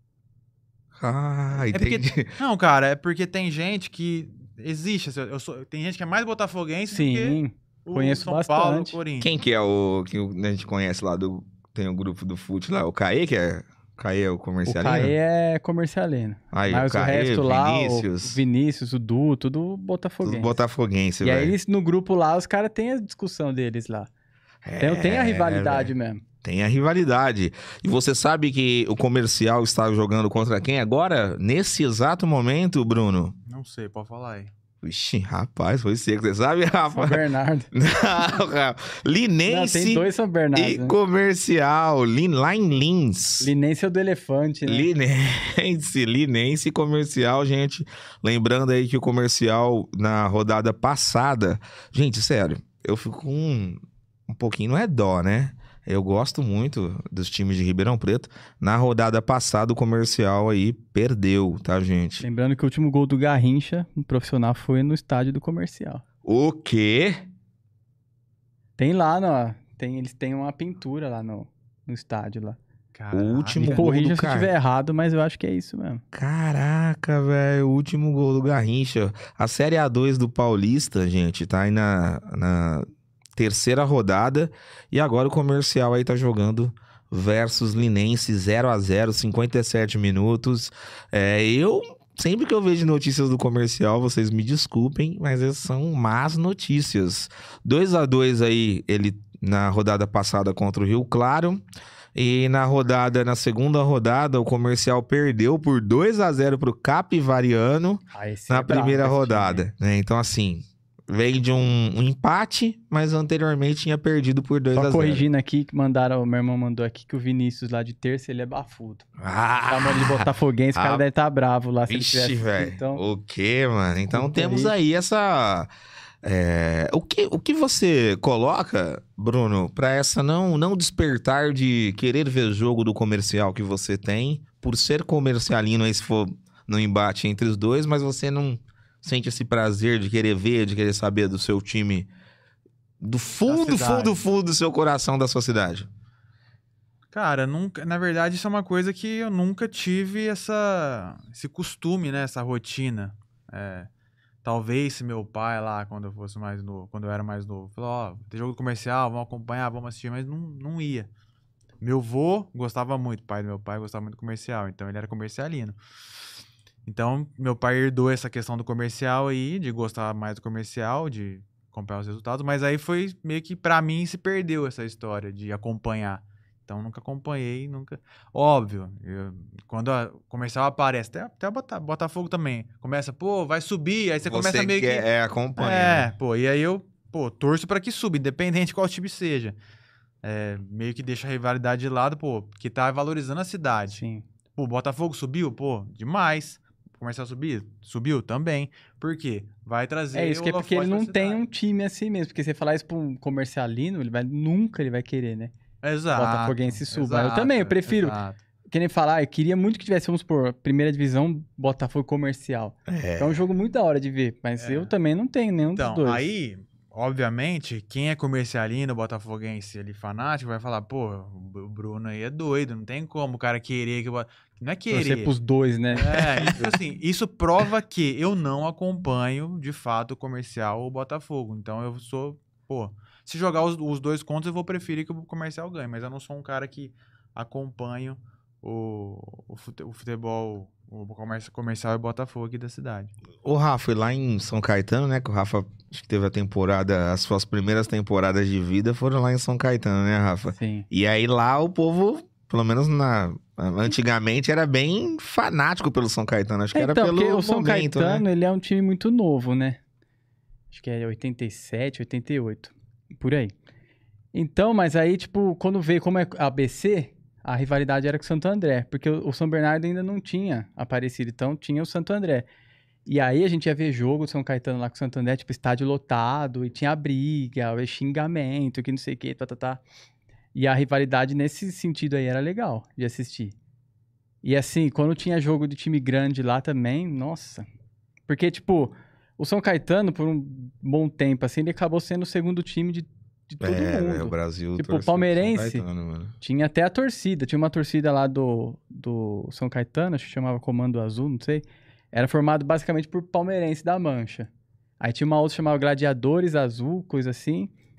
Speaker 1: Entendi.
Speaker 2: Não, cara, é porque tem gente que existe. Tem gente que é mais botafoguense do que
Speaker 3: Sim,
Speaker 2: o
Speaker 3: conheço
Speaker 2: São
Speaker 3: bastante.
Speaker 2: Paulo, o Corinthians.
Speaker 1: Quem que é o que a gente conhece lá do... Tem o grupo do fute lá, o Caê, que é Caê é o
Speaker 3: O
Speaker 1: comercialino?
Speaker 3: Caê é comercialino.
Speaker 1: Aí,
Speaker 3: Mas
Speaker 1: o Caê,
Speaker 3: o resto lá,
Speaker 1: Vinícius,
Speaker 3: o Vinícius, o Du, tudo
Speaker 1: tudo
Speaker 3: botafoguense.
Speaker 1: botafoguense,
Speaker 3: E aí,
Speaker 1: velho.
Speaker 3: eles, no grupo lá, os caras têm a discussão deles lá. Tem a rivalidade
Speaker 1: velho.
Speaker 3: mesmo.
Speaker 1: Tem a rivalidade. E você sabe que o comercial está jogando contra quem agora? Nesse exato momento, Bruno?
Speaker 2: Não sei, pode falar aí.
Speaker 1: Vixe, rapaz, foi seco. Você sabe, Rafa?
Speaker 3: São Bernardo.
Speaker 1: Não, Rafa.
Speaker 3: Não,
Speaker 1: Linense
Speaker 3: tem dois São Bernardo.
Speaker 1: e
Speaker 3: Né?
Speaker 1: comercial. Lá em Lins.
Speaker 3: Linense é o do elefante, né?
Speaker 1: Linense e comercial, gente. Lembrando aí que o comercial na rodada passada... Gente, sério, eu fico com um pouquinho... Não é dó, né? Eu gosto muito dos times de Ribeirão Preto. Na rodada passada, o comercial aí perdeu, tá, gente?
Speaker 3: Lembrando que o último gol do Garrincha, no profissional, foi no estádio do comercial.
Speaker 1: O quê?
Speaker 3: Tem lá, no, eles têm uma pintura lá no estádio lá.
Speaker 2: Caraca.
Speaker 1: O último
Speaker 3: Me
Speaker 1: gol
Speaker 3: corrija
Speaker 1: do
Speaker 3: se eu
Speaker 1: Gar-
Speaker 3: estiver errado, mas eu acho que é isso mesmo.
Speaker 1: Caraca, velho, o último gol do Garrincha. A Série A2 do Paulista, gente, tá aí na terceira rodada. E agora o comercial aí tá jogando versus Linense 0-0, 57 minutos. Sempre que eu vejo notícias do comercial, vocês me desculpem, mas essas são más notícias. 2-2 aí, ele na rodada passada contra o Rio Claro. E na segunda rodada, o comercial perdeu por 2-0 pro Capivariano
Speaker 3: Esse
Speaker 1: na
Speaker 3: é brabo,
Speaker 1: primeira
Speaker 3: esse
Speaker 1: rodada, né? Então, assim, veio de um empate, mas anteriormente tinha perdido por
Speaker 3: time.
Speaker 1: 2-0.
Speaker 3: Só corrigindo aqui, que meu irmão mandou aqui que o Vinícius lá de terça, ele é bafudo. Chamou ele de botafoguense, o cara deve estar bravo lá se ele
Speaker 1: Vixe,
Speaker 3: tivesse.
Speaker 1: velho.
Speaker 3: Então,
Speaker 1: O quê, mano? Então
Speaker 3: Desculpa
Speaker 1: temos aí essa... O que você coloca, Bruno, pra essa não despertar de querer ver jogo do comercial que você tem, por ser comercialino aí se for no embate entre os dois, mas você não sente esse prazer de querer ver, de querer saber do seu time, do fundo do seu coração, da sua cidade?
Speaker 2: Cara, nunca, na verdade, isso é uma coisa que eu nunca tive esse costume, né? Essa rotina. Talvez se meu pai lá, quando eu era mais novo, falou, ó, tem jogo comercial, vamos acompanhar, vamos assistir, mas não ia. Meu vô gostava muito, o pai do meu pai gostava muito do comercial, então ele era comercialino. Então, meu pai herdou essa questão do comercial aí, de gostar mais do comercial, de acompanhar os resultados, mas aí foi meio que pra mim se perdeu essa história de acompanhar. Então, nunca acompanhei, nunca... Óbvio, quando o comercial aparece, até o Botafogo também, começa, pô, vai subir, aí você começa meio que...
Speaker 1: acompanha. Né?
Speaker 2: E aí eu, torço pra que suba, independente de qual time seja. Meio que deixa a rivalidade de lado, que tá valorizando a cidade.
Speaker 3: sim.
Speaker 2: Pô, o Botafogo subiu? Pô, demais. O comercial subiu também. Por quê? Vai trazer
Speaker 3: É isso, que é porque ele
Speaker 2: holofote
Speaker 3: não
Speaker 2: pra
Speaker 3: tem
Speaker 2: cidade.
Speaker 3: um time assim mesmo. Porque você falar isso pra um comercialino, nunca ele vai querer, né?
Speaker 2: Exato.
Speaker 3: Botafoguense suba. Eu
Speaker 2: exato,
Speaker 3: também, eu prefiro.
Speaker 2: exato.
Speaker 3: Que nem falar, eu queria muito que tivesse, vamos por primeira divisão, Botafogo comercial. É um jogo muito da hora de ver, mas eu também não tenho nenhum dos
Speaker 2: Então,
Speaker 3: dois.
Speaker 2: aí, obviamente, quem é comercialino, botafoguense ali, fanático, vai falar, pô, o Bruno aí é doido, não tem como o cara querer que... Não é querer.
Speaker 3: Torcer pros dois, né?
Speaker 2: Então, assim, isso prova que eu não acompanho, de fato, o comercial ou o Botafogo. Então, eu sou, se jogar os dois contos, eu vou preferir que o comercial ganhe, mas eu não sou um cara que acompanho o futebol, o comercial e Botafogo aqui da cidade.
Speaker 1: O Rafa, lá em São Caetano, né? Que o Rafa acho que teve as suas primeiras temporadas de vida foram lá em São Caetano, né, Rafa?
Speaker 3: Sim.
Speaker 1: E aí lá o povo, pelo menos antigamente, era bem fanático pelo São Caetano. Acho que era pelo
Speaker 3: porque o São
Speaker 1: momento,
Speaker 3: Caetano,
Speaker 1: né?
Speaker 3: ele é um time muito novo, né? Acho que é 87, 88, por aí. Então, mas aí, tipo, quando veio como é ABC, a rivalidade era com o Santo André, porque o São Bernardo ainda não tinha aparecido, então tinha o Santo André. E aí a gente ia ver jogo do São Caetano lá com o Santo André, tipo, estádio lotado, e tinha briga, o xingamento, que não sei o que, tá. E a rivalidade nesse sentido aí era legal de assistir. E assim, quando tinha jogo de time grande lá também, nossa. Porque, tipo, o São Caetano, por um bom tempo, assim, ele acabou sendo o segundo time de todo mundo.
Speaker 1: O Brasil
Speaker 3: Tipo,
Speaker 1: torce
Speaker 3: o palmeirense
Speaker 1: pro São Caetano, mano.
Speaker 3: tinha até a torcida. Tinha uma torcida lá do São Caetano, acho que chamava Comando Azul, não sei. Era formado basicamente por palmeirense da Mancha. Aí tinha uma outra que chamava Gladiadores Azul, coisa assim.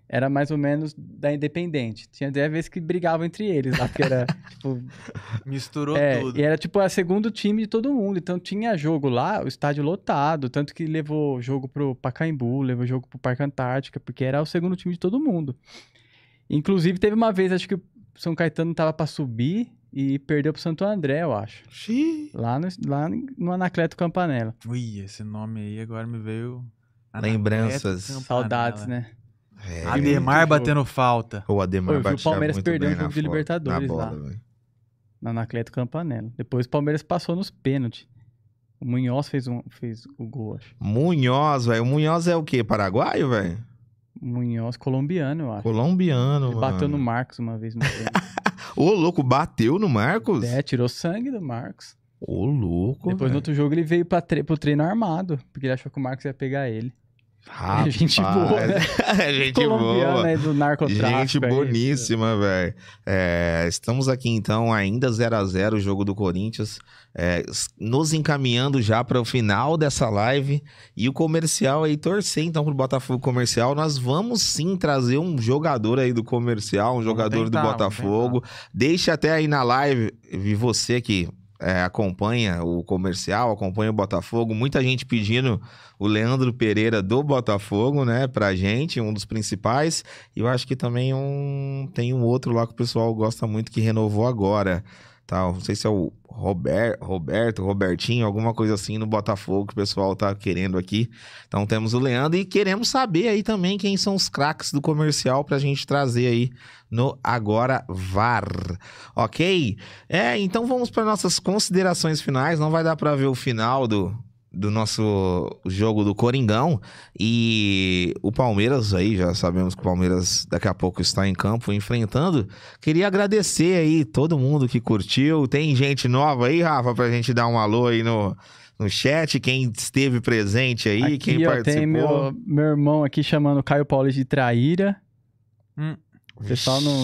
Speaker 3: era mais ou menos da Independente. Tinha até vezes que brigavam entre eles lá, porque era, tipo...
Speaker 2: Misturou tudo.
Speaker 3: E era, tipo, a segundo time de todo mundo. Então, tinha jogo lá, o estádio lotado. Tanto que levou jogo pro Pacaembu, levou jogo pro Parque Antártica, porque era o segundo time de todo mundo. Inclusive, teve uma vez, acho que o São Caetano tava pra subir e perdeu pro Santo André, eu acho.
Speaker 1: Xiii.
Speaker 3: Lá no Anacleto Campanella.
Speaker 2: Ui, esse nome aí agora me veio...
Speaker 1: Lembranças.
Speaker 2: Campanella.
Speaker 3: Saudades, né?
Speaker 1: É,
Speaker 2: Ademar
Speaker 3: muito
Speaker 2: batendo falta.
Speaker 1: o Ademar
Speaker 3: Pô, eu vi o
Speaker 1: batia
Speaker 3: Palmeiras
Speaker 1: muito
Speaker 3: perder
Speaker 1: bem
Speaker 3: um jogo
Speaker 1: na
Speaker 3: de Libertadores
Speaker 1: na bola,
Speaker 3: lá.
Speaker 1: velho.
Speaker 3: Na Anacleto Campanella. Depois o Palmeiras passou nos pênaltis. O Munhoz fez o gol, acho.
Speaker 1: Munhoz, velho. O Munhoz é o quê? Paraguaio, velho?
Speaker 3: O Munhoz colombiano, eu acho.
Speaker 1: Colombiano,
Speaker 3: Ele
Speaker 1: mano.
Speaker 3: bateu no Marcos uma vez no pênalti.
Speaker 1: Ô, louco, bateu no Marcos?
Speaker 3: Tirou sangue do Marcos.
Speaker 1: Ô, louco,
Speaker 3: Depois, no outro jogo, ele veio pro treino armado. Porque ele achou que o Marcos ia pegar ele.
Speaker 1: Rapaz.
Speaker 3: Gente boa, né?
Speaker 1: Gente
Speaker 3: Colombiano
Speaker 1: boa.
Speaker 3: aí do narcotráfico.
Speaker 1: Gente
Speaker 3: aí.
Speaker 1: boníssima, velho. Estamos aqui, então, ainda 0x0 o jogo do Corinthians. Nos encaminhando já para o final dessa live. E o comercial aí, torcer então pro Botafogo Comercial. Nós vamos sim trazer um jogador aí do Comercial, um jogador do Botafogo. Deixa até aí na live, e você que acompanha o Comercial, acompanha o Botafogo. Muita gente pedindo o Leandro Pereira do Botafogo, né, pra gente, um dos principais. E eu acho que também tem um outro lá que o pessoal gosta muito, que renovou agora. Tá? Não sei se é o Robertinho, alguma coisa assim no Botafogo que o pessoal tá querendo aqui. Então temos o Leandro e queremos saber aí também quem são os craques do Comercial pra gente trazer aí no Agora VAR, ok? Então vamos para nossas considerações finais. Não vai dar pra ver o final do nosso jogo do Coringão, e o Palmeiras aí, já sabemos que o Palmeiras daqui a pouco está em campo enfrentando. Queria agradecer aí todo mundo que curtiu. Tem gente nova aí, Rafa, pra gente dar um alô aí no chat, quem esteve presente aí,
Speaker 3: Aqui,
Speaker 1: quem participou.
Speaker 3: Tem meu irmão aqui chamando Caio Paulo de traíra. O pessoal não...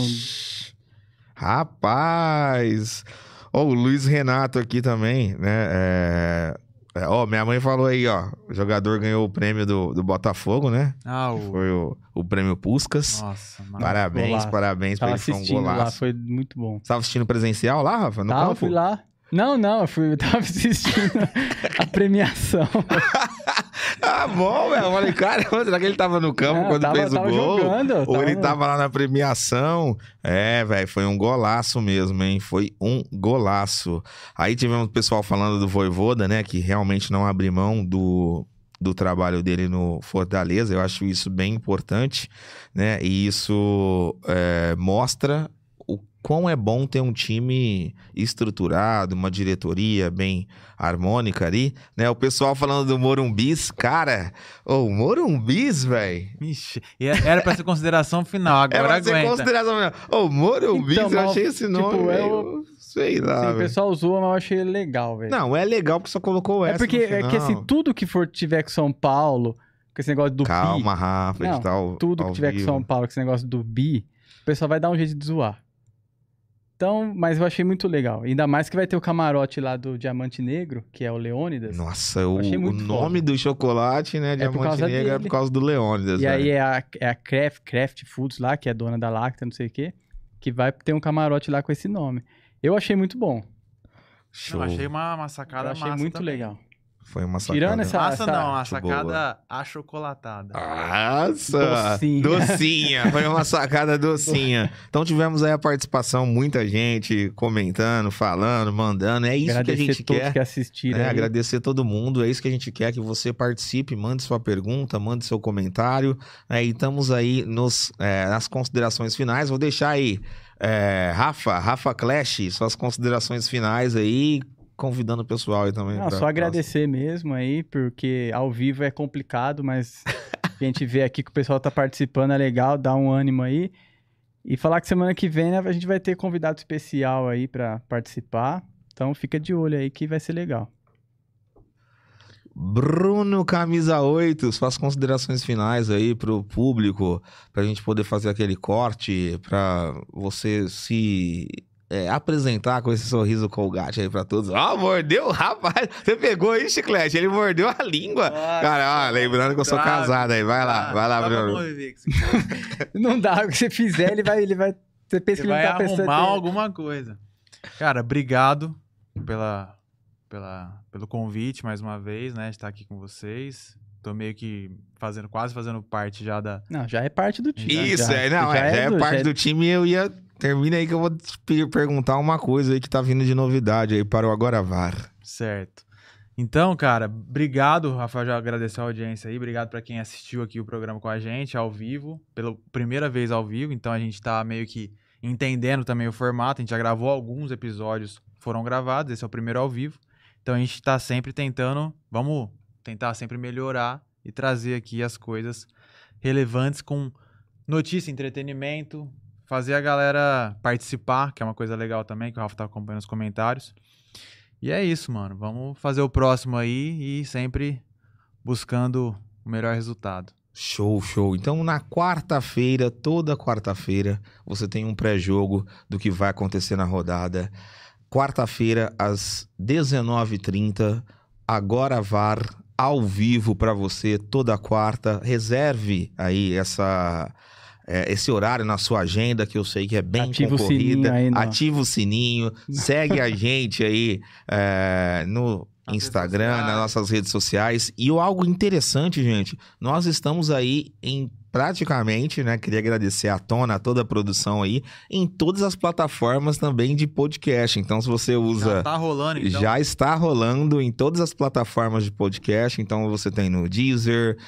Speaker 1: Rapaz! O Luiz Renato aqui também, né? Minha mãe falou aí, ó. O jogador ganhou o prêmio do Botafogo, né? Foi o prêmio Puskás.
Speaker 2: Nossa, mano.
Speaker 1: Parabéns pra ele, foi um golaço.
Speaker 3: Lá, foi muito bom.
Speaker 1: Você tava assistindo presencial lá, Rafa? No campo?
Speaker 3: Eu fui lá. Não, eu tava assistindo a premiação.
Speaker 1: Bom, velho. Eu falei, cara, será que ele tava no campo quando fez o gol? Ou ele tava lá na premiação? Velho, foi um golaço mesmo, hein? Foi um golaço. Aí tivemos o pessoal falando do Vojvoda, né? Que realmente não abre mão do trabalho dele no Fortaleza. Eu acho isso bem importante, né? E isso mostra o quão é bom ter um time estruturado, uma diretoria bem harmônica ali, né? O pessoal falando do Morumbis, cara, o Morumbis, velho.
Speaker 2: Era pra ser consideração final, agora
Speaker 1: era pra
Speaker 2: aguenta.
Speaker 1: ser consideração final. O Morumbis, então, eu achei esse nome, sei lá.
Speaker 3: Sim, o pessoal usou, mas eu achei legal, velho.
Speaker 1: Não, é legal porque só colocou o S
Speaker 3: porque
Speaker 1: no final.
Speaker 3: É que assim, tudo que tiver com São Paulo, com esse negócio do
Speaker 1: Calma, Rafa, a gente tá
Speaker 3: tudo que tiver com São Paulo, com esse negócio do bi, o pessoal vai dar um jeito de zoar. Então, mas eu achei muito legal. Ainda mais que vai ter o camarote lá do Diamante Negro, que é o Leônidas.
Speaker 1: Nossa, o nome do chocolate, né? Diamante Negro é por causa do Leônidas.
Speaker 3: E aí é a Kraft Foods lá, que é dona da Lacta, não sei o quê, que vai ter um camarote lá com esse nome. Eu achei muito bom.
Speaker 2: Show. Eu achei uma sacada massa.
Speaker 3: Eu achei muito
Speaker 2: também.
Speaker 3: legal.
Speaker 1: Foi uma sacada.
Speaker 3: Tirando essa
Speaker 2: não, a sacada achocolatada.
Speaker 1: Nossa! Docinha. Foi uma sacada docinha. Então tivemos aí a participação, muita gente comentando, falando, mandando. É isso que a gente quer.
Speaker 3: Todos que assistiram.
Speaker 1: Agradecer todo mundo. É isso que a gente quer, que você participe, mande sua pergunta, mande seu comentário. E estamos aí nas considerações finais. Vou deixar aí, Rafa Clash, suas considerações finais aí, convidando o pessoal aí também.
Speaker 3: Só agradecer mesmo aí, porque ao vivo é complicado, mas a gente vê aqui que o pessoal tá participando, é legal, dá um ânimo aí. E falar que semana que vem, né, a gente vai ter convidado especial aí pra participar. Então fica de olho aí que vai ser legal.
Speaker 1: Bruno Camisa 8, suas considerações finais aí pro público, pra gente poder fazer aquele corte, pra você se apresentar com esse sorriso Colgate aí pra todos. Ó, mordeu, rapaz. Você pegou aí, Chiclete? Ele mordeu a língua.
Speaker 2: Nossa,
Speaker 1: cara, ó, lembrando que eu sou casado aí. Vai lá, Bruno.
Speaker 3: Não dá, o que você fizer, ele vai... Você pensa que
Speaker 2: ele
Speaker 3: ele
Speaker 2: vai
Speaker 3: não tá pensando.
Speaker 2: arrumar alguma coisa. Cara, obrigado pelo convite mais uma vez, né? De estar aqui com vocês. Tô meio que quase fazendo parte já da...
Speaker 3: Não, já é parte do time.
Speaker 1: Isso, já é parte do time e termina aí que eu vou te perguntar uma coisa aí que tá vindo de novidade aí para o Agora VAR.
Speaker 2: Certo. Então, cara, obrigado, Rafael, já agradecer a audiência aí, obrigado para quem assistiu aqui o programa com a gente, ao vivo, pela primeira vez ao vivo, então a gente tá meio que entendendo também o formato, a gente já gravou alguns episódios, foram gravados, esse é o primeiro ao vivo, então a gente tá sempre vamos tentar sempre melhorar e trazer aqui as coisas relevantes com notícia, entretenimento, fazer a galera participar, que é uma coisa legal também, que o Rafa tá acompanhando os comentários. E é isso, mano. Vamos fazer o próximo aí e sempre buscando o melhor resultado.
Speaker 1: Show. Então, na quarta-feira, toda quarta-feira, você tem um pré-jogo do que vai acontecer na rodada. Quarta-feira, às 19h30, Agora VAR, ao vivo para você, toda quarta. Reserve aí esse horário na sua agenda, que eu sei que é bem concorrida. Ativa o sininho, segue a gente aí no Instagram, nas nossas redes sociais. E algo interessante, gente, nós estamos aí em praticamente, né, queria agradecer a Tona, a toda a produção aí, em todas as plataformas também de podcast. Então, se você usa...
Speaker 2: Já tá rolando, então.
Speaker 1: Já está rolando em todas as plataformas de podcast. Então, você tem no Deezer,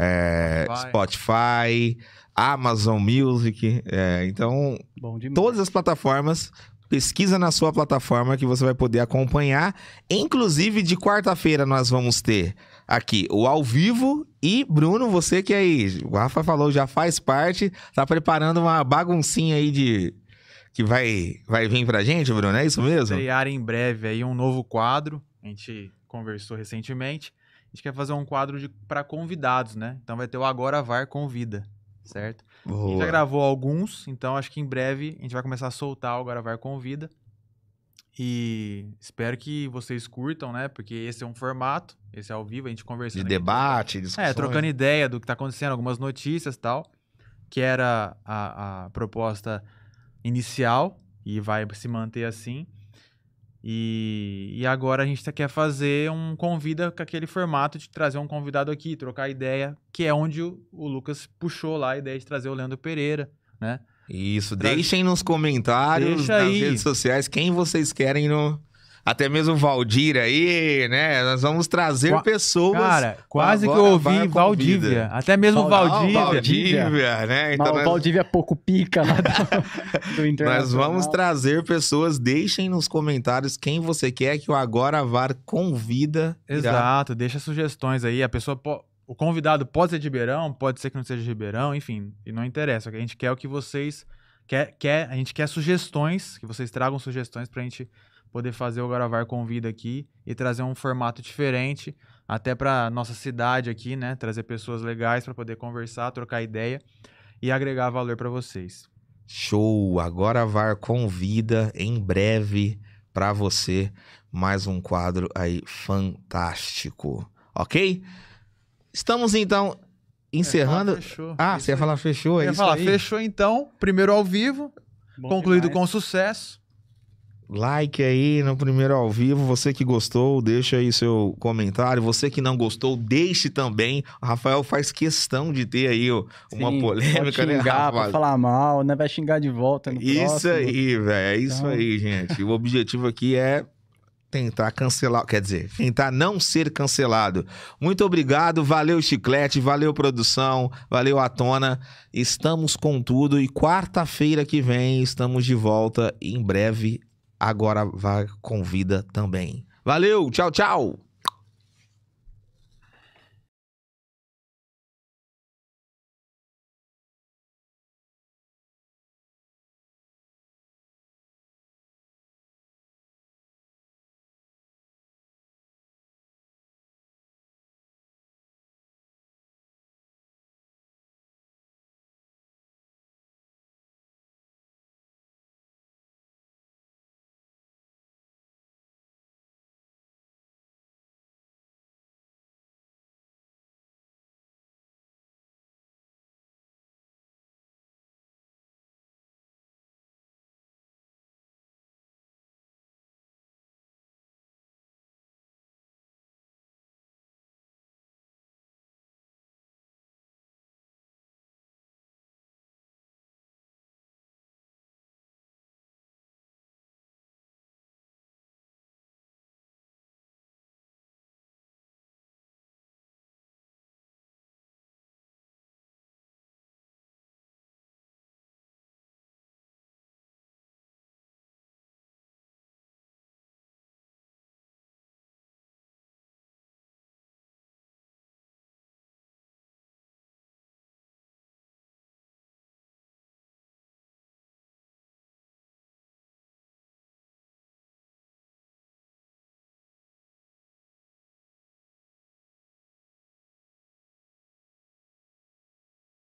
Speaker 1: Spotify, Amazon Music. Então, todas as plataformas... Pesquisa na sua plataforma que você vai poder acompanhar. Inclusive, de quarta-feira nós vamos ter aqui o ao vivo. E, Bruno, você que aí, o Rafa falou, já faz parte, tá preparando uma baguncinha aí que vai vir pra gente, Bruno, é isso mesmo?
Speaker 2: Estrear em breve aí um novo quadro, a gente conversou recentemente. A gente quer fazer um quadro para convidados, né? Então vai ter o Agora VAR Convida, certo?
Speaker 1: Boa.
Speaker 2: A gente já gravou alguns, então acho que em breve a gente vai começar a soltar o Agora VAR Convida. E espero que vocês curtam, né? Porque esse é um formato, esse é ao vivo, a gente conversando.
Speaker 1: De debate, discussões.
Speaker 2: Trocando ideia do que tá acontecendo, algumas notícias e tal, que era a proposta inicial e vai se manter assim. E agora a gente quer fazer um convida com aquele formato de trazer um convidado aqui, trocar ideia, que é onde o Lucas puxou lá a ideia de trazer o Leandro Pereira, né?
Speaker 1: Isso, deixem nos comentários, nas redes sociais, quem vocês querem Até mesmo o Valdir aí, né? Nós vamos trazer pessoas...
Speaker 2: Cara, quase que eu ouvi Valdívia. Até mesmo
Speaker 1: Valdívia, né?
Speaker 3: Então o Valdívia é pouco pica lá do Internacional.
Speaker 1: Nós vamos trazer pessoas, deixem nos comentários quem você quer que o Agora VAR convida.
Speaker 2: Exato, deixa sugestões aí. O convidado pode ser de Ribeirão, pode ser que não seja de Ribeirão, enfim, e não interessa. O que a gente quer é o que vocês... A gente quer sugestões, que vocês tragam sugestões pra gente poder fazer o Agora VAR Convida aqui e trazer um formato diferente, até pra nossa cidade aqui, né? Trazer pessoas legais pra poder conversar, trocar ideia e agregar valor pra vocês.
Speaker 1: Show! Agora VAR Convida em breve pra você. Mais um quadro aí fantástico. Ok? Estamos, então, encerrando...
Speaker 2: Fechou.
Speaker 1: Você ia falar fechou?
Speaker 2: Eu ia falar, fechou, então. Primeiro ao vivo, concluído com sucesso.
Speaker 1: Like aí no primeiro ao vivo. Você que gostou, deixa aí seu comentário. Você que não gostou, deixe também. O Rafael faz questão de ter aí uma polêmica,
Speaker 3: pode xingar,
Speaker 1: né, Rafa?
Speaker 3: pode falar mal, né? Vai xingar de volta no próximo.
Speaker 1: Isso aí, velho. É isso aí, gente. O objetivo aqui é tentar cancelar, quer dizer, tentar não ser cancelado. Muito obrigado, valeu Chiclete, valeu produção, valeu a Tona. Estamos com tudo e quarta-feira que vem estamos de volta. Em breve, Agora VAR Convida também. Valeu, tchau, tchau!